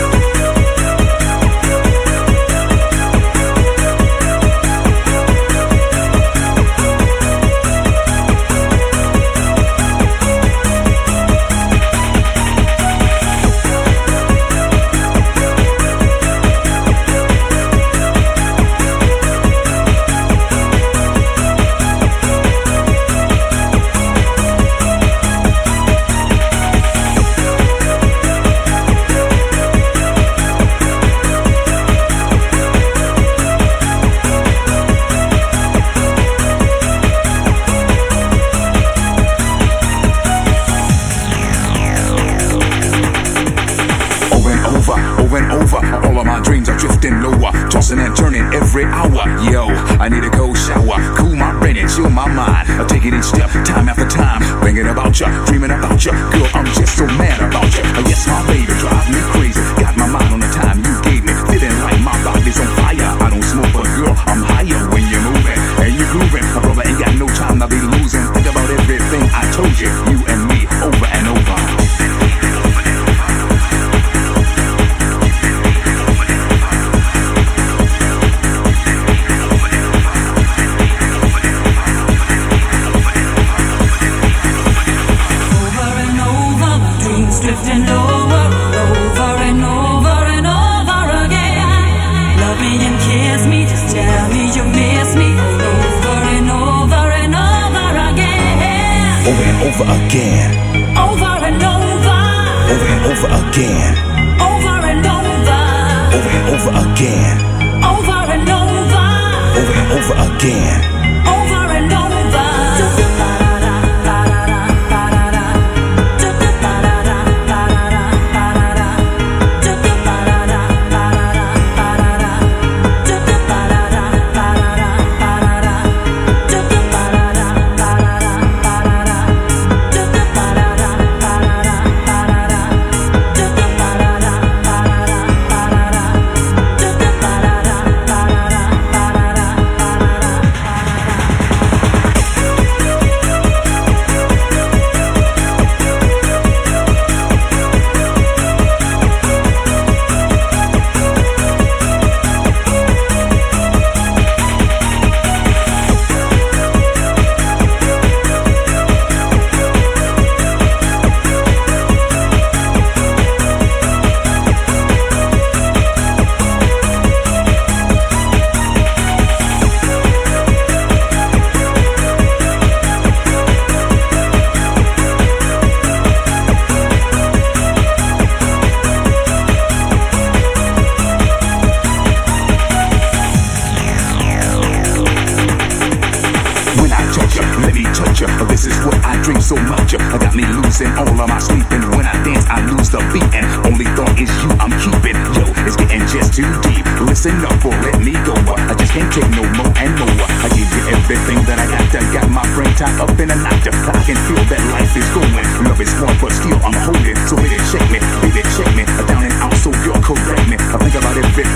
[SPEAKER 10] Tossing and turning every hour. Yo, I need a cold shower, cool my brain and chill my mind. I take it each step, time after time, thinking about you, dreaming about you. Girl, I'm just so mad about you. Yes, my baby drive me crazy. Got my mind on the time you gave me, feeling like my body's on fire. I don't smoke, but girl, I'm higher when you're moving and you're grooving. My brother ain't got no time to be losing. Think about everything I told you, you and me, over and over.
[SPEAKER 8] Drifting over, over and over and over again. Love me and kiss me, just tell me you miss me. Over and over and over again.
[SPEAKER 10] Over and over again.
[SPEAKER 8] Over and over.
[SPEAKER 10] Over and over again.
[SPEAKER 8] Over and over.
[SPEAKER 10] Over and over again.
[SPEAKER 8] Over and over.
[SPEAKER 10] Over and over again.
[SPEAKER 8] Over and over.
[SPEAKER 10] This is what I drink so much. I got me losing all of my sleep, and when I dance, I lose the beat. And only thought is you I'm keeping. Yo, it's getting just too deep. Listen up or let me go. I just can't take no more and more. I give you everything that I got. I got my brain tied up in a knot. I can feel that life is going. Love is one, but still I'm holding. So baby, shake me, baby, shake me. Down and out, so you'll correct me. I think about everything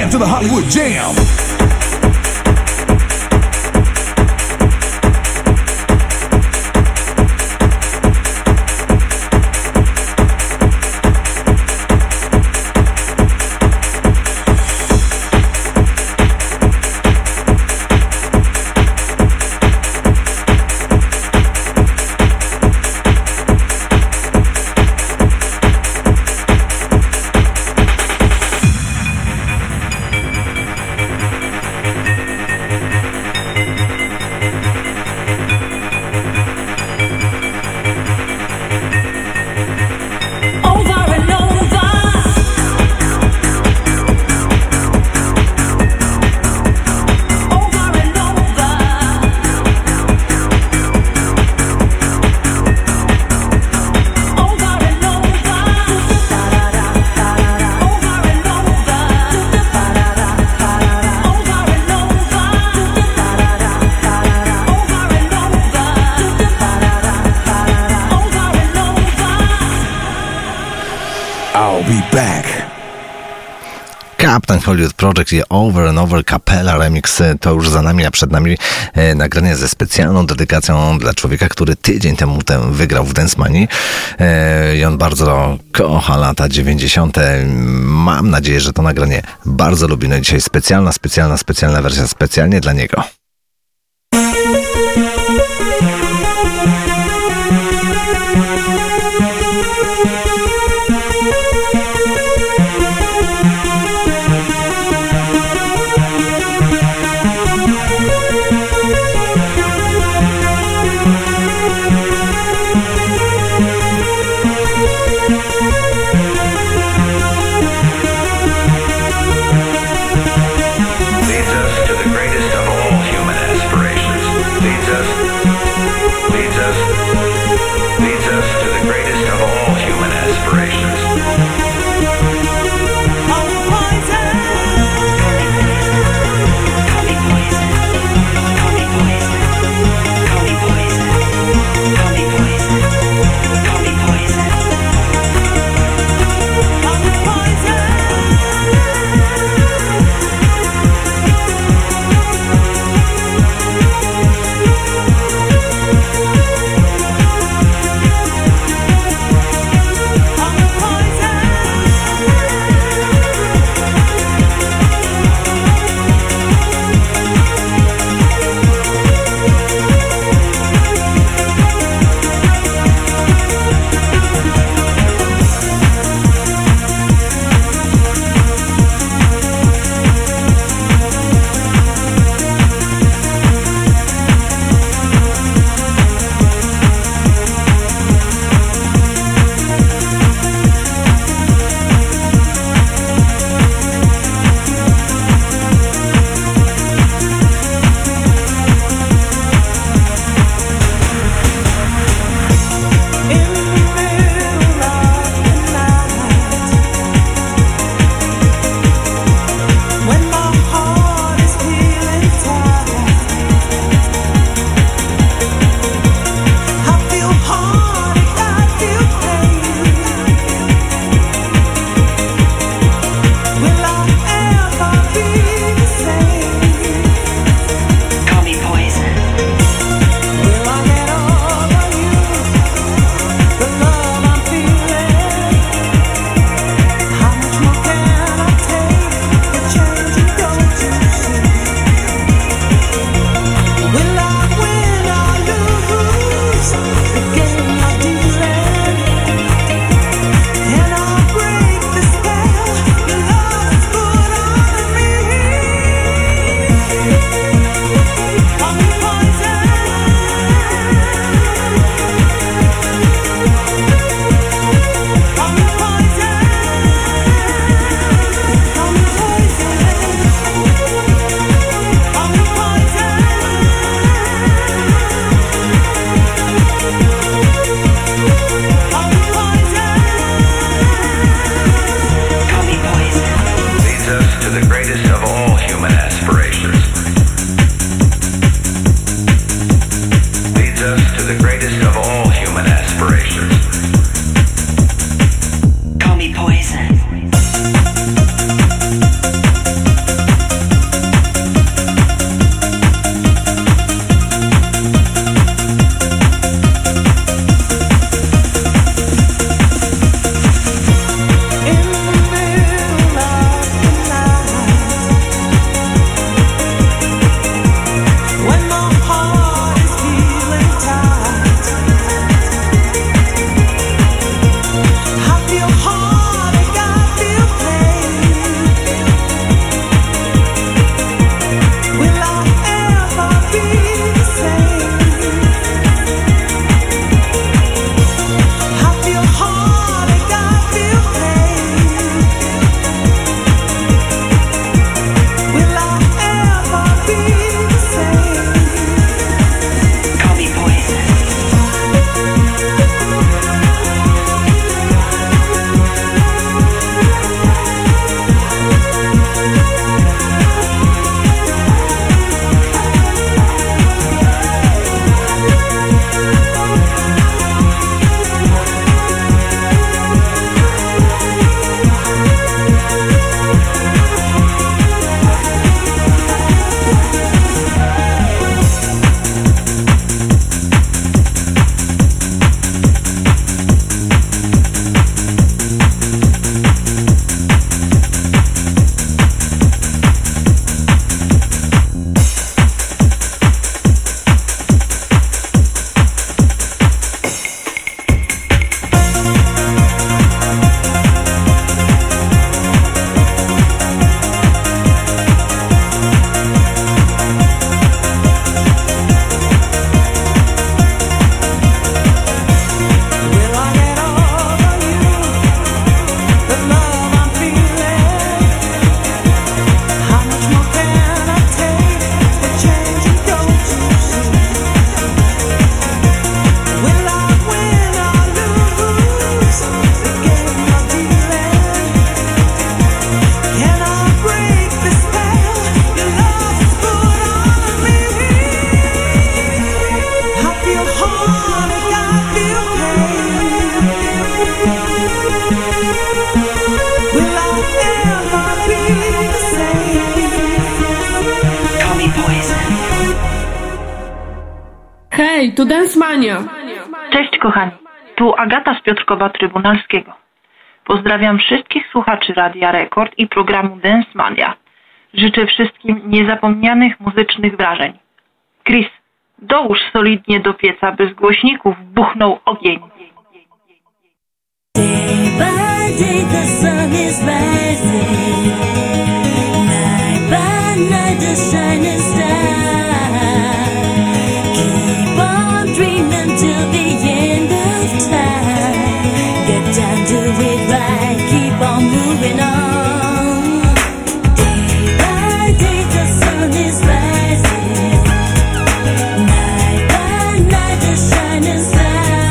[SPEAKER 10] jam to the Hollywood Jam.
[SPEAKER 6] Captain Hollywood Project i Over and Over Capella Remix to już za nami, a przed nami nagranie ze specjalną dedykacją dla człowieka, który tydzień temu wygrał w Dance Manii i on bardzo kocha lata 90. Mam nadzieję, że to nagranie bardzo lubi. No i dzisiaj specjalna wersja specjalnie dla niego.
[SPEAKER 3] Hej, tu Dance Mania.
[SPEAKER 7] Cześć kochani, tu Agata z Piotrkowa Trybunalskiego. Pozdrawiam wszystkich słuchaczy Radia Rekord i programu Dance Mania. Życzę wszystkim niezapomnianych muzycznych wrażeń. Chris, dołóż solidnie do pieca, by z głośników buchnął ogień.
[SPEAKER 8] Day by day the sun is rising, night by night the shining star. Keep on dreaming till the end of time. Get down to it right, keep on moving on. Day by day the sun is rising, night by night the shining star.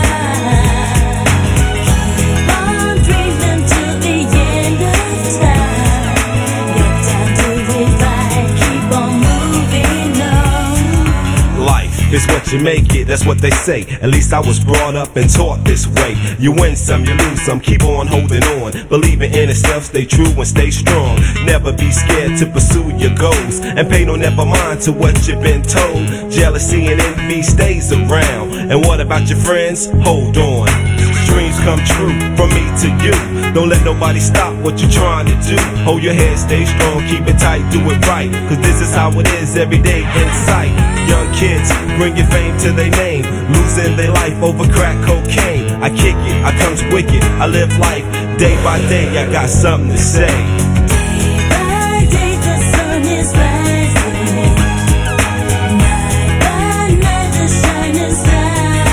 [SPEAKER 12] It's what you make it, that's what they say. At least I was brought up and taught this way. You win some, you lose some, keep on holding on. Believing in yourself, stay true and stay strong. Never be scared to pursue your goals. And pay no never mind to what you've been told. Jealousy and envy stays around. And what about your friends? Hold on. Dreams come true from me to you. Don't let nobody stop what you're trying to do. Hold your head, stay strong, keep it tight, do it right. Cause this is how it is every day in sight. Young kids, bring your fame to their name. Losing their life over crack cocaine. I kick it, I comes wicked, I live life day by day. I got something to say.
[SPEAKER 8] Day by day the sun is rising, night by night the shining star.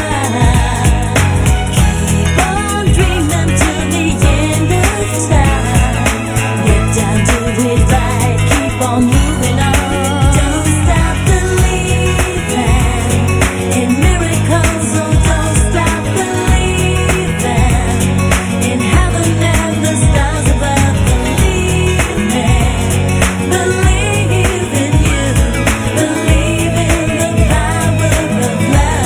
[SPEAKER 8] Keep on dreaming till the end of time. Get down to it right, keep on moving on. Don't stop believing in miracles, oh don't stop believing in heaven and the stars above. Believe me, believe in you, believe in the power of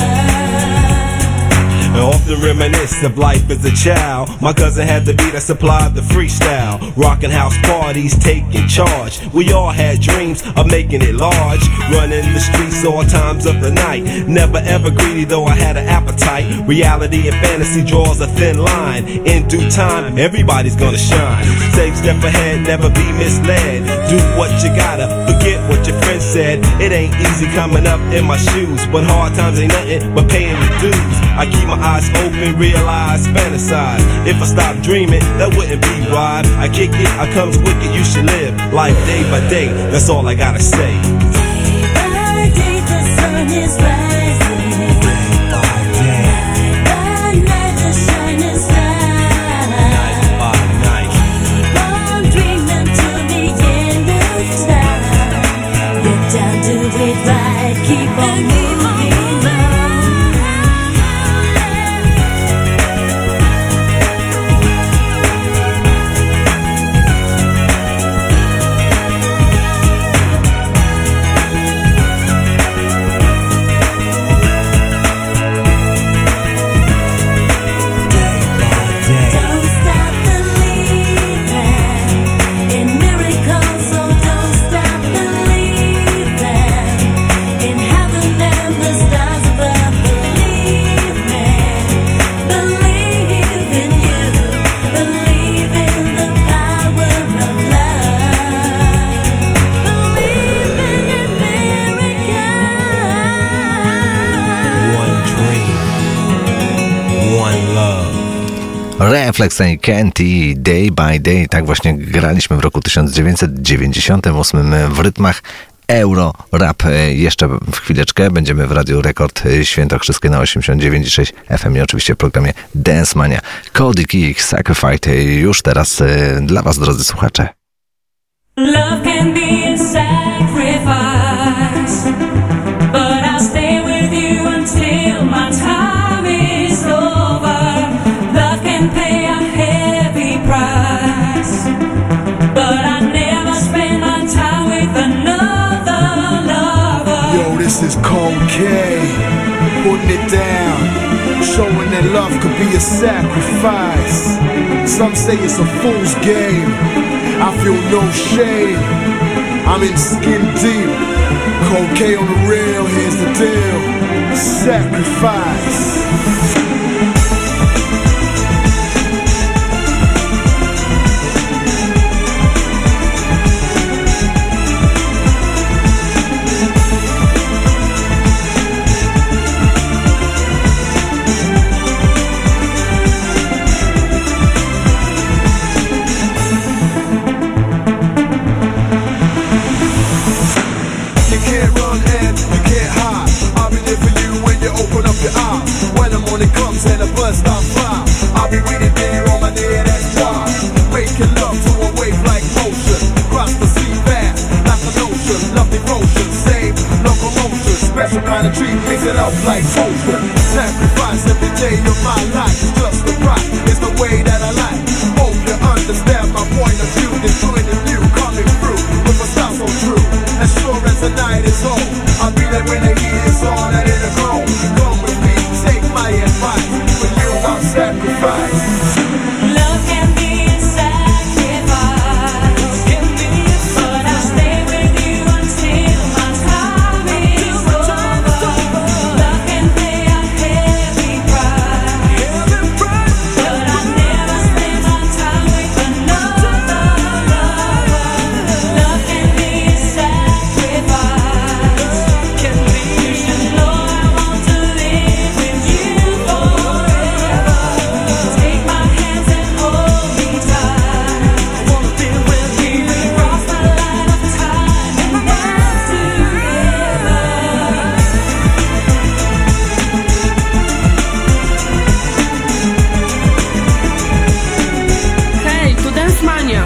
[SPEAKER 8] love.
[SPEAKER 12] I often reminisce of life as a child. My cousin had the beat that supplied the freestyle. Rockin' house parties, taking charge. We all had dreams of making it large. Running the streets all times of the night. Never ever greedy though I had an appetite. Reality and fantasy draws a thin line. In due time, everybody's gonna shine. Take step ahead, never be misled. Do what you gotta, forget what your friend said. It ain't easy coming up in my shoes, but hard times ain't nothing but paying the dues. I keep my eyes open, realize, fantasize. If I stop dreaming, that wouldn't be right. I kick it, I comes wicked, you should live life day by day. That's all I gotta say.
[SPEAKER 8] Day by day the sun is rising, night by night the shining star. Keep on dreaming till the end of time. Get down to it right, keep on moving on. Don't stop believing in miracles, oh don't stop believing in heaven and the stars above. Believe me, believe in you, believe in the power of love. Believe in your miracles.
[SPEAKER 12] One dream, one love.
[SPEAKER 6] Reflex i Kenty, Day by Day. Tak właśnie graliśmy w roku 1998 w rytmach Euro Rap. Jeszcze w chwileczkę będziemy w Radiu Rekord Świętokrzyskie na 89,6 FM i oczywiście w programie Dance Mania. Cody Kick, Sacrifice już teraz dla Was, drodzy słuchacze.
[SPEAKER 8] Love can be a sacrifice, but I'll stay with you until my time is over. Love can pay a heavy price, but I never spend my time with another lover.
[SPEAKER 21] Yo, this is Cold K, putting it down, showing that love could be a sacrifice. Some say it's a fool's game. I feel no shame. I'm in skin deep. Cold K on the real, here's the deal. sacrifice. Like potion, sacrifice every day of my life. Just the right is the way that I like. Hope you understand my point of view. This doing the new coming through with a style so true. As sure as the night is old, I'll be there when the heat is on and it'll go. Come with me, take my advice. For you, I'll sacrifice.
[SPEAKER 20] Love can be a sacrifice. Can be, but I'll stay with you until my time is over. Love can pay a heavy price, but I'll never spend my time with another lover. Love can be a sacrifice. Can be, you should know I want to live with you forever. Take my hands and hold me tight. I wanna be with you. We cross the line of time and dance together.
[SPEAKER 3] Hej, tu Dance Mania.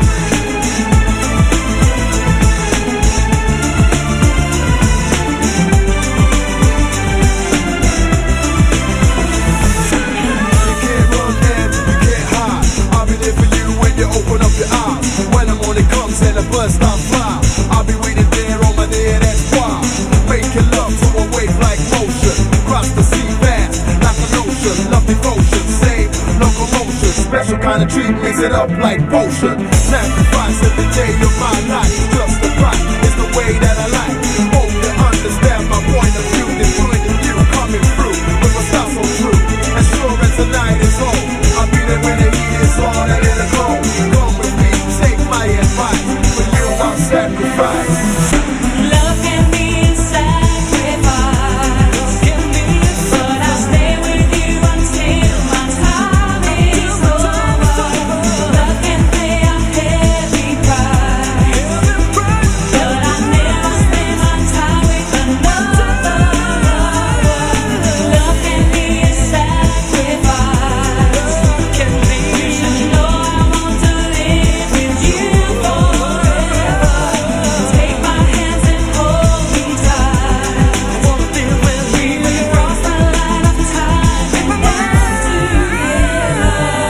[SPEAKER 21] I'll be there for you when you open up your eyes. When the morning comes and the birds start flying, I'll be waiting there on my near that's why. Making love to a wave like motion. Cross the sea fast like an ocean. Love devotion, same locomotion. Special kind of treat, mix it up like potion. Sacrifice every day of my life. Just the right is the way that I like. Hope you understand my point of view. This doing the new coming through with a style so true. As sure as the night is old, I'll be there when the heat is on and it'll go. Come with me, take my advice. For you, I'll sacrifice.
[SPEAKER 20] Love can be a sacrifice. Can be, but I'll stay with you until my time is over. Love can pay a heavy price, but I'll never spend my time with another lover. Love can be a sacrifice. Can be, you should know I want to live with you forever. Take my hands and hold me tight. I wanna be with you. We cross the line of time and dance together.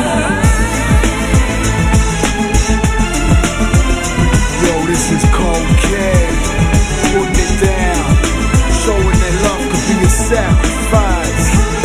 [SPEAKER 21] Yo, this is Cold K, putting it down, showing that love could be a sacrifice.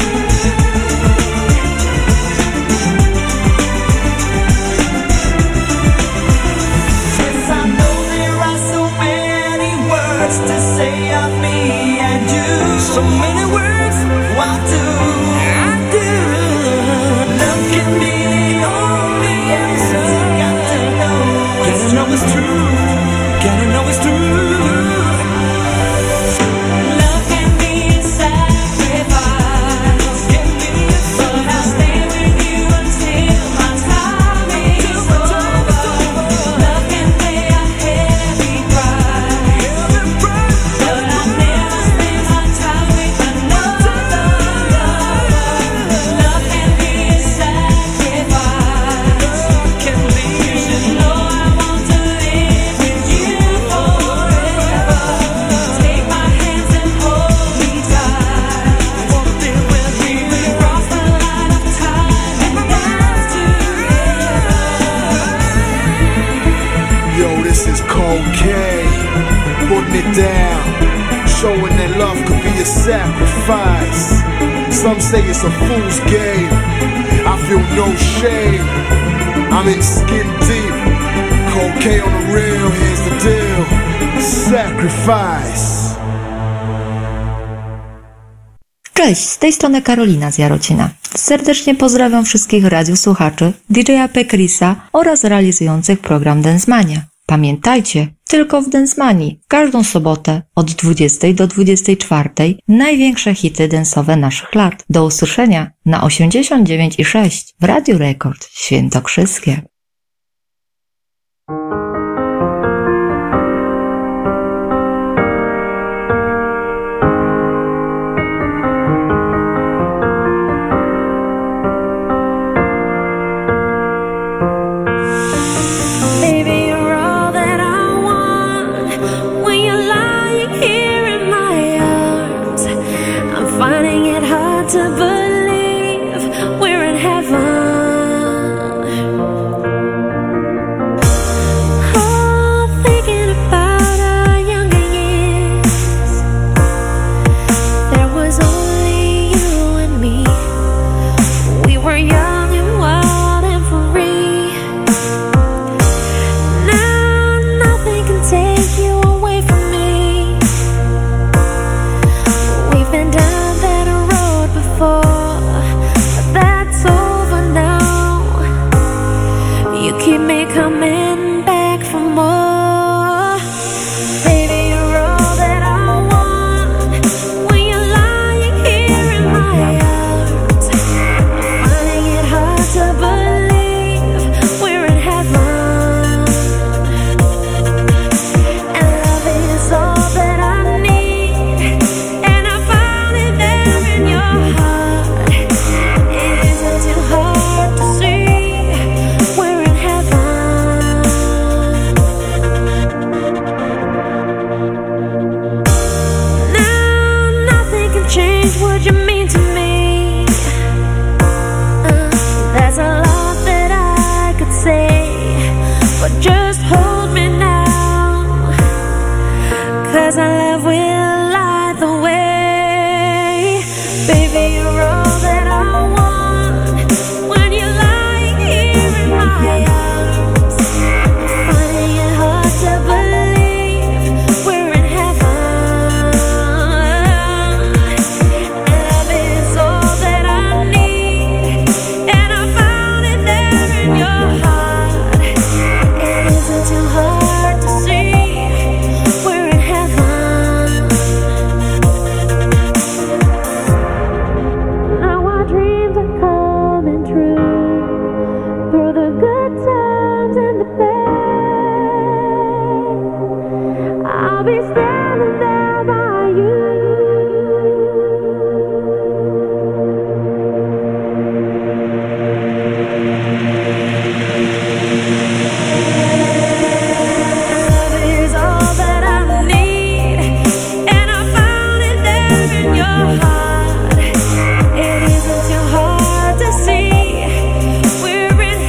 [SPEAKER 20] Yes, I know there are so many words to say of me and you. So many words, what do I do? Love can be the only answer. Gotta know it's true. Gotta know it's true. Love can be a sacrifice. Can be, but I'll stay with you until my time is over. Love can pay a heavy price, but I'll never spend my time with another lover. Love can be a sacrifice. Can be, you should know I want to live with you forever. Take my hands and hold me tight. I wanna be with you. We cross the line of time and dance together.
[SPEAKER 21] Yo, this is Cold K, putting it down, showing that love could be a sacrifice. Some say it's a fool's game. I feel no shame. I'm in skin deep. Cold K on the real, here's the deal. Sacrifice.
[SPEAKER 19] Cześć, z tej strony Karolina z Jarocina. Serdecznie pozdrawiam wszystkich radiosłuchaczy, DJ-a Pekrisa oraz realizujących program Densmania. Pamiętajcie, tylko w Densmanii, każdą sobotę od 20 do 24 największe hity densowe naszych lat. Do usłyszenia na 89,6 w Radiu Rekord Świętokrzyskie.
[SPEAKER 8] To believe we're in heaven. Oh, thinking about our younger years. There was only you and me. We were young and wild and free. Now nothing can take you away from me. We've been down that road before, but that's over now. You keep me coming back for more. Baby, you're all that I want. When you're lying here in my arms, I'm finding it hard to believe we're in heaven. And love is all that I need, and I found it there in your heart. It isn't too hard to see we're in heaven. Now nothing can change what you mean to me. There's a lot that I could say, but just hold me now, 'cause our love will light the way. Baby, you're all that I want. When you're lying here in my arms, finding it hard to believe we're in heaven. And love is all that I need, and I found it there in your heart. It isn't too hard to see we're in heaven. Now our dreams are coming true, through the good times and the bad. I'll be standing there by you. Love is all that I need, and I found it there in your heart. It isn't too hard to see we're in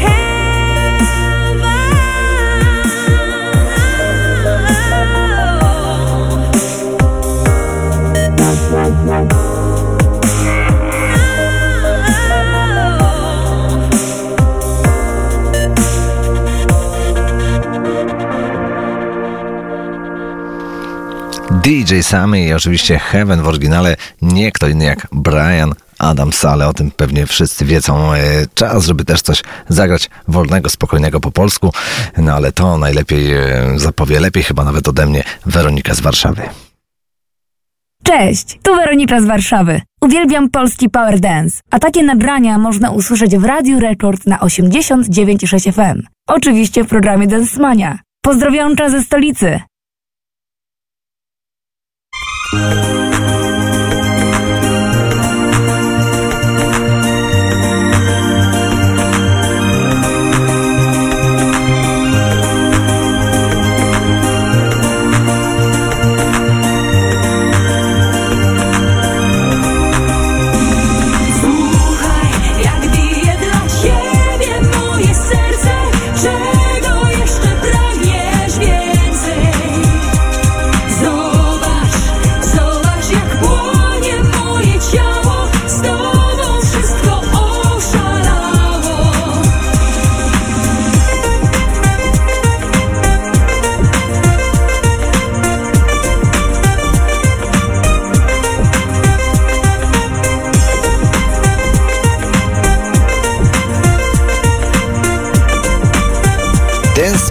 [SPEAKER 6] DJ Sammy i oczywiście Heaven w oryginale, nie kto inny jak Bryan Adams, ale o tym pewnie wszyscy wiedzą. Czas, żeby też coś zagrać wolnego, spokojnego po polsku, no ale to najlepiej zapowie, lepiej chyba nawet ode mnie, Weronika z Warszawy.
[SPEAKER 22] Cześć, tu Weronika z Warszawy. Uwielbiam polski power dance, a takie nagrania można usłyszeć w Radiu Rekord na 89,6 FM. Oczywiście w programie Densmania. Pozdrowionka ze stolicy.
[SPEAKER 8] Czego jeszcze pragniesz więcej?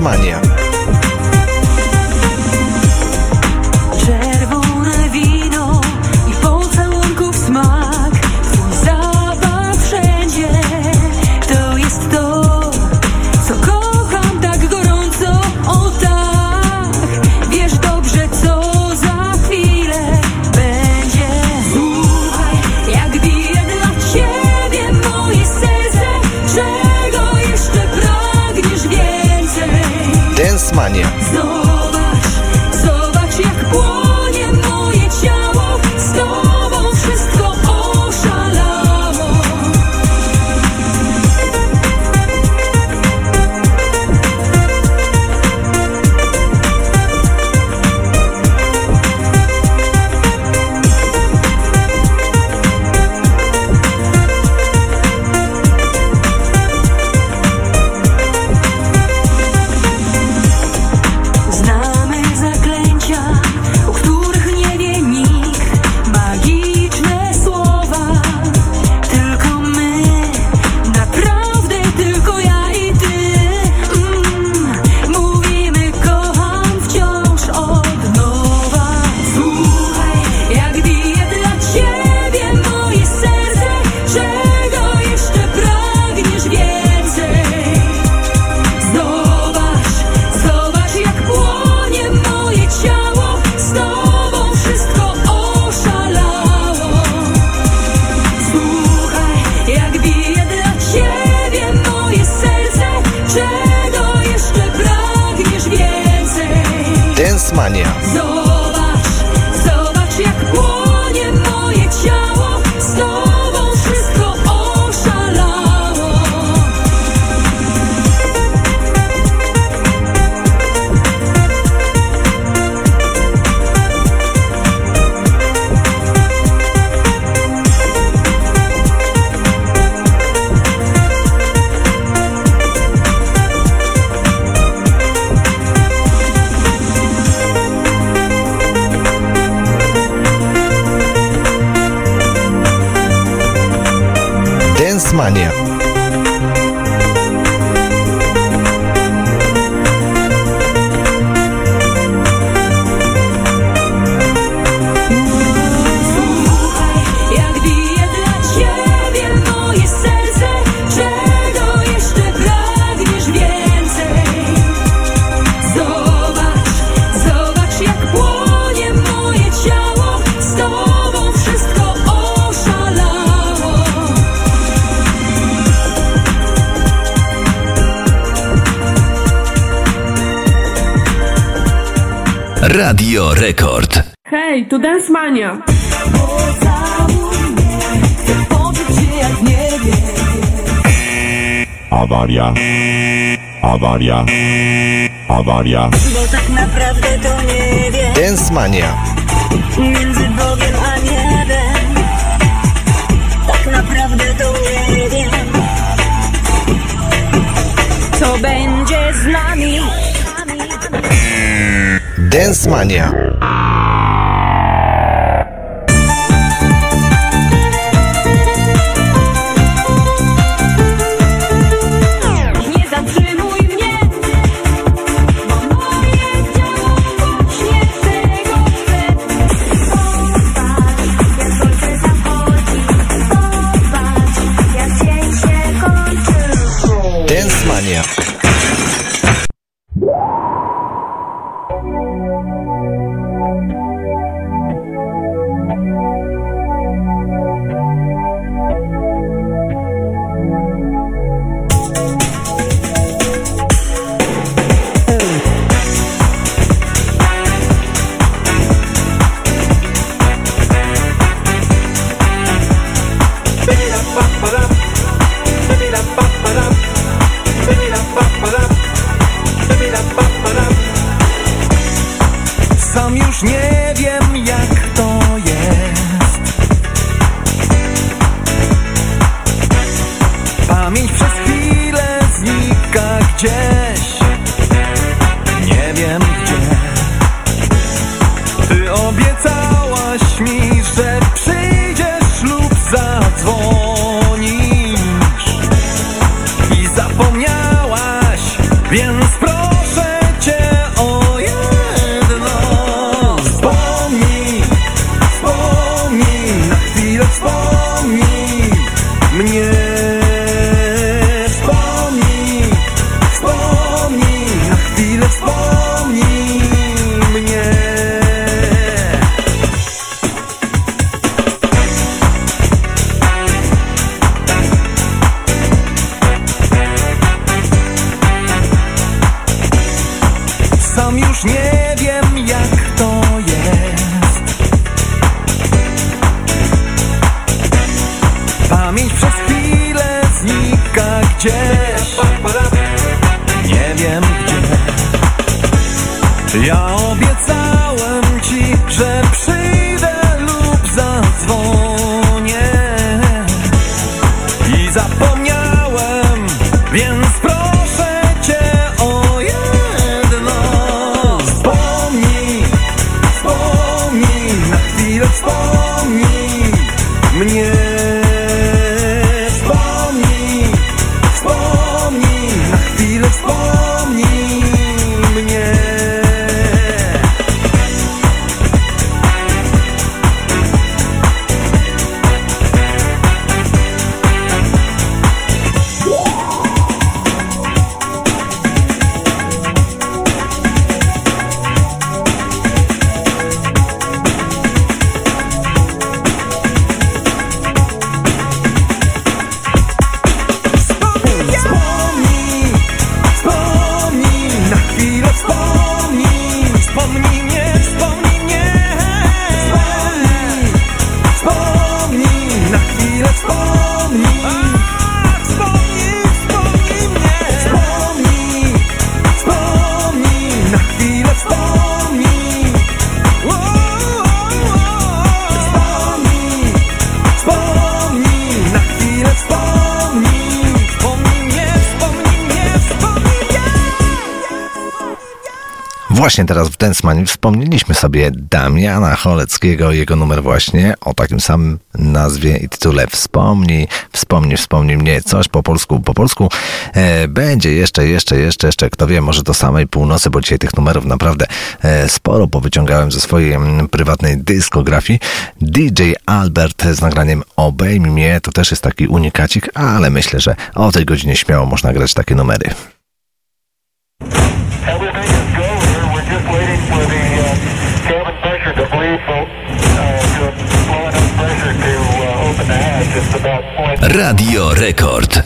[SPEAKER 2] Dance-mania.
[SPEAKER 16] Czerwone wino i pocałunków smak, twój zapach wszędzie, to jest to, co kocham tak gorąco, o tak, wiesz dobrze, co za chwilę będzie. Słuchaj, jak bije dla ciebie moje serce, czego jeszcze pragniesz więcej?
[SPEAKER 2] Dance-mania.
[SPEAKER 16] Zobacz jak płonie moje ciało, z tobą wszystko oszalało. Znamy zaklęcia, o których nie wie nikt, magiczne słowa, tylko my, naprawdę tylko ja i ty. Mówimy kocham wciąż od nowa. Słuchaj, jak bije dla ciebie moje serce, czego jeszcze pragniesz więcej? Zobacz jak płonie moje ciało, z tobą wszystko oszalało. Słuchaj, jak bije dla ciebie moje serce, czego jeszcze pragniesz więcej?
[SPEAKER 2] Dance-mania.
[SPEAKER 16] Zobacz jak płonie moje ciało, z tobą wszystko oszalało.
[SPEAKER 2] Dance-mania.
[SPEAKER 16] Słuchaj, jak bije dla ciebie moje serce, czego jeszcze pragniesz więcej? Zobacz jak płonie moje ciało, z tobą wszystko oszalało.
[SPEAKER 15] Radio Rekord.
[SPEAKER 3] Hej, tu Dance-mania.
[SPEAKER 16] Poczuć się jak nie
[SPEAKER 1] Awaria. Awaria. Awaria.
[SPEAKER 16] bo tak naprawdę to nie wiem.
[SPEAKER 2] Dance-mania.
[SPEAKER 16] Między Bogiem a niebem, tak naprawdę to nie wiem. Co będzie z nami?
[SPEAKER 2] Dance-mania.
[SPEAKER 16] Nie zatrzymuj mnie, bo moje ciało właśnie tego chce. Zobacz, jak słońce zachodzi. Zobacz, jak dzień się kończy.
[SPEAKER 2] Dance-mania.
[SPEAKER 9] Sam już nie wiem jak to jest. Pamięć przez chwilę znika gdzieś. Nie wiem gdzie. Ty obiecałaś mi, że przyjdziesz lub zadzwonisz. I zapomniałaś, więc proszę
[SPEAKER 6] Właśnie teraz w Dance Manii wspomnieliśmy sobie Damiana Choleckiego, jego numer właśnie o takim samym nazwie i tytule Wspomnij mnie, coś po polsku. Będzie jeszcze, kto wie, może do samej północy, bo dzisiaj tych numerów naprawdę sporo powyciągałem ze swojej prywatnej dyskografii. DJ Albert z nagraniem Obejmij mnie, to też jest taki unikacik, ale myślę, że o tej godzinie śmiało można grać takie numery.
[SPEAKER 15] Radio Rekord.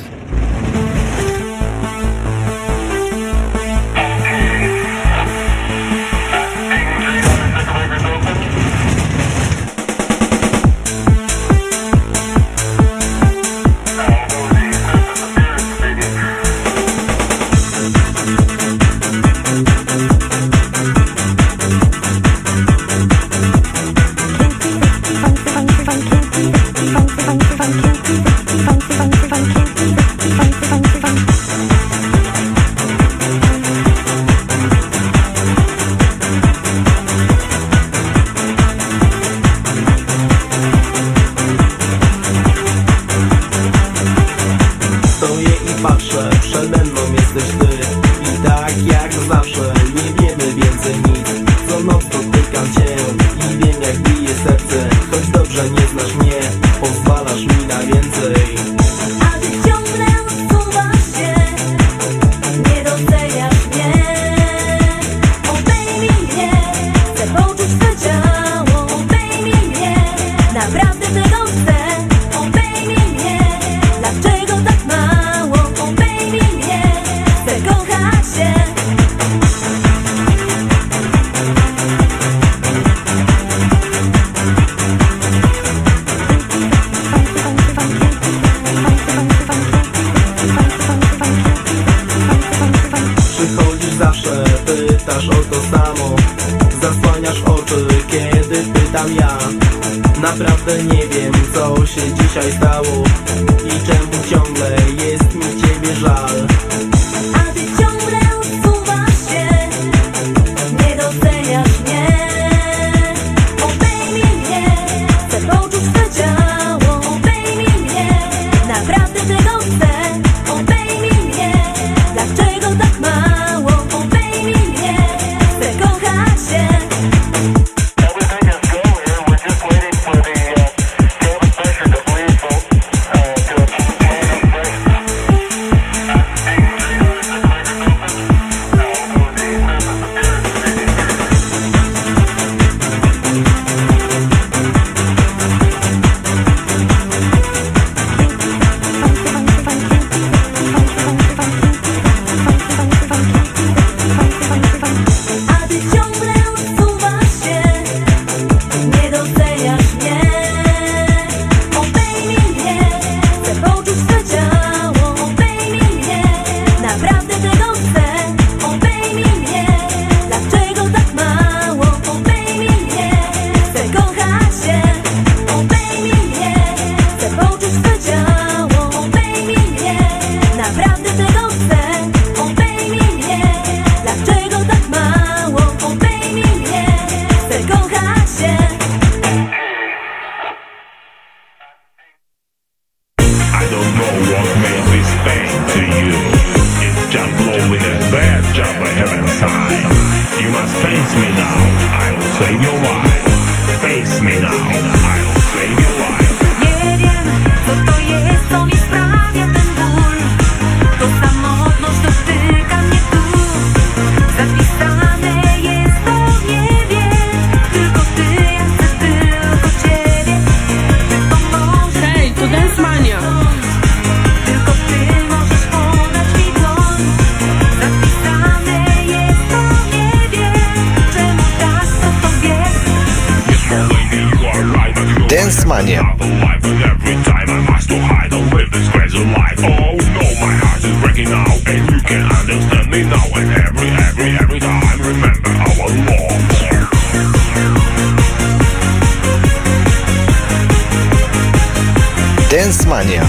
[SPEAKER 2] Dance Mania.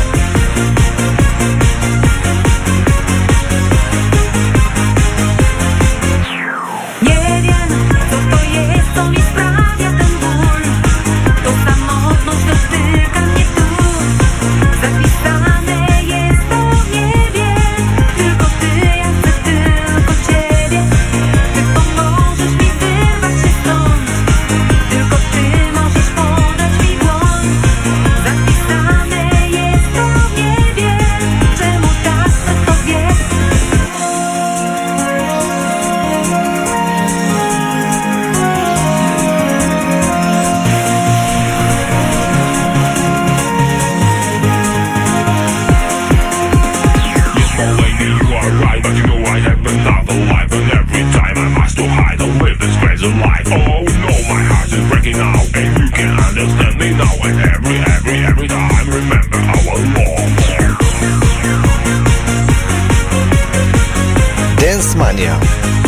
[SPEAKER 8] Nie
[SPEAKER 18] my heart is breaking now, and you can understand me now. And every time, remember our love.
[SPEAKER 2] Dance Mania.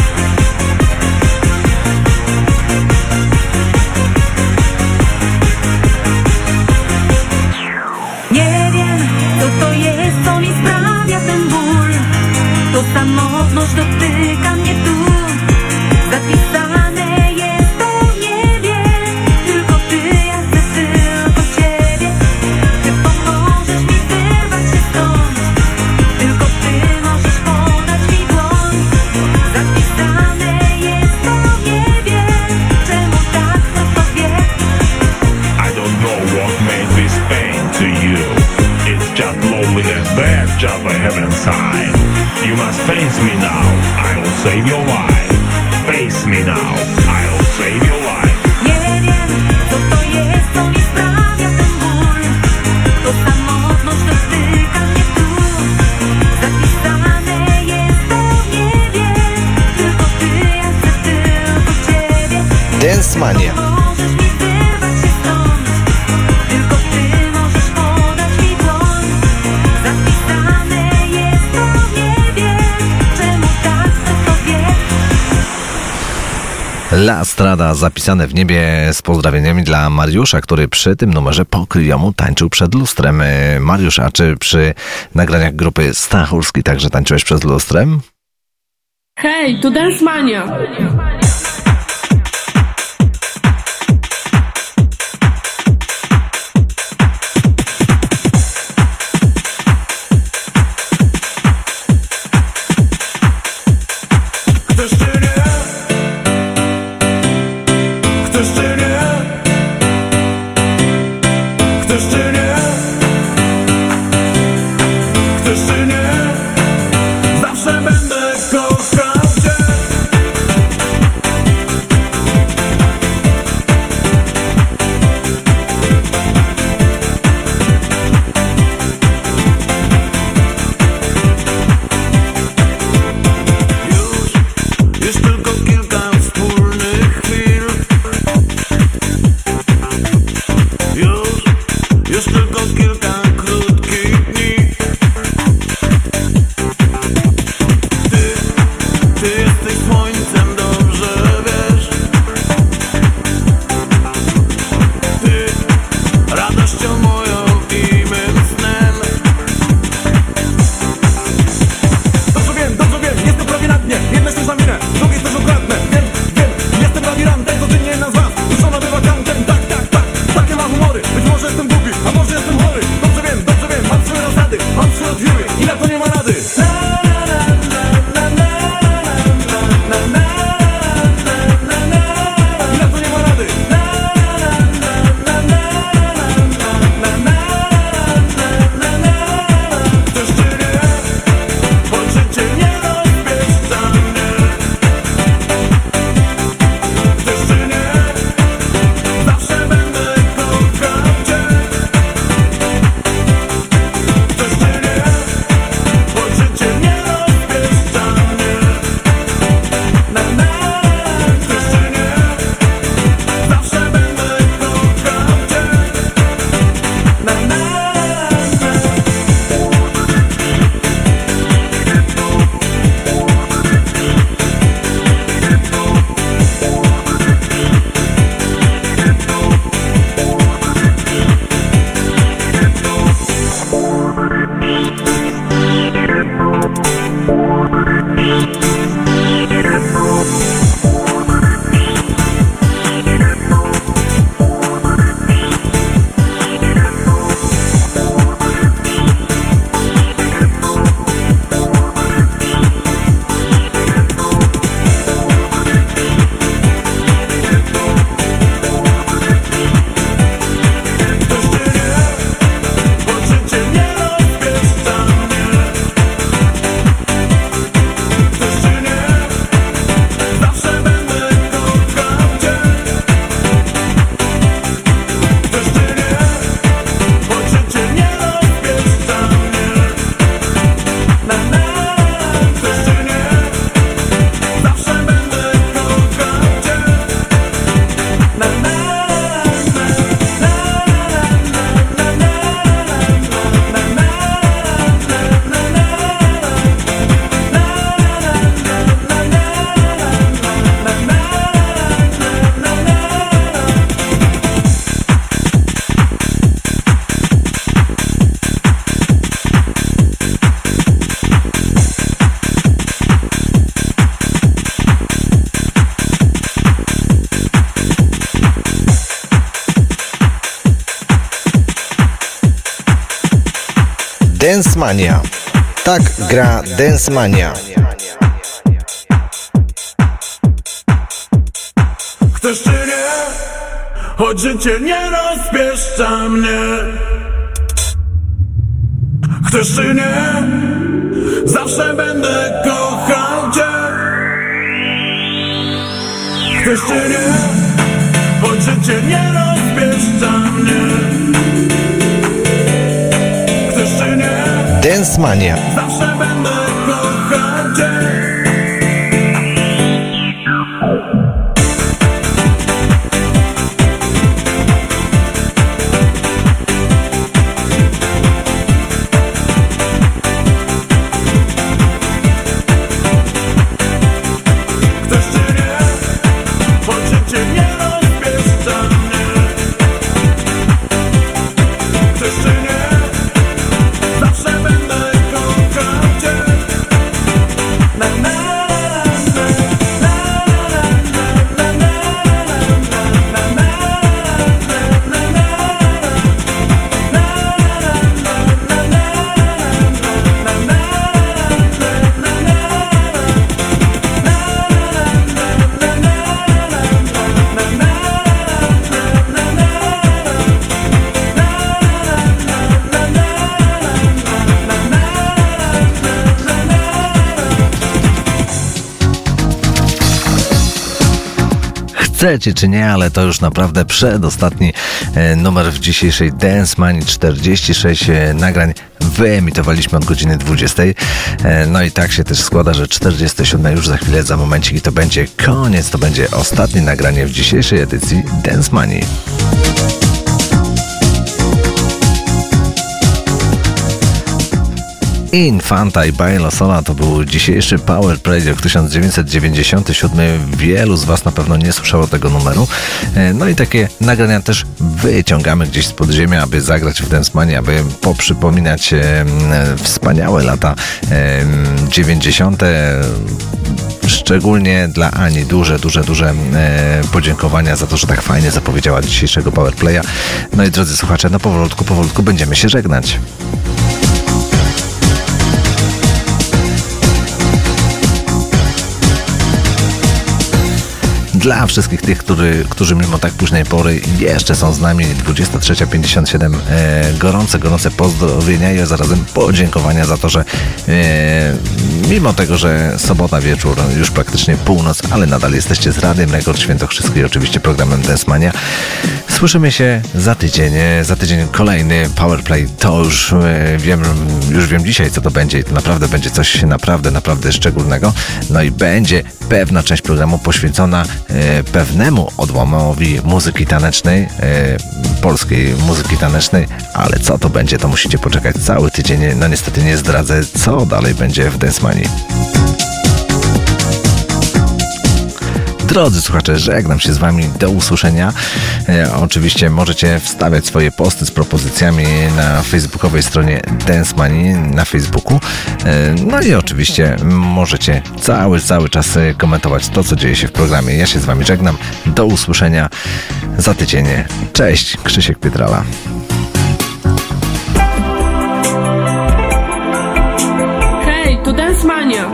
[SPEAKER 8] Nie wiem, co to jest, co mi sprawia ten ból. To samotność dotyka mnie tu. Zapisane jest to w niebie. Tylko ty, ja chcę tylko ciebie. Ty pomożesz mi wyrwać się stąd. Tylko ty możesz podać mi dłoń. Zapisane jest to w niebie. Czemu tak prosto wie?
[SPEAKER 18] I don't know what made this pain to you. It's just loneliness, that's just what I have inside. You must face me now, I'll save your life. Face me now, I'll save your life.
[SPEAKER 8] Nie wiem, co to jest, co mi sprawia ten ból. To samotność dotyka mnie tu. Zapisane jest to w niebie. Tylko ty, ja chcę tylko ciebie.
[SPEAKER 2] Dance Mania.
[SPEAKER 8] Możesz mi wyrwać się stąd. Tylko ty możesz podać mi dłoń. Zapisane jest to w niebie. Czemu tak to wie?
[SPEAKER 6] La Strada, zapisane w niebie, z pozdrowieniami dla Mariusza, który przy tym numerze po kryjomu tańczył przed lustrem. Mariusz, a czy przy nagraniach grupy Stachurski także tańczyłeś przed lustrem?
[SPEAKER 3] Hej, tu Dance Mania.
[SPEAKER 18] Zawsze będę kochał cię.
[SPEAKER 2] Dance Mania. Tak gra Dance Mania.
[SPEAKER 18] Chcesz czy nie? Choć życie nie rozpieszcza mnie. Chcesz czy nie? Zawsze będę kochał cię. Chcesz czy nie? Choć życie nie rozpieszcza mnie. Chcesz czy nie?
[SPEAKER 2] Dance Mania.
[SPEAKER 18] Zawsze będę kochał cię.
[SPEAKER 6] Chcecie czy nie, ale to już naprawdę przedostatni numer w dzisiejszej Dance Manii. 46 nagrań wyemitowaliśmy od godziny 20. No i tak się też składa, że 47 już za chwilę, za momencik i to będzie koniec, to będzie ostatnie nagranie w dzisiejszej edycji Dance Manii. Infanta i Baila Sola to był dzisiejszy Power Play, rok 1997. Wielu z Was na pewno nie słyszało tego numeru. No i takie nagrania też wyciągamy gdzieś z podziemia, aby zagrać w Dance Mania, aby poprzypominać wspaniałe lata 90. Szczególnie dla Ani duże podziękowania za to, że tak fajnie zapowiedziała dzisiejszego Power Playa. No i drodzy słuchacze, no powolutku będziemy się żegnać. Dla wszystkich tych, którzy mimo tak późnej pory jeszcze są z nami, 23:57, gorące pozdrowienia i zarazem podziękowania za to, że mimo tego, że sobota wieczór, już praktycznie północ, ale nadal jesteście z Radiem Rekord Świętokrzyskie i oczywiście programem Dance Mania. Słyszymy się za tydzień. Za tydzień kolejny Powerplay. To już wiem dzisiaj, co to będzie i to naprawdę będzie coś naprawdę szczególnego. No i będzie pewna część programu poświęcona pewnemu odłamowi muzyki tanecznej, polskiej muzyki tanecznej, ale co to będzie, to musicie poczekać cały tydzień. No niestety nie zdradzę, co dalej będzie w Dance Manii. Drodzy słuchacze, żegnam się z Wami, do usłyszenia. Oczywiście możecie wstawiać swoje posty z propozycjami na facebookowej stronie Dance Manii na Facebooku. No i oczywiście możecie cały czas komentować to, co dzieje się w programie. Ja się z Wami żegnam, do usłyszenia za tydzień. Cześć, Krzysiek Pietrala.
[SPEAKER 3] Hej, to Dance Mania.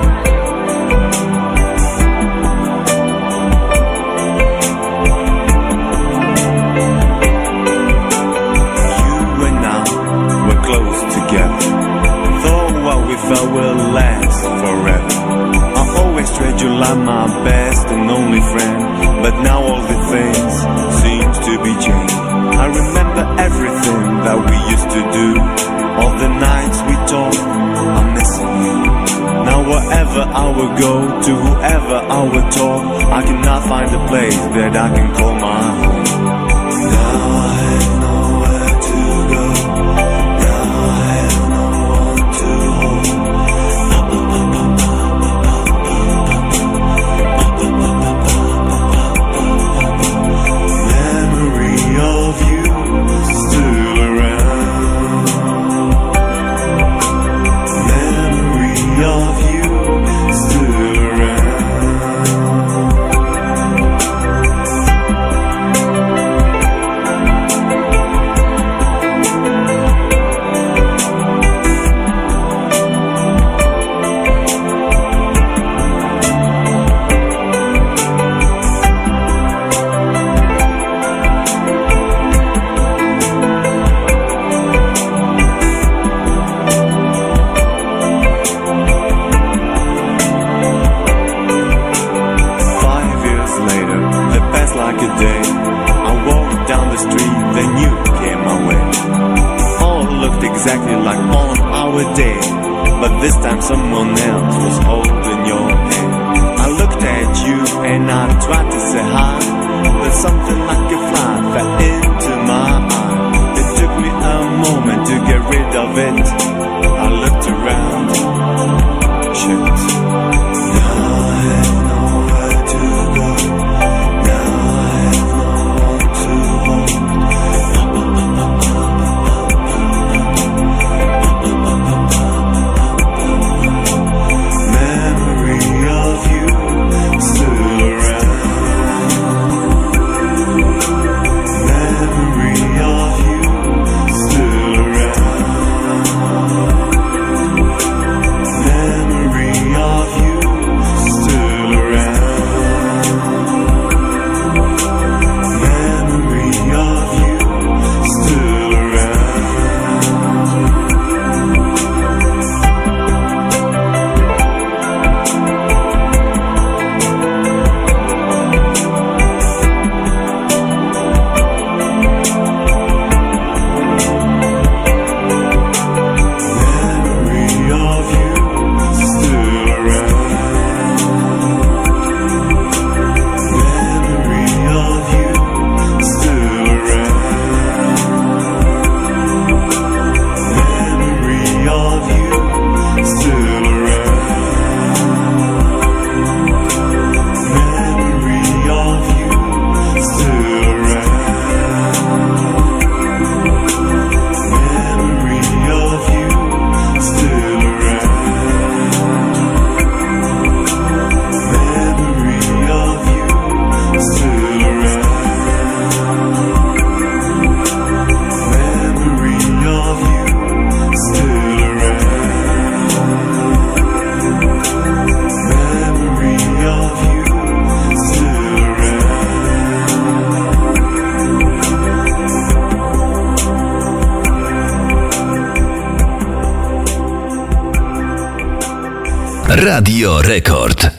[SPEAKER 5] Thought will last forever. I always treat you like my best and only friend, but now all the things seem to be changed. I remember everything that we used to do, all the nights we talked. I'm missing you. Now wherever I will go, to whoever I will talk, I cannot find a place that I can call my home. Now I have nowhere to go. Now I have no one to hold. dead, but this time someone else was holding your hand. I looked at you and I tried to say hi, but something like a fly fell into my eye. It took me a moment to get rid of it. I looked around, shit. Now I have nowhere to go. Now I have no one to hold. Memory of you still around. Memory of you still around. Memory of you still around. Memory of you still around. Memory of you still around. Memory of you still around. Memory of you still around. Memory of you still around. Memory of you still around. Memory of you still around. Memory of you still around. Memory of you still
[SPEAKER 15] Radio Rekord.